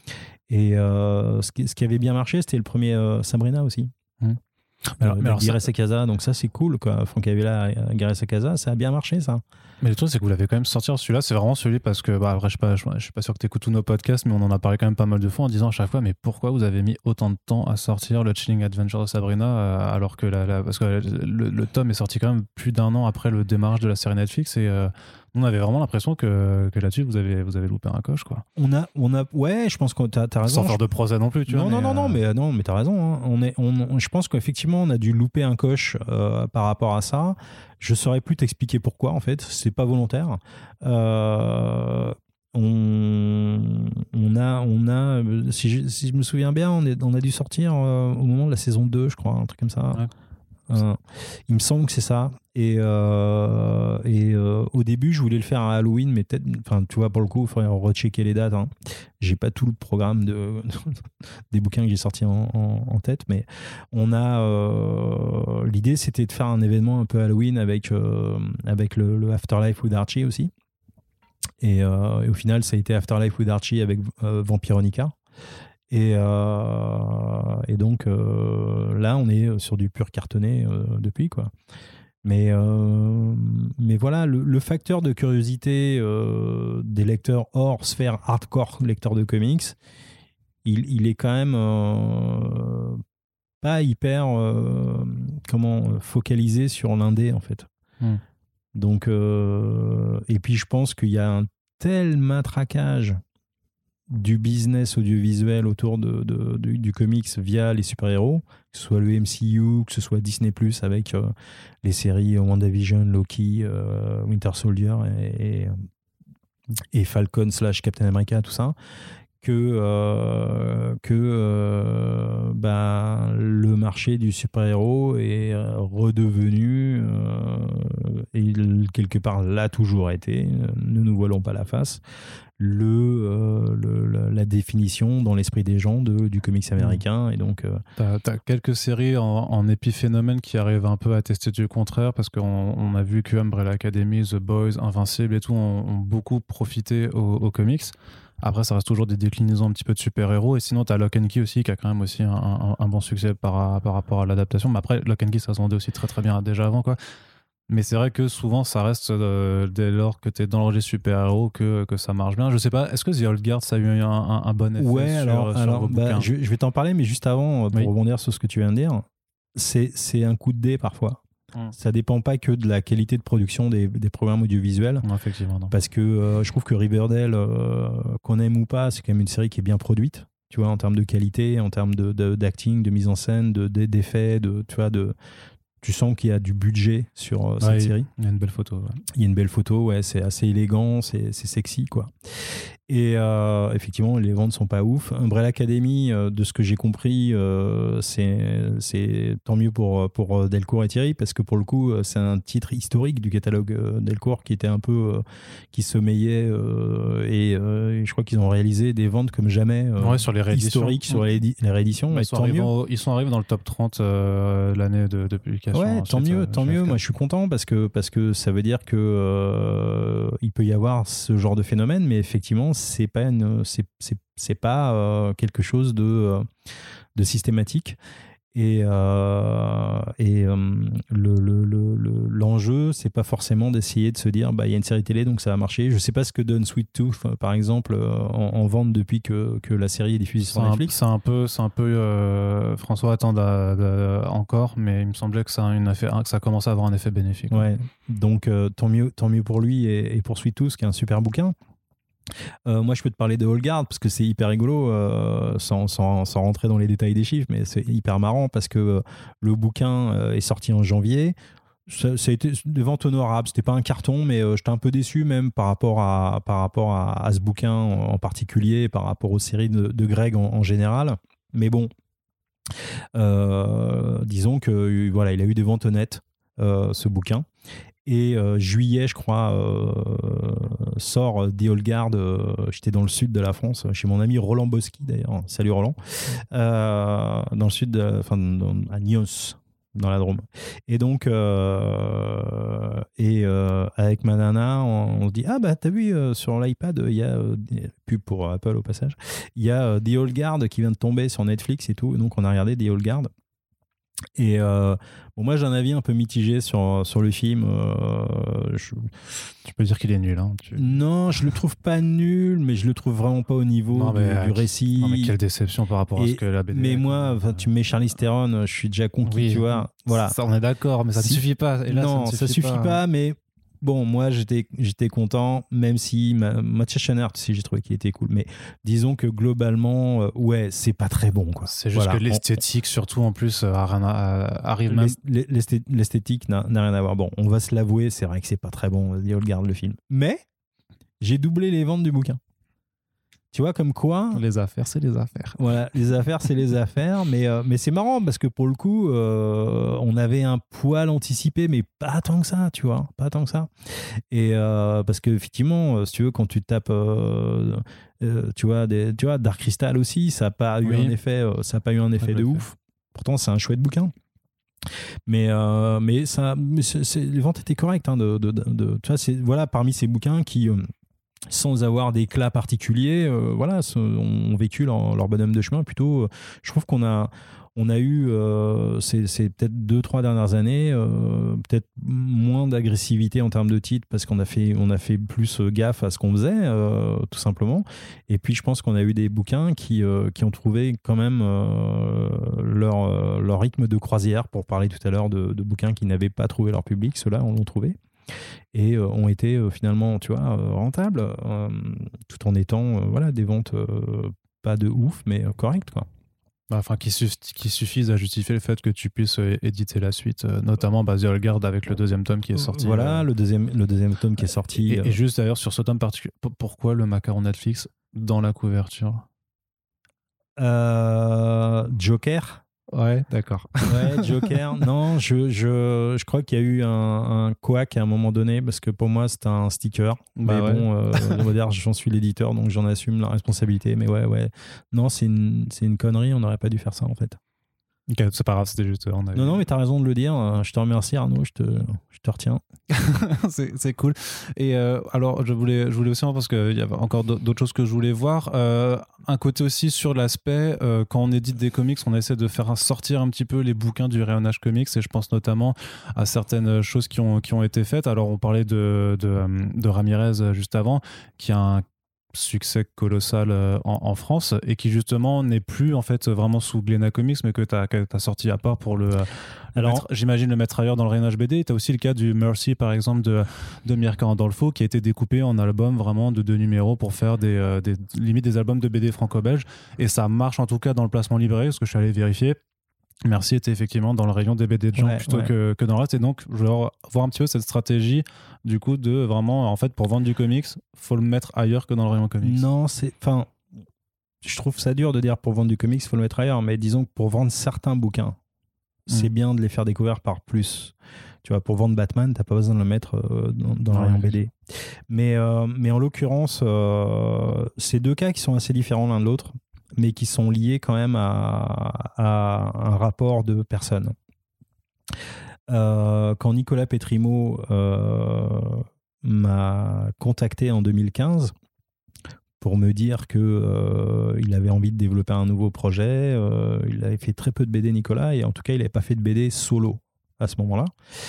et euh, ce, qui, ce qui avait bien marché, c'était le premier euh, Sabrina aussi. Mmh. Alors, mais alors Guerre ça... Casa, donc ça c'est cool quoi. Frank Avila, Guerre Casa, ça a bien marché ça. Mais le truc c'est que vous l'avez quand même sorti. Celui-là, c'est vraiment celui parce que bah après je suis pas, je, je suis pas sûr que tu écoutes tous nos podcasts, mais on en a parlé quand même pas mal de fois en disant à chaque fois, mais pourquoi vous avez mis autant de temps à sortir le Chilling Adventure de Sabrina euh, alors que la, la parce que le, le tome est sorti quand même plus d'un an après le démarrage de la série Netflix et euh, on avait vraiment l'impression que, que là-dessus vous avez vous avez loupé un coche quoi. On a on a ouais, je pense que t'as, t'as raison. Sans faire de prosa non plus, tu non, vois. Non mais non non euh... non mais non mais t'as raison. Hein. On est on, on je pense qu'effectivement on a dû louper un coche euh, par rapport à ça. Je saurais plus t'expliquer pourquoi en fait. C'est pas volontaire. Euh, on on a on a si je, si je me souviens bien on, est, on a dû sortir euh, au moment de la saison deux je crois un truc comme ça. Ouais. Euh, il me semble que c'est ça et, euh, et euh, au début je voulais le faire à Halloween mais peut-être enfin tu vois pour le coup il faudrait rechecker les dates hein. J'ai pas tout le programme de, des bouquins que j'ai sortis en, en, en tête mais on a euh, l'idée c'était de faire un événement un peu Halloween avec, euh, avec le, le Afterlife with Archie aussi Et, euh, et au final, ça a été Afterlife with Archie avec euh, Vampironica. Et, euh, et donc euh, là, on est sur du pur cartonné euh, depuis, quoi. Mais, euh, mais voilà, le, le facteur de curiosité euh, des lecteurs hors sphère hardcore lecteurs de comics, il, il est quand même euh, pas hyper euh, comment, focalisé sur l'indé, en fait. Mm. Donc, euh, et puis je pense qu'il y a un tel matraquage du business audiovisuel autour de, de, de, du comics via les super-héros, que ce soit le M C U, que ce soit Disney plus avec euh, les séries WandaVision, Loki, euh, Winter Soldier et, et, et Falcon slash Captain America, tout ça, que, euh, que euh, bah, le marché du super-héros est redevenu, euh, et il, quelque part l'a toujours été, ne nous voilons pas la face, le, euh, le, la, la définition dans l'esprit des gens de, du comics américain. Et donc, euh... t'as, t'as quelques séries en, en épiphénomène qui arrivent un peu à tester du contraire, parce qu'on on a vu que Umbrella Academy, The Boys, Invincible et tout ont, ont beaucoup profité aux, aux comics. Après, ça reste toujours des déclinaisons un petit peu de super-héros. Et sinon, t'as Lock and Key aussi, qui a quand même aussi un, un, un bon succès par, par rapport à l'adaptation. Mais après, Lock and Key, ça se vendait aussi très très bien déjà avant, quoi. Mais c'est vrai que souvent, ça reste euh, dès lors que tu es dans le registre super-héros que, que ça marche bien. Je sais pas, est-ce que The Old Guard, ça a eu un, un, un bon effet ouais, sur, alors, sur alors, vos bah, bouquins? je, je vais t'en parler, mais juste avant, pour oui. rebondir sur ce que tu viens de dire, c'est, c'est un coup de dé parfois. Hum. Ça dépend pas que de la qualité de production des, des programmes audiovisuels. Non, effectivement, non. Parce que euh, je trouve que Riverdale, euh, qu'on aime ou pas, c'est quand même une série qui est bien produite. Tu vois, en termes de qualité, en termes de, de, d'acting, de mise en scène, de, de, d'effets, de, tu vois, de... Tu sens qu'il y a du budget sur euh, cette ouais, série. Il y a une belle photo. Ouais. Il y a une belle photo, ouais, c'est assez élégant, c'est, c'est sexy, quoi. Et euh, effectivement, les ventes sont pas ouf. Umbrella Academy, euh, de ce que j'ai compris, euh, c'est, c'est tant mieux pour, pour Delcourt et Thierry, parce que pour le coup, c'est un titre historique du catalogue euh, Delcourt qui était un peu, euh, qui sommeillait, euh, et, euh, et je crois qu'ils ont réalisé des ventes comme jamais euh, ouais, sur les rééditions. historiques sur les, les rééditions. Ils sont, tant mieux. Au, ils sont arrivés dans le top trente euh, l'année de, de publication. Ouais, ensuite, tant mieux, euh, tant mieux. Moi, je suis content parce que, parce que ça veut dire que euh, il peut y avoir ce genre de phénomène, mais effectivement, c'est pas une, c'est, c'est, c'est pas euh, quelque chose de, euh, de systématique. Et, euh, et euh, le, le, le, le, l'enjeu, c'est pas forcément d'essayer de se dire bah il y a une série télé donc ça va marcher. Je sais pas ce que donne Sweet Tooth par exemple en, en vente depuis que, que la série est diffusée sur Netflix. C'est un peu, c'est un peu euh, François attend encore, mais il me semblait que ça, a une effet, que ça commençait à avoir un effet bénéfique. Ouais, donc euh, tant mieux, tant mieux pour lui et, et pour Sweet Tooth qui est un super bouquin. Euh, moi je peux te parler de Old Guard parce que c'est hyper rigolo euh, sans, sans, sans rentrer dans les détails des chiffres, mais c'est hyper marrant parce que euh, le bouquin euh, est sorti en janvier. Ça, ça a été des ventes honorables, c'était pas un carton, mais euh, j'étais un peu déçu même par rapport à, par rapport à, à ce bouquin en particulier, par rapport aux séries de, de Greg en, en général, mais bon euh, disons que voilà, il a eu des ventes honnêtes euh, ce bouquin. Et euh, juillet, je crois, euh, sort The Old Guard. Euh, j'étais dans le sud de la France, chez mon ami Roland Boschi d'ailleurs. Salut Roland. Euh, dans le sud, de, enfin, dans, à Nyos, dans la Drôme. Et donc, euh, et euh, avec ma nana, on, on se dit ah bah t'as vu euh, sur l'iPad, il y a euh, pub pour Apple au passage. Il y a euh, The Old Guard qui vient de tomber sur Netflix et tout. Donc on a regardé The Old Guard. Et euh, bon, moi j'ai un avis un peu mitigé sur, sur le film. Euh, je... Tu peux dire qu'il est nul. Hein, tu... Non, je le trouve pas nul, mais je le trouve vraiment pas au niveau non, du, du récit. Non, mais quelle déception par rapport et, à ce que la B D. Mais moi, tu me mets Charlize Theron, je suis déjà conquis, oui, tu vois. Voilà. Ça, on est d'accord, mais ça ne si... suffit pas. Et là, non, ça ne suffit, ça suffit pas, pas, mais. Bon, moi, j'étais, j'étais content, même si Mathias Schoenaert, si j'ai trouvé qu'il était cool. Mais disons que globalement, euh, ouais, c'est pas très bon, quoi. C'est juste voilà. que l'esthétique, on, surtout en plus, euh, arrive même. L'esthétique n'a, n'a rien à voir. Bon, on va se l'avouer, c'est vrai que c'est pas très bon, The Old Guard, le film. Mais j'ai doublé les ventes du bouquin. Tu vois, comme quoi... Les affaires, c'est les affaires. Voilà, les affaires, c'est les affaires. Mais, euh, mais c'est marrant parce que pour le coup, euh, on avait un poil anticipé, mais pas tant que ça, tu vois. Pas tant que ça. Et euh, parce qu'effectivement, si tu veux, quand tu tapes, euh, euh, tu, vois, des, tu vois, Dark Crystal aussi, ça n'a pas eu oui. un effet, euh, ça a pas eu un effet de ouf. Pourtant, c'est un chouette bouquin. Mais, euh, mais, ça, mais c'est, c'est, les ventes étaient correctes. Hein, de, de, de, de, tu vois, c'est, voilà, parmi ces bouquins qui... Euh, sans avoir d'éclat particulier, euh, voilà, ont vécu leur, leur bonhomme de chemin. Plutôt, euh, je trouve qu'on a, on a eu, euh, c'est, c'est peut-être deux, trois dernières années, euh, peut-être moins d'agressivité en termes de titres parce qu'on a fait, on a fait plus gaffe à ce qu'on faisait, euh, tout simplement. Et puis, je pense qu'on a eu des bouquins qui, euh, qui ont trouvé quand même euh, leur, euh, leur rythme de croisière, pour parler tout à l'heure de, de bouquins qui n'avaient pas trouvé leur public. Ceux-là, on l'ont trouvé. Et euh, ont été euh, finalement, tu vois, euh, rentables, euh, tout en étant, euh, voilà, des ventes euh, pas de ouf, mais euh, correctes, quoi. Enfin, qui, suff- qui suffisent à justifier le fait que tu puisses euh, éditer la suite, euh, notamment bah, The Old Guard avec le deuxième tome qui est sorti. Voilà, euh, le, deuxième, le deuxième tome qui est sorti. Et, euh, et juste d'ailleurs, sur ce tome particulier, p- pourquoi le macaron Netflix dans la couverture? euh, Joker. Ouais, d'accord. Ouais, Joker. Non, je, je, je crois qu'il y a eu un, un couac à un moment donné, parce que pour moi, c'était un sticker. Bah mais ouais. bon, euh, on va dire, j'en suis l'éditeur, donc j'en assume la responsabilité. Mais ouais, ouais. Non, c'est une, c'est une connerie, on n'aurait pas dû faire ça, en fait. Ok, c'est pas grave, c'était juste. On avait... Non, non, mais t'as raison de le dire. Je te remercie, Arnaud, je te, je te retiens. c'est, c'est cool. Et euh, alors, je voulais, je voulais aussi, parce qu'il y avait encore d'autres choses que je voulais voir. Euh, un côté aussi sur l'aspect, euh, quand on édite des comics, on essaie de faire sortir un petit peu les bouquins du rayonnage comics. Et je pense notamment à certaines choses qui ont, qui ont été faites. Alors, on parlait de, de, de Ramirez juste avant, qui a un succès colossal euh, en, en France et qui justement n'est plus en fait vraiment sous Glénat Comics mais que tu as sorti à part pour le, le Alors, mettre, j'imagine le mettre ailleurs dans le rayonnage B D. Tu as aussi le cas du Mercy par exemple de, de Mirka Andolfo qui a été découpé en album vraiment de deux numéros pour faire des, euh, des limite des albums de B D franco-belge et ça marche en tout cas dans le placement libraire parce que je suis allé vérifier. Merci était effectivement dans le rayon des B D de gens ouais, plutôt ouais. que, que dans le reste. Et donc, je vais voir un petit peu cette stratégie du coup de vraiment, en fait, pour vendre du comics, faut le mettre ailleurs que dans le rayon comics. Non, c'est... Enfin, je trouve ça dur de dire pour vendre du comics, il faut le mettre ailleurs. Mais disons que pour vendre certains bouquins, mmh. c'est bien de les faire découvrir par plus. Tu vois, pour vendre Batman, t'as pas besoin de le mettre euh, dans, dans le rayon B D. Mais, euh, mais en l'occurrence, euh, c'est deux cas qui sont assez différents l'un de l'autre, mais qui sont liés quand même à, à un rapport de personnes. Euh, quand Nicolas Petrimo euh, m'a contacté en deux mille quinze pour me dire qu'il euh, avait envie de développer un nouveau projet, euh, il avait fait très peu de B D, Nicolas, et en tout cas, il n'avait pas fait de B D solo à ce moment-là.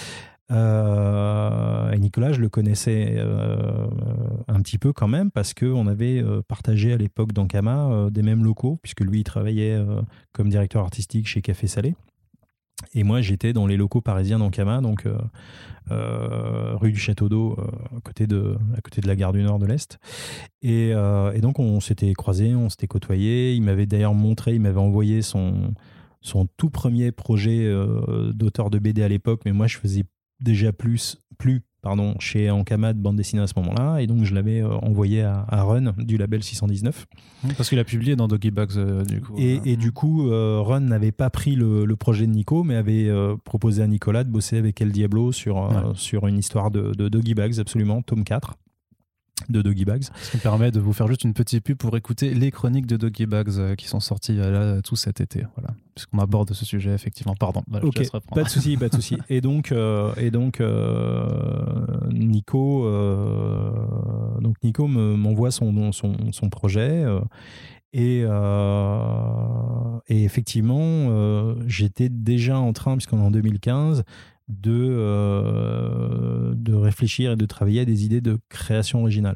Euh, et Nicolas, je le connaissais euh, un petit peu quand même parce qu'on avait euh, partagé à l'époque d'Ankama euh, des mêmes locaux, puisque lui, il travaillait euh, comme directeur artistique chez Café Salé. Et moi, j'étais dans les locaux parisiens d'Ankama, donc euh, euh, rue du Château d'Eau, euh, à, côté de, à côté de la gare du Nord de l'Est. Et, euh, et donc, on s'était croisés, on s'était côtoyés. Il m'avait d'ailleurs montré, il m'avait envoyé son, son tout premier projet euh, d'auteur de B D à l'époque, mais moi, je faisais déjà plus, plus pardon, chez Ankama de bande dessinée à ce moment-là, et donc je l'avais euh, envoyé à, à Run du label six cent dix-neuf. Parce qu'il a publié dans Doggy Bags euh, du coup. Et, euh... et du coup, euh, Run n'avait pas pris le, le projet de Nico, mais avait euh, proposé à Nicolas de bosser avec El Diablo sur, euh, ouais. sur une histoire de, de Doggy Bags, absolument, tome quatre. De Doggy Bags. Ce qui me permet de vous faire juste une petite pub pour écouter les chroniques de Doggy Bags euh, qui sont sorties euh, là tout cet été, voilà, puisqu'on aborde ce sujet effectivement. Pardon. Voilà, ok, pas de souci, pas de souci. Et donc, euh, et donc, euh, Nico, euh, donc Nico me, m'envoie son, son, son projet. Euh, et, euh, et effectivement, euh, j'étais déjà en train, puisqu'on est en deux mille quinze. De, euh, de réfléchir et de travailler à des idées de création originale.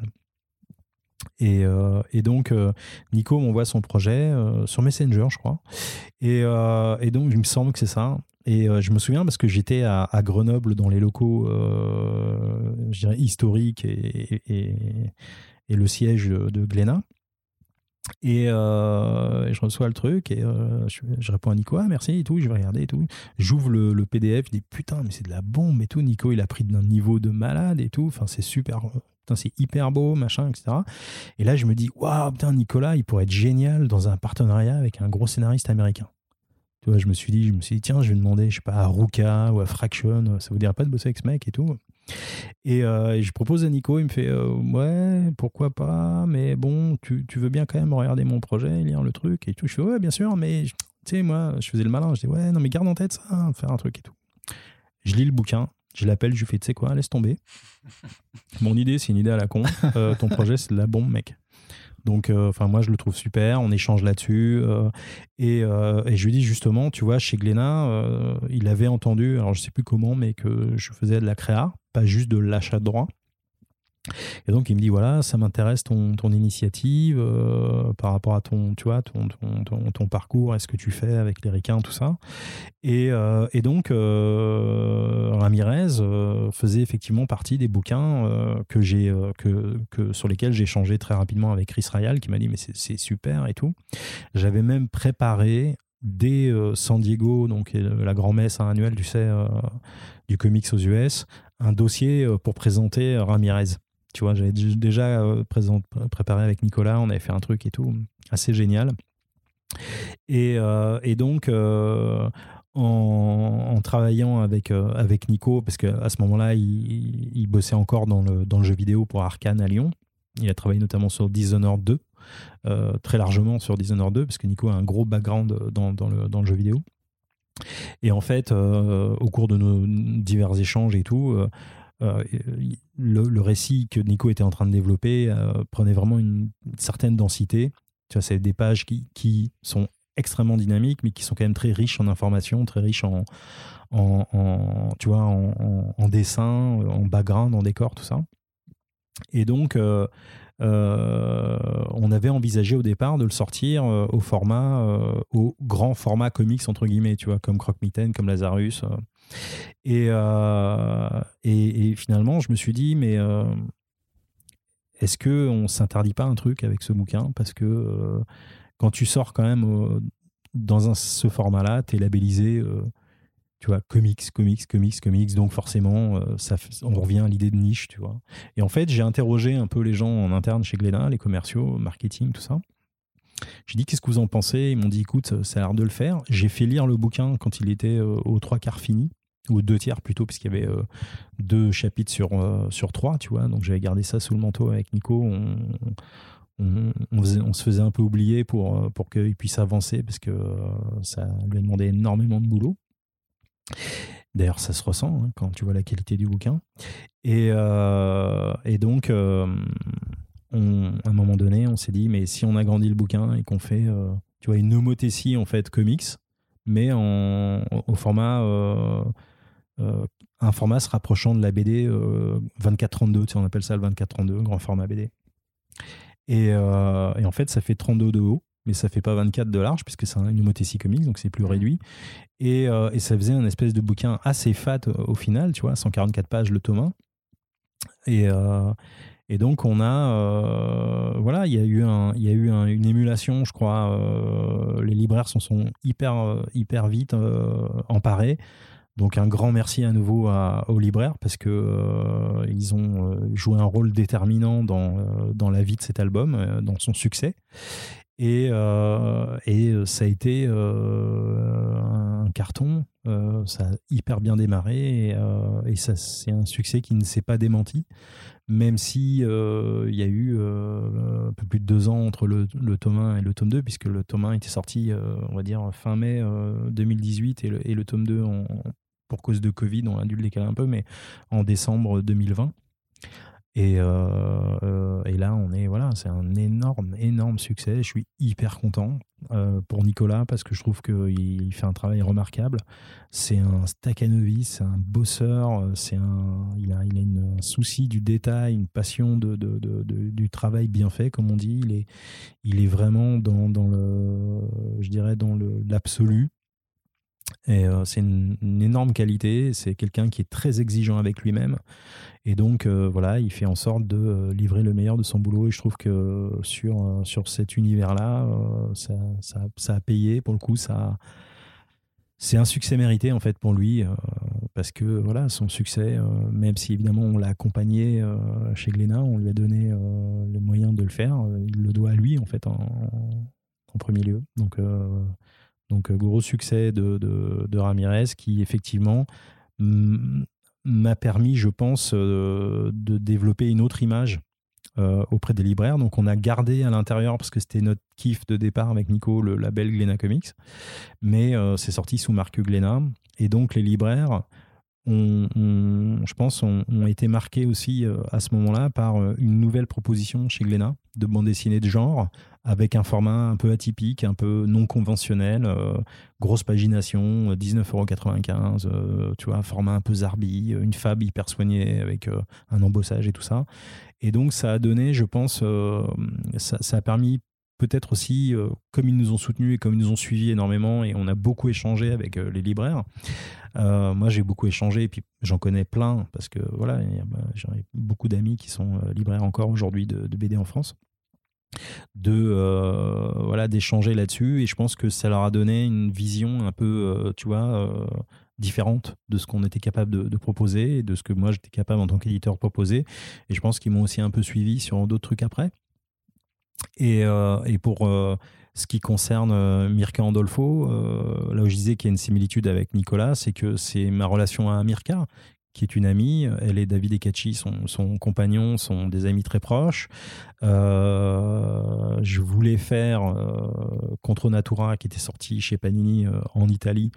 Et, euh, et donc, euh, Nico m'envoie son projet euh, sur Messenger, je crois. Et, euh, et donc, il me semble que c'est ça. Et euh, je me souviens parce que j'étais à, à Grenoble dans les locaux, euh, je dirais, historiques et, et, et le siège de Glénat. Et, euh, et je reçois le truc et euh, je, je réponds à Nico, ah merci et tout, je vais regarder et tout. J'ouvre le, le P D F, je dis putain, mais c'est de la bombe et tout. Nico, il a pris d'un niveau de malade et tout. Enfin, c'est super, putain, c'est hyper beau, machin, et cetera. Et là, je me dis, waouh, putain, Nicolas, il pourrait être génial dans un partenariat avec un gros scénariste américain. Tu vois, je me suis dit, je me suis dit, tiens, je vais demander, je sais pas, à Ruka ou à Fraction, ça vous dirait pas de bosser avec ce mec et tout. Et, euh, et je propose à Nico, il me fait euh, ouais, pourquoi pas, mais bon, tu, tu veux bien quand même regarder mon projet, lire le truc et tout. Je fais ouais, bien sûr, mais tu sais, moi, je faisais le malin, je dis ouais, non, mais garde en tête ça, faire un truc et tout. Je lis le bouquin, Je l'appelle, je lui fais, tu sais quoi, laisse tomber. Mon idée, c'est une idée à la con. Euh, ton projet, c'est de la bombe, mec. Donc, enfin, euh, moi, je le trouve super. On échange là-dessus. Euh, et, euh, et je lui dis justement, tu vois, chez Glénat, euh, il avait entendu, alors je sais plus comment, mais que je faisais de la créa, pas juste de l'achat de droits. Et donc il me dit voilà, ça m'intéresse ton, ton initiative euh, par rapport à ton, tu vois, ton, ton, ton, ton parcours, est-ce que tu fais avec les ricains, tout ça. Et, euh, et donc euh, Ramirez euh, faisait effectivement partie des bouquins euh, que j'ai, euh, que, que, sur lesquels j'ai échangé très rapidement avec Chris Ryall, qui m'a dit mais c'est, c'est super et tout. J'avais même préparé dès euh, San Diego, donc la grand-messe annuelle, tu sais, euh, du comics aux U S, un dossier euh, pour présenter Ramirez. Tu vois, j'avais déjà euh, présent, préparé avec Nicolas, on avait fait un truc et tout, assez génial. Et, euh, et donc, euh, en, en travaillant avec, euh, avec Nico, parce qu'à ce moment-là, il, il bossait encore dans le, dans le jeu vidéo pour Arcane à Lyon. Il a travaillé notamment sur Dishonored deux, euh, très largement sur Dishonored deux, parce que Nico a un gros background dans, dans, le, dans le jeu vidéo. Et en fait, euh, au cours de nos divers échanges et tout, euh, Euh, le, le récit que Nico était en train de développer euh, prenait vraiment une, une certaine densité. Tu vois, c'est des pages qui, qui sont extrêmement dynamiques, mais qui sont quand même très riches en informations, très riches en, en, en tu vois, en, en, en dessin, en background, en décor, tout ça. Et donc, euh, euh, on avait envisagé au départ de le sortir euh, au format, euh, au grand format comics entre guillemets, tu vois, comme Croque-Mitaine, comme Lazarus. Euh. Et, euh, et, et finalement, je me suis dit, mais euh, est-ce qu'on ne s'interdit pas un truc avec ce bouquin ? Parce que euh, quand tu sors quand même euh, dans un, ce format-là, tu es labellisé, euh, tu vois, comics, comics, comics, comics. Donc forcément, euh, ça, on revient à l'idée de niche, tu vois. Et en fait, j'ai interrogé un peu les gens en interne chez Glénat, les commerciaux, marketing, tout ça. J'ai dit, qu'est-ce que vous en pensez ? Ils m'ont dit, écoute, ça a l'air de le faire. J'ai fait lire le bouquin quand il était euh, aux trois quarts fini, ou deux tiers plutôt, puisqu'il y avait euh, deux chapitres sur, euh, sur trois, tu vois. Donc j'avais gardé ça sous le manteau avec Nico. On, on, on, faisait, on se faisait un peu oublier pour, pour qu'il puisse avancer, parce que euh, ça lui a demandé énormément de boulot. D'ailleurs, ça se ressent hein, quand tu vois la qualité du bouquin. Et, euh, et donc... Euh, On, à un moment donné, on s'est dit, mais si on agrandit le bouquin et qu'on fait, euh, tu vois, une homothétie en fait comics, mais en, au format, euh, euh, un format se rapprochant de la B D euh, vingt-quatre trente-deux, tu sais, on appelle ça le vingt-quatre trente-deux, grand format B D. Et, euh, et en fait, ça fait trente-deux de haut, mais ça fait pas vingt-quatre de large, puisque c'est une homothétie comics, donc c'est plus réduit. Et, euh, et ça faisait un espèce de bouquin assez fat euh, au final, tu vois, cent quarante-quatre pages le tome un. Et... Euh, Et donc on a, euh, voilà, il y a eu, un, il y a eu un, une émulation, je crois. Euh, les libraires s'en sont hyper, hyper vite euh, emparés. Donc un grand merci à nouveau à, aux libraires parce que euh, ils ont joué un rôle déterminant dans, euh, dans la vie de cet album, euh, dans son succès. Et, euh, et ça a été euh, un carton. Euh, ça a hyper bien démarré et, euh, et ça, c'est un succès qui ne s'est pas démenti. Même si euh, il y a eu euh, un peu plus de deux ans entre le, le tome un et le tome deux, puisque le tome un était sorti, euh, on va dire, fin mai euh, deux mille dix-huit et le, et le tome deux, en, pour cause de Covid, on a dû le décaler un peu, mais en décembre deux mille vingt. Et, euh, euh, et là, on est, voilà, c'est un énorme, énorme succès. Je suis hyper content euh, pour Nicolas parce que je trouve qu'il fait un travail remarquable. C'est un stacanoviste, c'est un bosseur, c'est un, il a, il a une, un souci du détail, une passion de, de, de, de, du travail bien fait, comme on dit. Il est, il est vraiment dans, dans le, je dirais, dans le, l'absolu. Et euh, c'est une, une énorme qualité. C'est quelqu'un qui est très exigeant avec lui-même. Et donc, euh, voilà, il fait en sorte de euh, livrer le meilleur de son boulot. Et je trouve que sur, euh, sur cet univers-là, euh, ça, ça, ça a payé. Pour le coup, ça, c'est un succès mérité, en fait, pour lui. Euh, parce que, voilà, son succès, euh, même si, évidemment, on l'a accompagné euh, chez Glénat, on lui a donné euh, les moyens de le faire. Euh, il le doit à lui, en fait, en, en premier lieu. Donc, euh, donc gros succès de, de, de Ramirez qui, effectivement... Mm, m'a permis, je pense, euh, de développer une autre image euh, auprès des libraires. Donc, on a gardé à l'intérieur, parce que c'était notre kiff de départ avec Nico, le label Glénat Comics. Mais euh, c'est sorti sous marque Glénat. Et donc, les libraires ont, ont, je pense, ont, ont été marqués aussi euh, à ce moment-là par euh, une nouvelle proposition chez Glénat de bande dessinée de genre, avec un format un peu atypique, un peu non conventionnel, euh, grosse pagination, dix-neuf euros quatre-vingt-quinze, euh, tu vois, un format un peu zarbi, une fab hyper soignée avec euh, un embossage et tout ça. Et donc, ça a donné, je pense, euh, ça, ça a permis peut-être aussi, euh, comme ils nous ont soutenus et comme ils nous ont suivis énormément, et on a beaucoup échangé avec euh, les libraires. Euh, moi, j'ai beaucoup échangé, et puis j'en connais plein, parce que voilà, y a, bah, j'ai beaucoup d'amis qui sont euh, libraires encore aujourd'hui de, de B D en France. De euh, voilà, d'échanger là-dessus, et je pense que ça leur a donné une vision un peu, euh, tu vois, euh, différente de ce qu'on était capable de, de proposer, et de ce que moi j'étais capable en tant qu'éditeur de proposer. Et je pense qu'ils m'ont aussi un peu suivi sur d'autres trucs après. Et, euh, et pour euh, ce qui concerne euh, Mirka Andolfo, euh, là où je disais qu'il y a une similitude avec Nicolas, c'est que c'est ma relation à Mirka, qui est une amie. Elle et David Ecacci, son, son compagnon, sont des amis très proches. Euh, je voulais faire euh, Contre Natura, qui était sorti chez Panini euh, en Italie.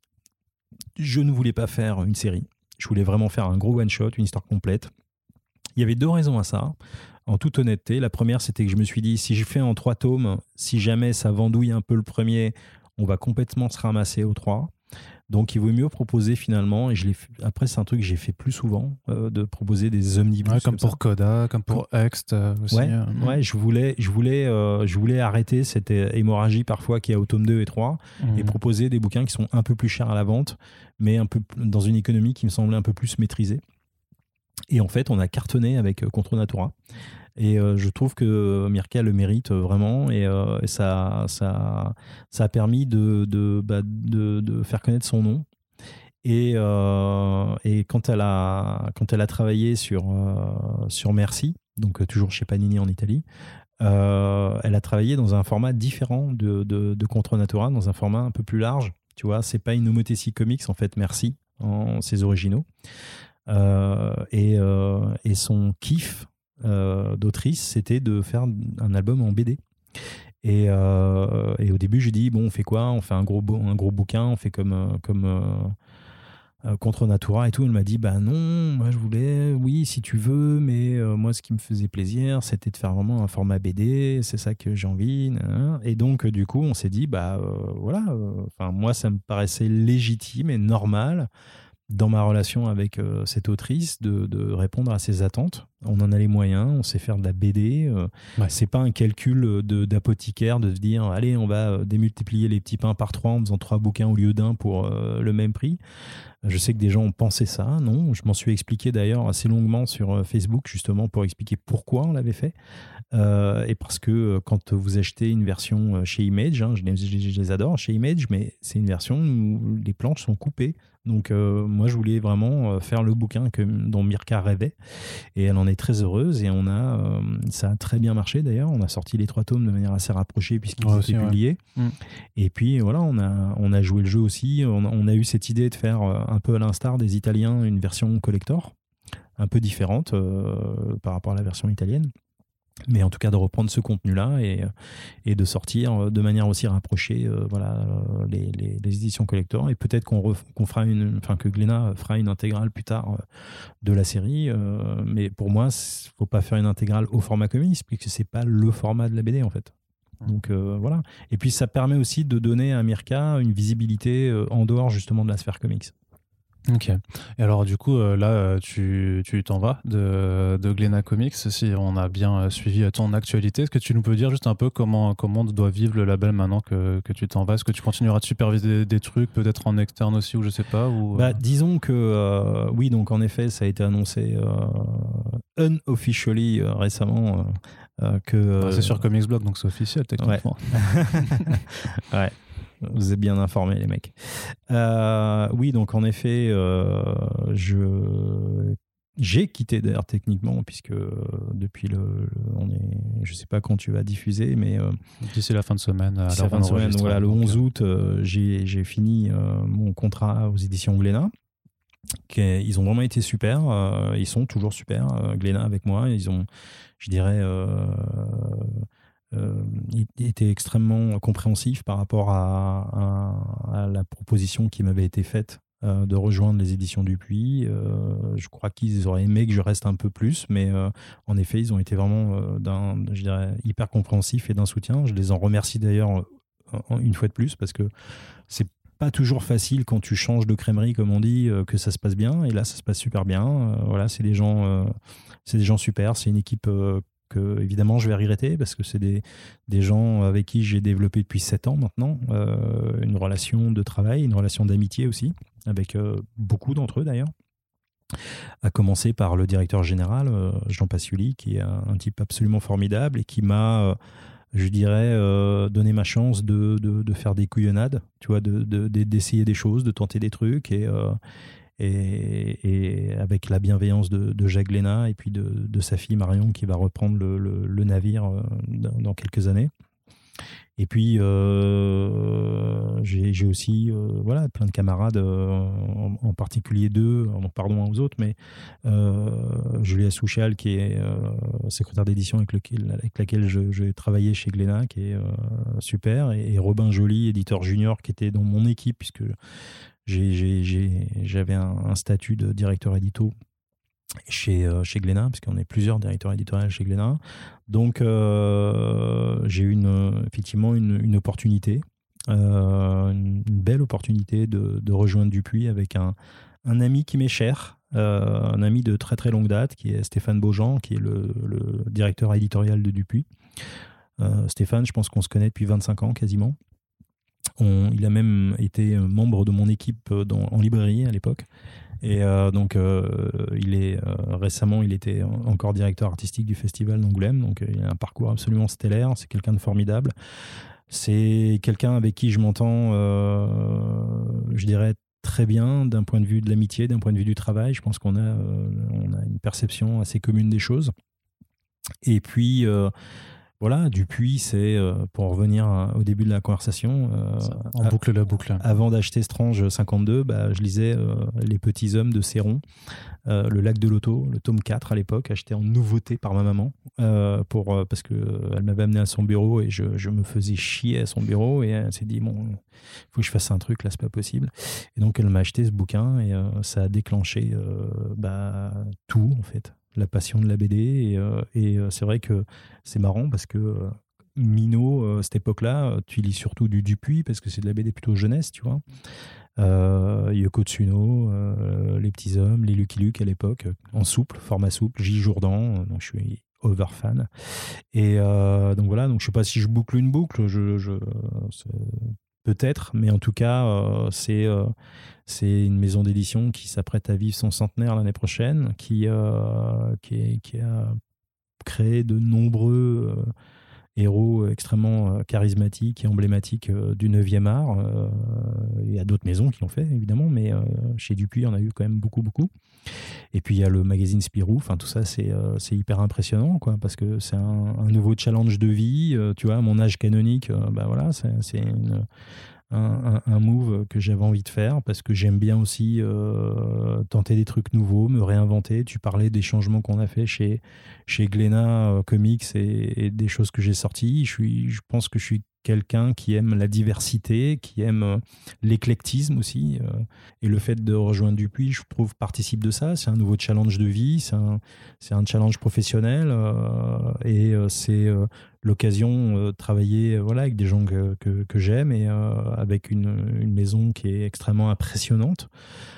Je ne voulais pas faire une série. Je voulais vraiment faire un gros one-shot, une histoire complète. Il y avait deux raisons à ça. En toute honnêteté, la première, c'était que je me suis dit, si je fais en trois tomes, si jamais ça vendouille un peu le premier, on va complètement se ramasser aux trois. Donc, il vaut mieux proposer finalement, et je l'ai fait, après, c'est un truc que j'ai fait plus souvent, euh, de proposer des omnibus. Ouais, comme, comme pour ça. Coda, comme pour Ext euh, aussi. Ouais, euh, ouais, je voulais, je, voulais, euh, je voulais arrêter cette hémorragie parfois qu'il y a au tome deux et trois, mmh. et proposer des bouquins qui sont un peu plus chers à la vente, mais un peu dans une économie qui me semblait un peu plus maîtrisée. Et en fait, on a cartonné avec Contre Natura. Et euh, je trouve que Mirka le mérite vraiment, et, euh, et ça, ça, ça a permis de, de, bah, de, de faire connaître son nom. Et, euh, et quand, elle a, quand elle a travaillé sur, euh, sur Merci, donc toujours chez Panini en Italie, euh, elle a travaillé dans un format différent de, de, de Contre Natura, dans un format un peu plus large. Tu vois, c'est pas une Homothétie Comics, en fait, Merci, en ses originaux. Euh, et, euh, et son kiff euh, d'autrice, c'était de faire un album en B D. Et, euh, et au début, j'ai dit, bon, on fait quoi ? On fait un gros, un gros bouquin, on fait comme, comme euh, Contre Natura et tout. Elle m'a dit, bah non, moi je voulais, oui, si tu veux, mais euh, moi ce qui me faisait plaisir, c'était de faire vraiment un format B D, c'est ça que j'ai envie. Hein. Et donc, du coup, on s'est dit, bah euh, voilà, enfin, euh, moi ça me paraissait légitime et normal dans ma relation avec euh, cette autrice, de, de répondre à ses attentes. On en a les moyens, on sait faire de la B D. Euh, ouais. C'est pas un calcul de, d'apothicaire de se dire, allez, on va démultiplier les petits pains par trois en faisant trois bouquins au lieu d'un pour euh, le même prix. Je sais que des gens ont pensé ça, non ? Je m'en suis expliqué d'ailleurs assez longuement sur Facebook, justement, pour expliquer pourquoi on l'avait fait. Euh, et parce que quand vous achetez une version chez Image, hein, je, les, je les adore chez Image, mais c'est une version où les planches sont coupées. Donc euh, moi je voulais vraiment faire le bouquin que, dont Mirka rêvait, et elle en est très heureuse, et on a, euh, ça a très bien marché d'ailleurs. On a sorti les trois tomes de manière assez rapprochée puisqu'ils ouais, étaient aussi, publiés. Ouais. Mm. Et puis voilà, on a, on a joué le jeu aussi. On a, on a eu cette idée de faire un peu à l'instar des Italiens une version collector, un peu différente euh, par rapport à la version italienne. Mais en tout cas de reprendre ce contenu-là et, et de sortir de manière aussi rapprochée euh, voilà, les, les, les éditions collector. Et peut-être qu'on, ref, qu'on fera une, enfin que Glénat fera une intégrale plus tard euh, de la série. Euh, mais pour moi, il ne faut pas faire une intégrale au format comics, puisque ce n'est pas le format de la B D en fait. Donc euh, voilà. Et puis ça permet aussi de donner à Mirka une visibilité euh, en dehors justement de la sphère comics. Ok. Et alors du coup, euh, là, tu, tu t'en vas de, de Glénat Comics, si on a bien suivi ton actualité. Est-ce que tu nous peux dire juste un peu comment, comment doit vivre le label maintenant que, que tu t'en vas ? Est-ce que tu continueras de superviser des, des trucs, peut-être en externe aussi, ou je sais pas ou... bah, disons que, euh, oui, donc en effet, ça a été annoncé euh, unofficially euh, récemment. Euh, que, euh, bah, c'est sur Comics Blog, donc c'est officiel techniquement. Ouais. ouais. Vous êtes bien informés, les mecs. Euh, oui, donc en effet, euh, je, j'ai quitté d'ailleurs techniquement, puisque euh, depuis le, le, on est, je sais pas quand tu vas diffuser, mais euh, d'ici la fin de semaine. À la fin de semaine, voilà, le onze août, euh, j'ai, j'ai fini euh, mon contrat aux éditions Glénat. Ils ont vraiment été super, euh, ils sont toujours super, euh, Glénat avec moi. Ils ont, je dirais. Euh, Euh, il était extrêmement compréhensif par rapport à, à, à la proposition qui m'avait été faite euh, de rejoindre les éditions Dupuis. Euh, je crois qu'ils auraient aimé que je reste un peu plus, mais euh, en effet, ils ont été vraiment euh, d'un, je dirais, hyper compréhensifs et d'un soutien. Je les en remercie d'ailleurs euh, une fois de plus, parce que c'est pas toujours facile quand tu changes de crèmerie, comme on dit, euh, que ça se passe bien. Et là, ça se passe super bien. Euh, voilà, c'est des gens, euh, c'est des gens super. C'est une équipe euh, que, évidemment, je vais regretter, parce que c'est des, des gens avec qui j'ai développé depuis sept ans maintenant euh, une relation de travail, une relation d'amitié aussi, avec euh, beaucoup d'entre eux d'ailleurs. À commencer par le directeur général, euh, Jean Passiuli, qui est un, un type absolument formidable et qui m'a euh, je dirais, euh, donner ma chance de, de, de faire des couillonnades, tu vois, de, de, de- d'essayer des choses, de tenter des trucs, et, euh, et, et avec la bienveillance de, de Jacques Glénat et puis de, de sa fille Marion, qui va reprendre le, le, le navire euh, dans, dans quelques années. Et puis, euh, j'ai, j'ai aussi euh, voilà, plein de camarades, euh, en, en particulier deux, en pardon aux autres, mais euh, Julia Souchal, qui est euh, secrétaire d'édition avec, lequel, avec laquelle je, je travaillais chez Glénat, qui est euh, super, et, et Robin Joly, éditeur junior, qui était dans mon équipe, puisque j'ai, j'ai, j'ai, j'avais un, un statut de directeur édito chez, euh, chez Glénat, parce qu'on est plusieurs directeurs éditoriaux chez Glénat. Donc, euh, j'ai eu une, effectivement une, une opportunité, euh, une, une belle opportunité de, de rejoindre Dupuis avec un, un ami qui m'est cher, euh, un ami de très très longue date, qui est Stéphane Beaujean, qui est le, le directeur éditorial de Dupuis. Euh, Stéphane, je pense qu'on se connaît depuis vingt-cinq ans quasiment. On, il a même été membre de mon équipe dans, en librairie à l'époque. Et euh, donc, euh, il est, euh, récemment, il était encore directeur artistique du Festival d'Angoulême. Donc, euh, il a un parcours absolument stellaire. C'est quelqu'un de formidable. C'est quelqu'un avec qui je m'entends, euh, je dirais, très bien d'un point de vue de l'amitié, d'un point de vue du travail. Je pense qu'on a, euh, on a une perception assez commune des choses. Et puis, euh, voilà, Dupuis, c'est, euh, pour revenir à- au début de la conversation, euh, En boucle la boucle. avant d'acheter Strange cinquante-deux, bah, je lisais euh, Les Petits Hommes de Céron, euh, Le Lac de l'Auto, le tome quatre à l'époque, acheté en nouveauté par ma maman, euh, pour, euh, parce qu'elle m'avait amené à son bureau et je, je me faisais chier à son bureau, et elle s'est dit, bon, il faut que je fasse un truc, là, c'est pas possible. Et donc, elle m'a acheté ce bouquin, et euh, ça a déclenché euh, bah, tout, en fait. La passion de la B D, et, euh, et euh, c'est vrai que c'est marrant parce que euh, Minot, euh, cette époque-là, euh, tu lis surtout du Dupuis parce que c'est de la B D plutôt jeunesse, tu vois. Euh, Yoko Tsuno, euh, Les Petits Hommes, Les Lucky Luke à l'époque, euh, en souple, format souple, J. Jourdan, euh, donc je suis over fan. Et euh, donc voilà, donc je sais pas si je boucle une boucle, je, je, c'est- peut-être, mais en tout cas, euh, c'est euh, c'est une maison d'édition qui s'apprête à vivre son centenaire l'année prochaine, qui, euh, qui, est- qui a créé de nombreux euh, héros extrêmement euh, charismatiques et emblématiques euh, du neuvième art. Euh, il y a d'autres maisons qui l'ont fait, évidemment, mais euh, chez Dupuis, on a eu quand même beaucoup, beaucoup. Et puis, il y a le magazine Spirou. Enfin, tout ça, c'est euh, c'est hyper impressionnant, quoi, parce que c'est un, un nouveau challenge de vie. Euh, tu vois, à mon âge canonique, euh, bah voilà, c'est c'est une un, un, un move que j'avais envie de faire, parce que j'aime bien aussi euh, tenter des trucs nouveaux, me réinventer. Tu parlais des changements qu'on a fait chez, chez Glénat euh, Comics, et, et des choses que j'ai sorties. Je, suis, je pense que je suis quelqu'un qui aime la diversité, qui aime euh, l'éclectisme aussi. Euh, et le fait de rejoindre Dupuis, je trouve, participe de ça. C'est un nouveau challenge de vie, c'est un, c'est un challenge professionnel, euh, et euh, c'est euh, l'occasion euh, de travailler euh, voilà, avec des gens que, que, que j'aime, et euh, avec une, une maison qui est extrêmement impressionnante.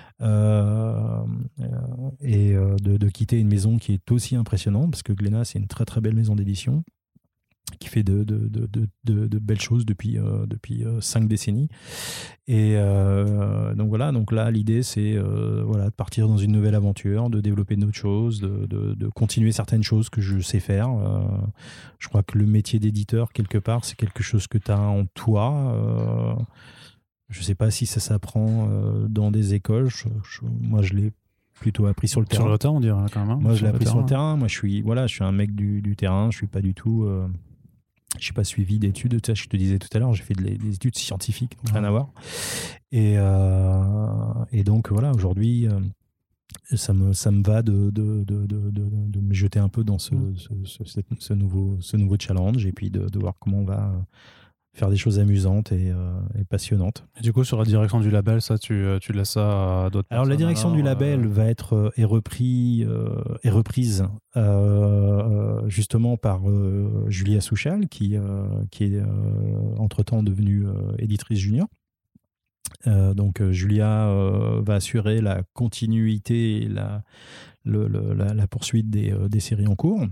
Euh, euh, et euh, de, de quitter une maison qui est aussi impressionnante, parce que Glénat, c'est une très très belle maison d'édition qui fait de, de, de, de, de, de belles choses depuis, euh, depuis euh, cinq décennies. Et euh, donc voilà, donc là, l'idée, c'est euh, voilà, de partir dans une nouvelle aventure, de développer d'autres choses, de, de, de continuer certaines choses que je sais faire. Euh, je crois que le métier d'éditeur, quelque part, c'est quelque chose que tu as en toi. Euh, je ne sais pas si ça s'apprend euh, dans des écoles. Je, je, moi, je l'ai plutôt appris sur le terrain. Sur le terrain, on dirait quand même. Hein, moi, je sur l'ai le appris terrain. sur le terrain. Moi, je suis, voilà, je suis un mec du, du terrain. Je ne suis pas du tout... Euh, je n'ai pas suivi d'études. Tu sais, je te disais tout à l'heure, j'ai fait des, des études scientifiques, donc ouais. Rien à voir. Et, euh, et donc, voilà, aujourd'hui, euh, ça, me, ça me va de, de, de, de, de, de me jeter un peu dans ce, ce, ce, ce, nouveau, ce nouveau challenge, et puis de, de voir comment on va faire des choses amusantes et, euh, et passionnantes. Et du coup, sur la direction du label, ça, tu, tu laisses ça à d'autres personnes? Alors, la direction alors, du label euh... va être euh, est, repris, euh, est reprise euh, justement par euh, Julia Souchal, qui, euh, qui est euh, entre-temps devenue euh, éditrice junior. Euh, donc, euh, Julia euh, va assurer la continuité et la, le, le, la, la poursuite des, euh, des séries en cours.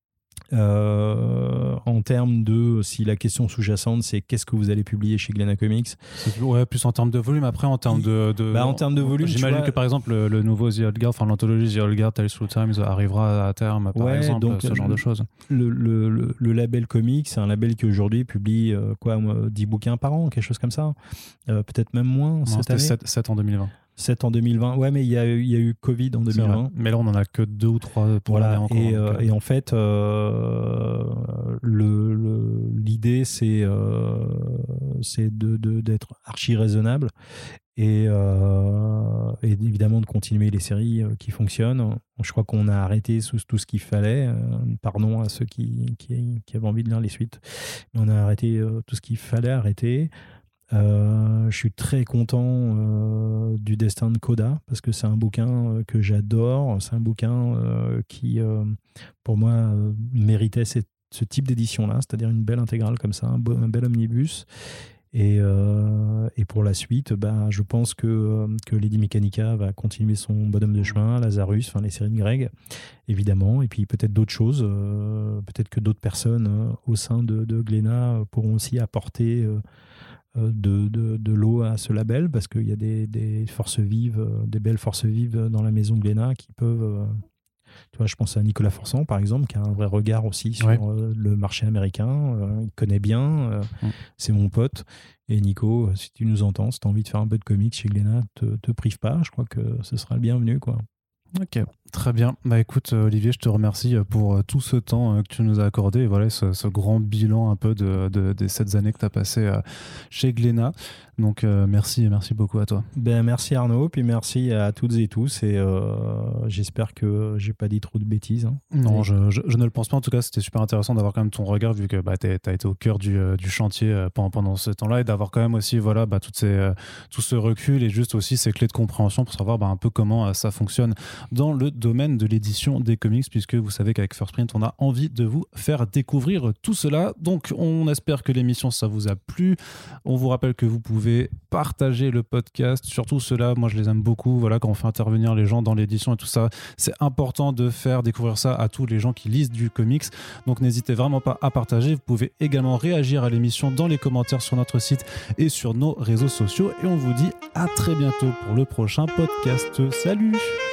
Euh, en termes de, si la question sous-jacente c'est qu'est-ce que vous allez publier chez Glénat Comics, c'est, ouais, plus en termes de volume. Après, en termes de, de, bah, en termes de volume, j'imagine vois, que par exemple le, le nouveau The Old Guard, enfin l'anthologie The Old Guard Tales Through Times arrivera à terme, par ouais, exemple, donc, ce genre le, de choses. Le, le, le, le label comics, c'est un label qui aujourd'hui publie euh, quoi, dix bouquins par an, quelque chose comme ça, euh, peut-être même moins. Non, cette c'était année. sept, sept en deux mille vingt. sept en deux mille vingt, ouais, mais il y a, il y a eu Covid en deux mille vingt. Mais là, on en a que deux ou trois pour voilà, l'année encore. Et, donc, euh, et en fait, euh, le, le, l'idée, c'est, euh, c'est de, de, d'être archi raisonnable et, euh, et évidemment de continuer les séries qui fonctionnent. Je crois qu'on a arrêté sous tout ce qu'il fallait. Pardon à ceux qui, qui, qui avaient envie de lire les suites. Mais on a arrêté tout ce qu'il fallait arrêter. Euh, je suis très content euh, du destin de Coda parce que c'est un bouquin euh, que j'adore. C'est un bouquin euh, qui, euh, pour moi, euh, méritait cette, ce type d'édition-là, c'est-à-dire une belle intégrale comme ça, un, beau, un bel omnibus. Et, euh, et pour la suite, bah, je pense que, que Lady Mechanica va continuer son bonhomme de chemin, Lazarus, enfin les séries de Greg, évidemment, et puis peut-être d'autres choses, euh, peut-être que d'autres personnes euh, au sein de, de Glénat pourront aussi apporter euh, de, de, de l'eau à ce label, parce qu'il y a des, des forces vives, des belles forces vives dans la maison Glénat qui peuvent... Euh, tu vois, je pense à Nicolas Forçant, par exemple, qui a un vrai regard aussi sur ouais. euh, le marché américain. Euh, il connaît bien, euh, mm. c'est mon pote. Et Nico, si tu nous entends, si tu as envie de faire un peu de comics chez Glénat, te, te prive pas. Je crois que ce sera le bienvenu, quoi. Ok, très bien. Bah écoute, Olivier, je te remercie pour tout ce temps que tu nous as accordé. Et voilà, ce, ce grand bilan un peu de, de, des sept années que tu as passé chez Glénat. Donc euh, merci, merci beaucoup à toi. Ben, merci Arnaud, puis merci à toutes et tous. Et euh, j'espère que j'ai pas dit trop de bêtises. Hein. Non, et... je, je, je ne le pense pas. En tout cas, c'était super intéressant d'avoir quand même ton regard, vu que bah, tu as été au cœur du, euh, du chantier euh, pendant, pendant ce temps-là, et d'avoir quand même aussi voilà, bah, toutes ces, euh, tout ce recul et juste aussi ces clés de compréhension pour savoir bah, un peu comment euh, ça fonctionne dans le domaine de l'édition des comics, puisque vous savez qu'avec First Print, on a envie de vous faire découvrir tout cela. Donc, on espère que l'émission, ça vous a plu. On vous rappelle que vous pouvez partager le podcast, surtout ceux-là, moi je les aime beaucoup, voilà, quand on fait intervenir les gens dans l'édition et tout ça, c'est important de faire découvrir ça à tous les gens qui lisent du comics, donc n'hésitez vraiment pas à partager. Vous pouvez également réagir à l'émission dans les commentaires sur notre site et sur nos réseaux sociaux, et on vous dit à très bientôt pour le prochain podcast. Salut!